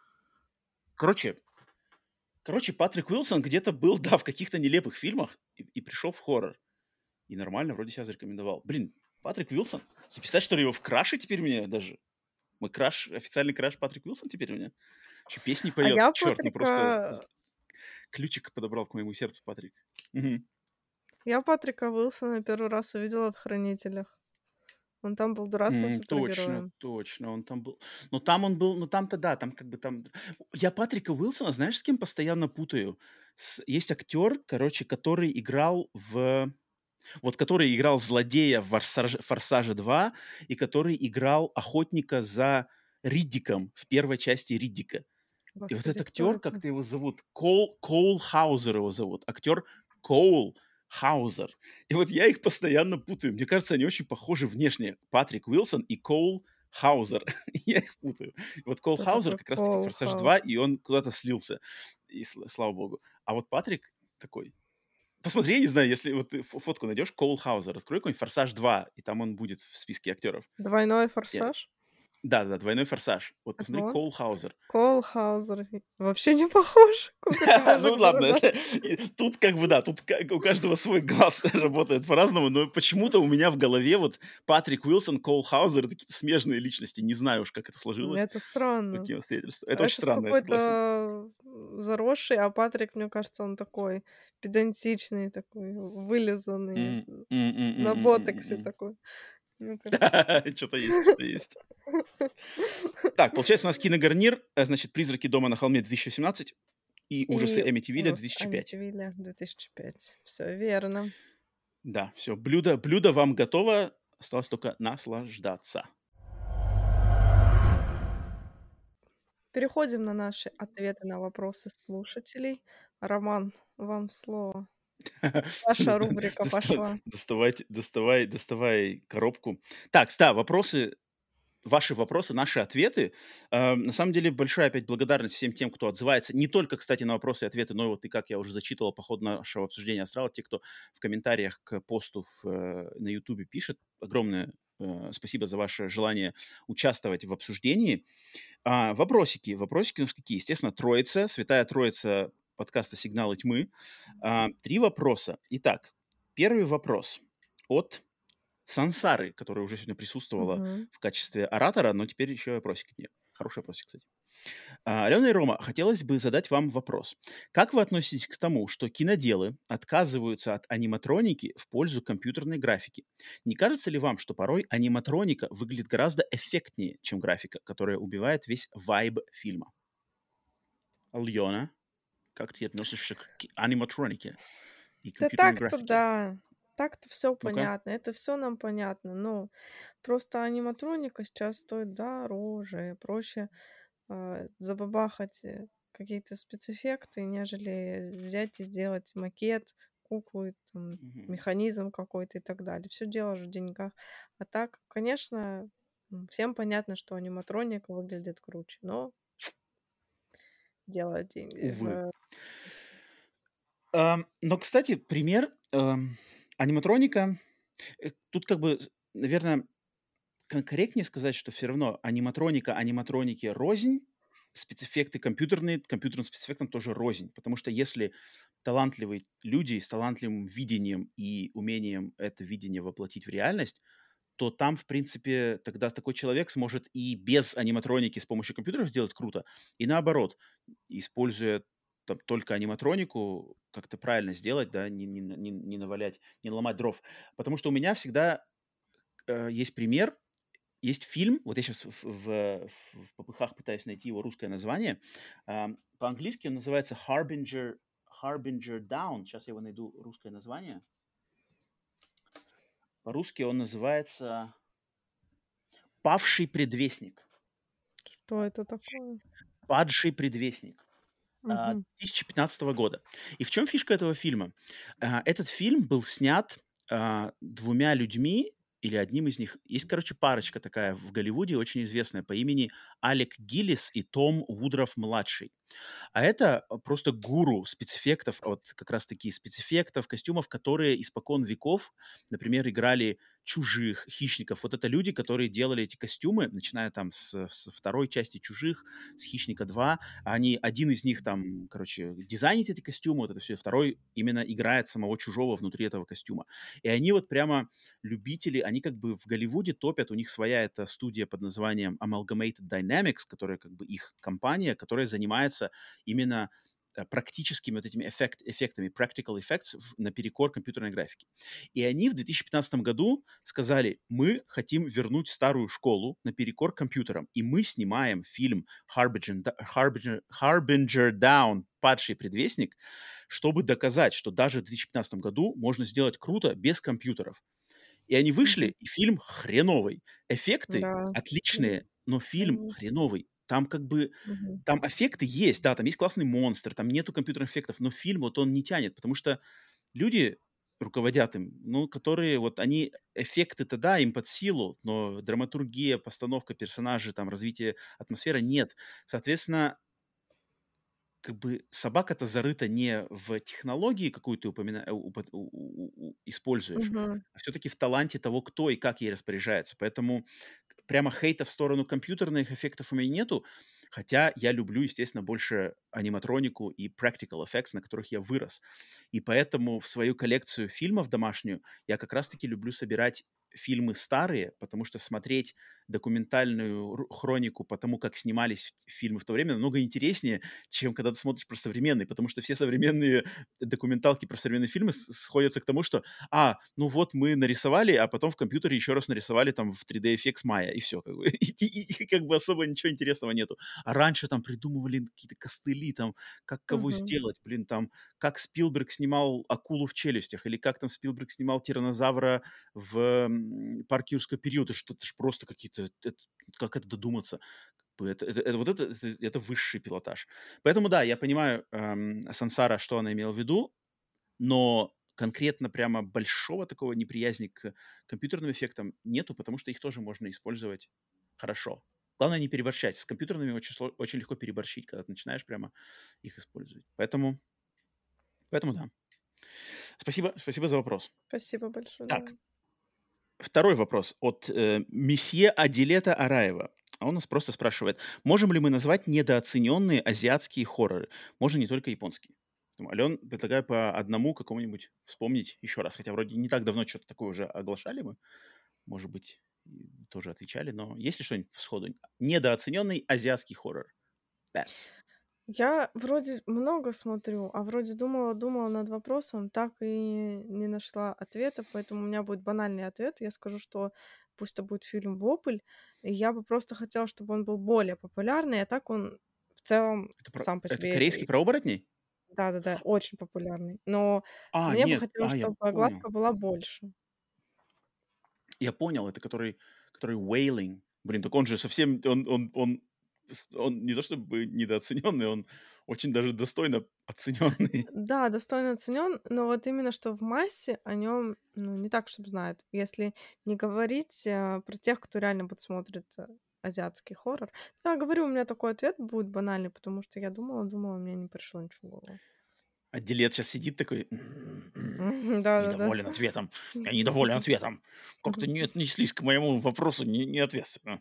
Короче короче, Патрик Уилсон где-то был, да, в каких-то нелепых фильмах и и пришел в хоррор. И нормально вроде себя зарекомендовал. Блин, Патрик Уилсон. Записать, что ли, его в краше теперь мне даже? Мой краш, официальный краш Патрик Уилсон теперь у меня? Еще песни А поет. я Черт, ну просто з Патрика ключик подобрал к моему сердцу Патрик. Мгм. я Патрика Уилсона первый раз увидела в "Хранителях". Он там был дурацким М, точно, супергероем. точно, он там был. Но там он был, ну там-то да, там как бы там Я Патрика Уилсона, знаешь, с кем постоянно путаю? С есть актер, короче, который играл в вот который играл злодея в "Ворсаже" "Форсаже два" и который играл охотника за Риддиком в первой части Риддика. И вот Господи, этот кто актер, это? как-то его зовут, Кол Коул Хаузер его зовут. Актер Коул Хаузер. И вот я их постоянно путаю. Мне кажется, они очень похожи внешне. Патрик Уилсон и Коул Хаузер. Я их путаю. Вот Коул Кто Хаузер такой как раз таки Коул "Форсаж два", Хаузер? и он куда-то слился. И сла слава богу. А вот Патрик такой Посмотри, я не знаю, если вот ты фо фотку найдешь Коул Хаузер, открой какой-нибудь "Форсаж два", и там он будет в списке актеров. "Двойной Я форсаж"? Да-да-да, "Двойной форсаж". Вот Это посмотри он? Коул Хаузер. Коул Хаузер. Вообще не похож. Как это Ну может ладно, бородатый? это и тут как бы да, тут ка у каждого свой глаз работает по-разному, но почему-то у меня в голове вот Патрик Уилсон, Коул Хаузер — это какие-то смежные личности. Не знаю уж, как это М, сложилось, это по странно. каким обстоятельствам. Это очень Этот странно, я согласен. какой-то, м, заросший, а Патрик, мне кажется, он такой педантичный, такой вылизанный, М, с м м м на м м м ботоксе м. такой, мне кажется. Чё-то есть, что-то есть. Так, получается, у нас киногарнир, э, значит, "Призраки дома на холме" две тысячи восемнадцать и "Ужасы И Эмитивилля" ужасы две тысячи пять. Амитивилля две тысячи пять. Всё верно. Да, всё, блюдо блюдо вам готово, осталось только наслаждаться. Переходим на наши ответы на вопросы слушателей. Роман, вам слово. Ваша рубрика Доста пошла. доставайте доставай доставай коробку. Так, ста вопросы, ваши вопросы, наши ответы. Э, на самом деле большая опять благодарность всем тем, кто отзывается. Не только, кстати, на вопросы и ответы, но и вот и как я уже зачитывал по ходу нашего обсуждения астрала, те, кто в комментариях к посту в, э, на "Ютубе" пишет. Огромное, э, спасибо за ваше желание участвовать в обсуждении. А, вопросики. Вопросики у нас какие? Естественно, троица, святая троица подкаста "Сигналы тьмы". А, три вопроса. Итак, первый вопрос. от Сансары, которая уже сегодня присутствовала Мгм. в качестве оратора, но теперь еще и вопросик от нее. Хороший вопросик, кстати. А, Алена и Рома, хотелось бы задать вам вопрос. Как вы относитесь к тому, что киноделы отказываются от аниматроники в пользу компьютерной графики? Не кажется ли вам, что порой аниматроника выглядит гораздо эффектнее, чем графика, которая убивает весь вайб фильма? Альона, как ты относишься к ки- аниматронике и Да компьютерной так-то графике? да. Так-то все Ну-ка. понятно. Это все нам понятно. Но просто аниматроника сейчас стоит дороже. Проще, а, забабахать, э, какие-то спецэффекты, нежели взять и сделать макет, куклу, и там, Мгм. механизм какой-то и так далее. Все дело же в деньгах. А так, конечно, м, всем понятно, что аниматроника выглядит круче, но дело деньги Увы. в Ам, но, кстати, пример, ам, аниматроника, э, тут как бы, наверное, корректнее сказать, что все равно аниматроника аниматронике рознь, спецэффекты компьютерные компьютерным спецэффектам тоже рознь. Потому что если талантливые люди с талантливым видением и умением это видение воплотить в реальность, то там, в принципе, тогда такой человек сможет и без аниматроники с помощью компьютеров сделать круто, и наоборот, используя там только аниматронику, как-то правильно сделать, да, не, не, не, не навалять, не наломать дров. Потому что у меня всегда э, есть пример, есть фильм, вот я сейчас в, в, в- в попыхах пытаюсь найти его русское название. Ам, по-английски он называется Harbinger, Harbinger Down. Сейчас я его найду русское название. По-русски он называется «Павший предвестник». что это такое? «Падший предвестник». а, Мгм. две тысячи пятнадцатого года. И в чем фишка этого фильма? А, Этот фильм был снят а, двумя людьми, или одним из них. Есть, короче, парочка такая в Голливуде, очень известная, по имени Алек Гиллис и Том Вудров-младший. А это а, просто гуру спецэффектов, а вот как раз-таки спецэффектов, костюмов, которые испокон веков, например, играли «Чужих», «Хищников». Вот это люди, которые делали эти костюмы, начиная там с, с второй части «Чужих», с «Хищника два». Они, один из них там, короче, дизайнит эти костюмы, вот это все, второй именно играет самого Чужого внутри этого костюма. И они вот прямо любители, они как бы в Голливуде топят, у них своя эта студия под названием Amalgamated Dynamics, которая как бы их компания, которая занимается именно э, практическими вот этими эффект, эффектами, practical effects в- наперекор компьютерной графике. И они в две тысячи пятнадцатом году сказали, мы хотим вернуть старую школу наперекор компьютерам, и мы снимаем фильм Harbinger, Harbinger, Harbinger Down, «Падший предвестник», чтобы доказать, что даже в две тысячи пятнадцатом году можно сделать круто без компьютеров. И они Мгм. вышли, и фильм хреновый. Эффекты Да. М, отличные, но фильм конечно. хреновый. Там как бы Мгм. там эффекты есть, да, там есть классный монстр, там нету компьютерных эффектов, но фильм вот он не тянет, потому что люди руководят им, ну, которые вот они эффекты-то, да, им под силу, но драматургия, постановка персонажей, там, развитие атмосферы нет. Соответственно, как бы собака-то зарыта не в технологии, какую ты упомина э, упот у у у используешь, Мгм. а все-таки в таланте того, кто и как ей распоряжается. Поэтому к прямо хейта в сторону компьютерных эффектов у меня нету, хотя я люблю, естественно, больше аниматронику и practical effects, на которых я вырос. И поэтому в свою коллекцию фильмов домашнюю я как раз таки люблю собирать фильмы старые, потому что смотреть документальную ру хронику по тому, как снимались ф фильмы в то время, намного интереснее, чем когда ты смотришь про современные, потому что все современные документалки про современные фильмы с сходятся к тому, что: "А, ну вот мы нарисовали, а потом в компьютере еще раз нарисовали там в три дэ F X Maya", и все как бы. И и и как бы особо ничего интересного нету. А раньше там придумывали какие-то костыли, там, как кого Мгм. сделать, блин, там, как Спилберг снимал акулу в "Челюстях", или как там Спилберг снимал тираннозавра в, м, "Парке юрского периода". Что это ж просто какие-то, эт как это додуматься? П это это это вот это это это высший пилотаж. Поэтому да, я понимаю, эм, Сансара, что она имела в виду, но конкретно прямо большого такого неприязни к компьютерным эффектам нету, потому что их тоже можно использовать хорошо. Главное не переборщать. С компьютерными очень сло очень легко переборщить, когда ты начинаешь прямо их использовать. Поэтому поэтому да. Спасибо спасибо за вопрос. Спасибо большое, да. Так, второй вопрос от, э, месье Адилета Араева. А он нас просто спрашивает: можем ли мы назвать недооцененные азиатские хорроры? Можно не только японские. Поэтому, Ален, предлагаю по одному какому-нибудь вспомнить еще раз. Хотя вроде не так давно что-то такое уже оглашали мы. Может быть, и тоже отвечали. Но есть ли что-нибудь сходу? Недооцененный азиатский хоррор. Pets. Я вроде много смотрю, а вроде думала-думала над вопросом, так и не нашла ответа, поэтому у меня будет банальный ответ. Я скажу, что пусть это будет фильм «Вопль», и я бы просто хотела, чтобы он был более популярный, а так он в целом Это, про... сам по это себе корейский и про оборотней? да-да-да, очень популярный. Но А, мне бы нет. хотелось, А, я чтобы понял. огласка была больше. Я понял. Это который, который Wailing. Блин, так он же совсем... Он, он, он, с- он не то чтобы недооцененный, он очень даже достойно оцененный. Да, достойно оценен, но вот именно что в массе о нем, ну, не так, чтобы знают. Если не говорить э, про тех, кто реально вот смотрит э, азиатский хоррор. Я говорю, у меня такой ответ будет банальный, потому что я думала, думала, мне не пришло ничего в голову. А Дилет сейчас сидит такой, Мгм, да-да-да. недоволен ответом. Я недоволен ответом. Как-то не отнеслись к моему вопросу не, не ответственно.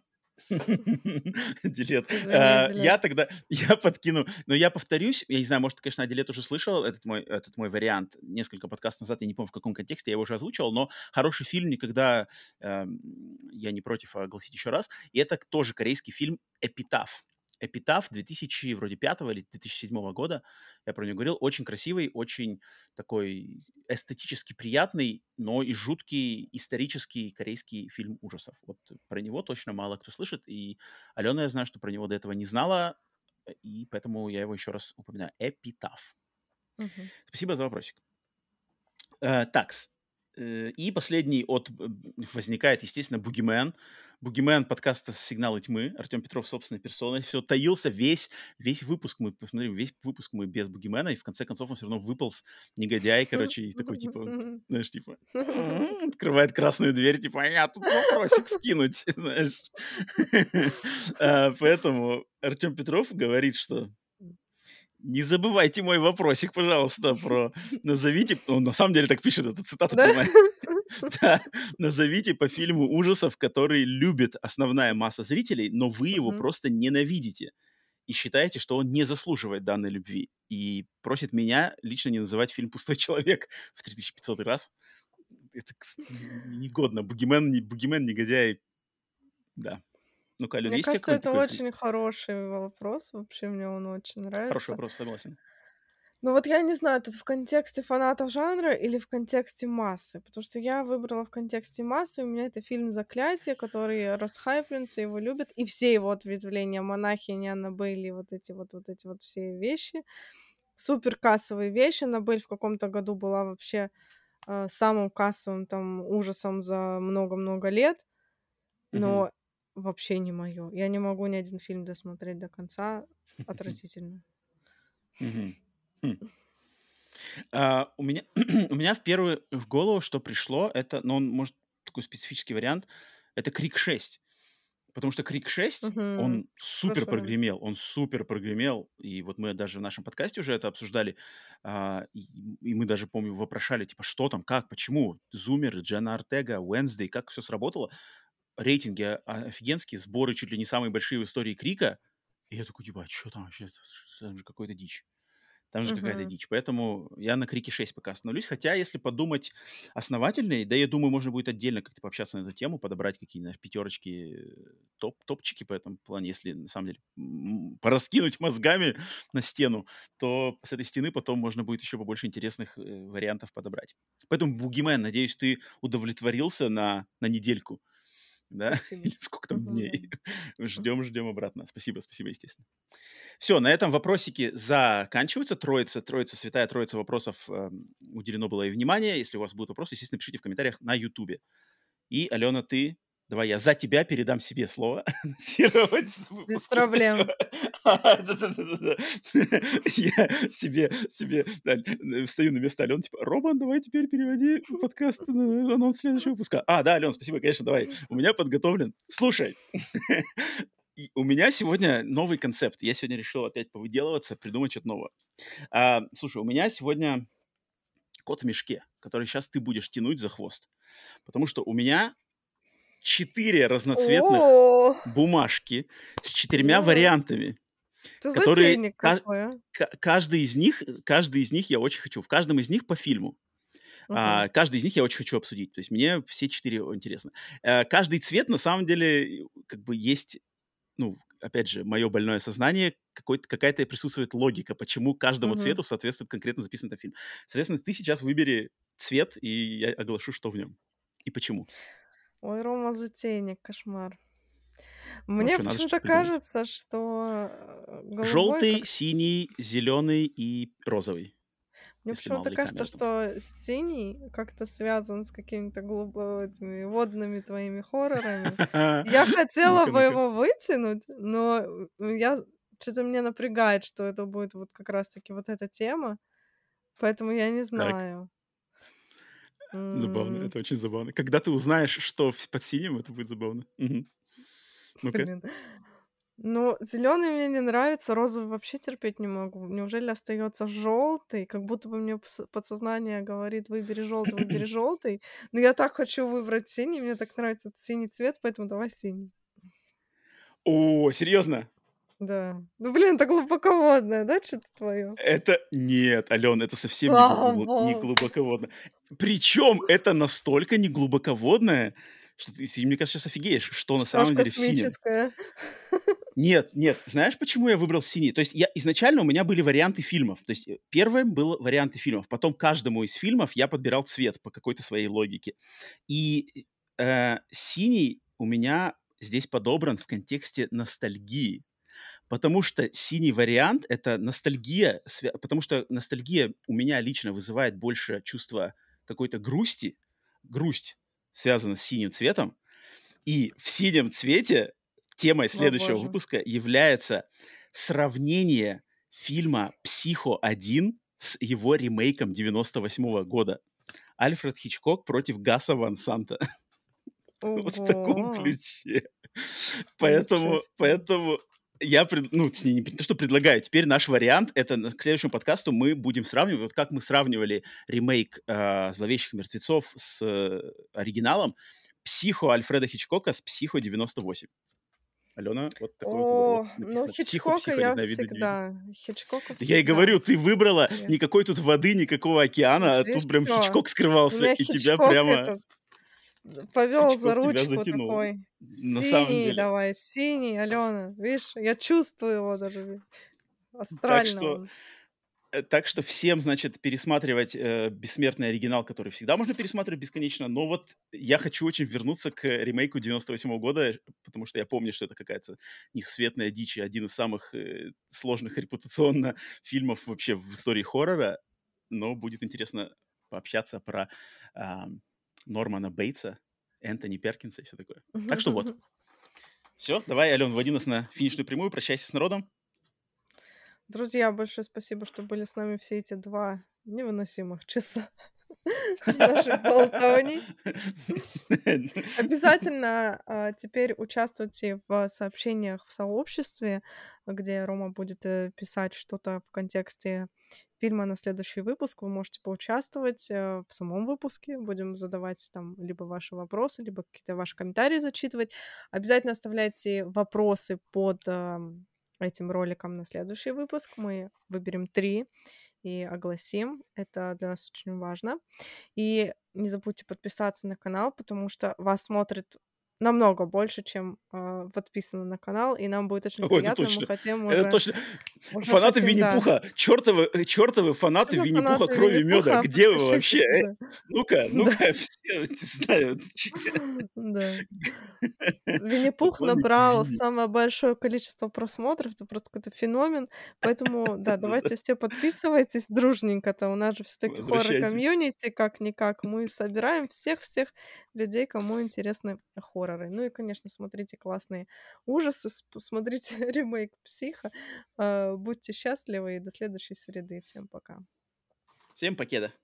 Дилет. Извини, Э, Я Дилет. тогда, я подкину, но я повторюсь, я не знаю, может, конечно, Дилет уже слышал этот мой, этот мой вариант несколько подкастов назад, я не помню, в каком контексте, я его уже озвучивал, но хороший фильм никогда, эм, я не против огласить еще раз, и это тоже корейский фильм «Эпитаф». «Эпитаф» две тысячи вроде пятого или две тысячи седьмого года, я про него говорил, очень красивый, очень такой эстетически приятный, но и жуткий исторический корейский фильм ужасов. Вот про него точно мало кто слышит, и Алена, я знаю, что про него до этого не знала, э, и поэтому я его еще раз упоминаю. «Эпитаф». Мгм. Спасибо за вопросик. Э, такс. Э, И последний от э, возникает, естественно, Бугимен. Бугимен подкаста «Сигналы тьмы». Артем Петров собственной персоной. Все таился весь, весь выпуск. Мы посмотрим, весь выпуск мы без Бугимена, и в конце концов он все равно выполз, негодяй, короче, и такой, типа, знаешь, типа, «М-м-м», открывает красную дверь, типа, а я тут вопросик вкинуть, знаешь. А, Поэтому Артем Петров говорит, что не забывайте мой вопросик, пожалуйста, про назовите, он на самом деле так пишет, это цитата Да? прямая. Да, назовите по фильму ужасов, который любит основная масса зрителей, но вы его Мгм. просто ненавидите и считаете, что он не заслуживает данной любви. И просит меня лично не называть фильм «Пустой человек» в три тысячи пятьсотый раз. Это, кстати, н- негодно. Бугимен, не- Бугимен, негодяй. Да. Ну-ка, Ален, Мне есть у тебя кажется, какой-нибудь это такой фильм? очень хороший вопрос. Вообще мне он очень Хороший нравится. вопрос, согласен. Ну вот я не знаю, тут в контексте фанатов жанра или в контексте массы, потому что я выбрала в контексте массы, у меня это фильм «Заклятие», который расхайплен, все его любят, и все его ответвления, монахини, Аннабель и вот эти вот, вот эти вот все вещи, супер кассовые вещи. Аннабель в каком-то году была вообще э, самым кассовым там ужасом за много-много лет, Мгм. но вообще не мое. Я не могу ни один фильм досмотреть до конца, отвратительно. Мгм. Хм. А, у меня у меня в первую в голову, что пришло, это, но он, может, такой специфический вариант, это «Крик шесть». Потому что «Крик шесть», Мгм. он супер Хороший вариант. прогремел, он супер прогремел. И вот мы даже в нашем подкасте уже это обсуждали. А, и и мы даже, помню, вопрошали, типа, что там, как, почему? Зумеры, Дженна Ортега, Уэнсдей, как все сработало? Рейтинги о офигенские, сборы чуть ли не самые большие в истории «Крика». И я такой, типа: «А чё там вообще? Там же какой-то дичь». Там же какая-то Мгм. дичь. Поэтому я на «Крике шесть» пока остановлюсь. Хотя, если подумать основательнее, да, я думаю, можно будет отдельно как-то пообщаться на эту тему, подобрать какие-нибудь пятерочки, э, топ, топчики по этому плане. Если, на самом деле, м, пораскинуть мозгами на стену, то с этой стены потом можно будет еще побольше интересных э, вариантов подобрать. Поэтому, Бугимен, надеюсь, ты удовлетворился на, на недельку, да? Спасибо. Или сколько там Мгм, дней? да. Ждем, ждем обратно. Спасибо, спасибо, естественно. Все, на этом вопросики заканчиваются. Троица, троица, святая троица вопросов эм, уделено было и внимание. Если у вас будут вопросы, естественно, пишите в комментариях на Ютубе. И, Алена, ты, давай я за тебя передам себе слово анонсировать Без выпуск проблем. следующего. А, да-да-да-да-да. Я себе, себе да, э, встаю на место Алены, типа, Роман, давай теперь переводи подкаст на анонс следующего выпуска. А, да, Ален, спасибо, конечно, давай. У меня подготовлен. Слушай, и у меня сегодня новый концепт. Я сегодня решил опять повыделываться, придумать что-то новое. А, слушай, у меня сегодня кот в мешке, который сейчас ты будешь тянуть за хвост. Потому что у меня четыре разноцветных О! бумажки с четырьмя Ё-моё. вариантами. Ты которые затейник ка какой, а. ка каждый из них каждый из них я очень хочу. В каждом из них по фильму. Мгм. А, каждый из них я очень хочу обсудить. То есть мне все четыре о интересны. Э, каждый цвет на самом деле, э, как бы есть, ну, опять же, мое больное сознание, какой-то какая-то присутствует логика, почему каждому Мгм. цвету соответствует конкретно записанный этот фильм. Соответственно, ты сейчас выбери цвет, и я оглашу, что в нем и почему. Ой, Рома затейник, кошмар. Ну, а Мне чё, надо же почему-то что-то придумать. кажется, что, э, голубой Желтый, как синий, зеленый и розовый, Мне если мало почему-то ли кажется, камера там. что синий как-то связан с какими-то голубо этими водными твоими хоррорами. Я хотела Ну-ка, бы ну-ка. его вытянуть, но, м, я что-то меня напрягает, что это будет вот как раз таки вот эта тема, поэтому я не Так. знаю. Забавно, М, это очень забавно. Когда ты узнаешь, что вс под синим, это будет забавно. Мгм. Ну-ка. блин. Ну, зеленый мне не нравится, розовый вообще терпеть не могу. Неужели остается желтый? Как будто бы мне пс подсознание говорит: "Выбери желтый, выбери желтый". Но я так хочу выбрать синий, мне так нравится этот синий цвет, поэтому давай синий. О, серьезно? Да. Ну, блин, это глубоководное, да, что-то твое? Это нет, Алён, это совсем не Слава глубоко не богу! глубоководно. Причем это настолько не глубоководное, что ты ты, мне кажется, щас офигеешь, что на Что аж самом деле в синем. космическое. Нет, нет, знаешь, почему я выбрал синий? То есть я изначально у меня были варианты фильмов. То есть, э, первым был варианты фильмов, потом каждому из фильмов я подбирал цвет по какой-то своей логике. И, э, синий у меня здесь подобран в контексте ностальгии. Потому что синий вариант — это ностальгия, свя потому что ностальгия у меня лично вызывает больше чувство какой-то грусти. Грусть связана с синим цветом. И в синем цвете темой О следующего боже. выпуска является сравнение фильма "Психо один" с его ремейком девяносто восьмого года. Альфред Хичкок против Гаса Ван Санта. Вот в таком Ого! ключе. Ничего Поэтому себе. поэтому я пред ну, точнее, не не то, что предлагаю. Теперь наш вариант — это на к следующему подкасту мы будем сравнивать, вот как мы сравнивали ремейк, а, "Зловещих мертвецов" с, э, оригиналом. "Психо" Альфреда Хичкока с "Психо" девяносто восемь. Алена, вот такой вот выбор. Вот О, ну, написано "Психо", Хичкока "Психо", не я знаю, видно, не видно. всегда, Хичкока Я и всегда. говорю, ты выбрала Я никакой тут воды, никакого океана, а Видишь, тут прям всё. Хичкок У скрывался, меня и тебя Хичкок прямо этот повел за Хичкок тебя ручку затянул. такой: На самом "Синий деле. давай, синий, Алена". Видишь, я чувствую его даже, ви Так астрально что он. Э, так что всем, значит, пересматривать, э, бессмертный оригинал, который всегда можно пересматривать бесконечно. Но вот я хочу очень вернуться к ремейку девяносто восьмого года, э, потому что я помню, что это какая-то несусветная дичь и один из самых, э, сложных репутационно фильмов вообще в истории хоррора. Но будет интересно пообщаться про, ам, Нормана Бейтса, Энтони Перкинса и всё такое. Так что вот. Всё, давай, Алён, вводи нас на финишную прямую, прощайся с народом. Друзья, большое спасибо, что были с нами все эти два невыносимых часа нашей болтовни. Обязательно, а, теперь участвуйте в сообщениях в сообществе, где Рома будет, э, писать что-то в контексте фильма на следующий выпуск. Вы можете поучаствовать, э, в самом выпуске. Будем задавать там либо ваши вопросы, либо какие-то ваши комментарии зачитывать. Обязательно оставляйте вопросы под, ам, этим роликом на следующий выпуск. Мы выберем три и огласим. Это для нас очень важно. И не забудьте подписаться на канал, потому что вас смотрит намного больше, чем, а, подписано на канал, и нам будет очень О, это приятно. Мы точно, хотим это уже точно. уже Фанаты хотим, да. Винни-Пуха, чёртовы э, чёртовы Что фанаты за Винни-Пуха, фанаты крови и мёда. Винни-Пуха? Где вы вообще, Подпишитесь э? уже. Ну-ка, Да. ну-ка, все, не знаю, Да. Винни-Пух поклонники набрал Винни. самое большое количество просмотров. Это просто какой-то феномен. Поэтому, да, Да-да. давайте все подписывайтесь дружненько-то. У нас же всё-таки Возвращайтесь. хоррор-комьюнити как-никак. Мы собираем всех-всех людей, кому интересны хорроры. Ну и, конечно, смотрите классные ужасы, сп смотрите ремейк "Психо". А, будьте счастливы и до следующей среды. Всем пока. Всем покеда.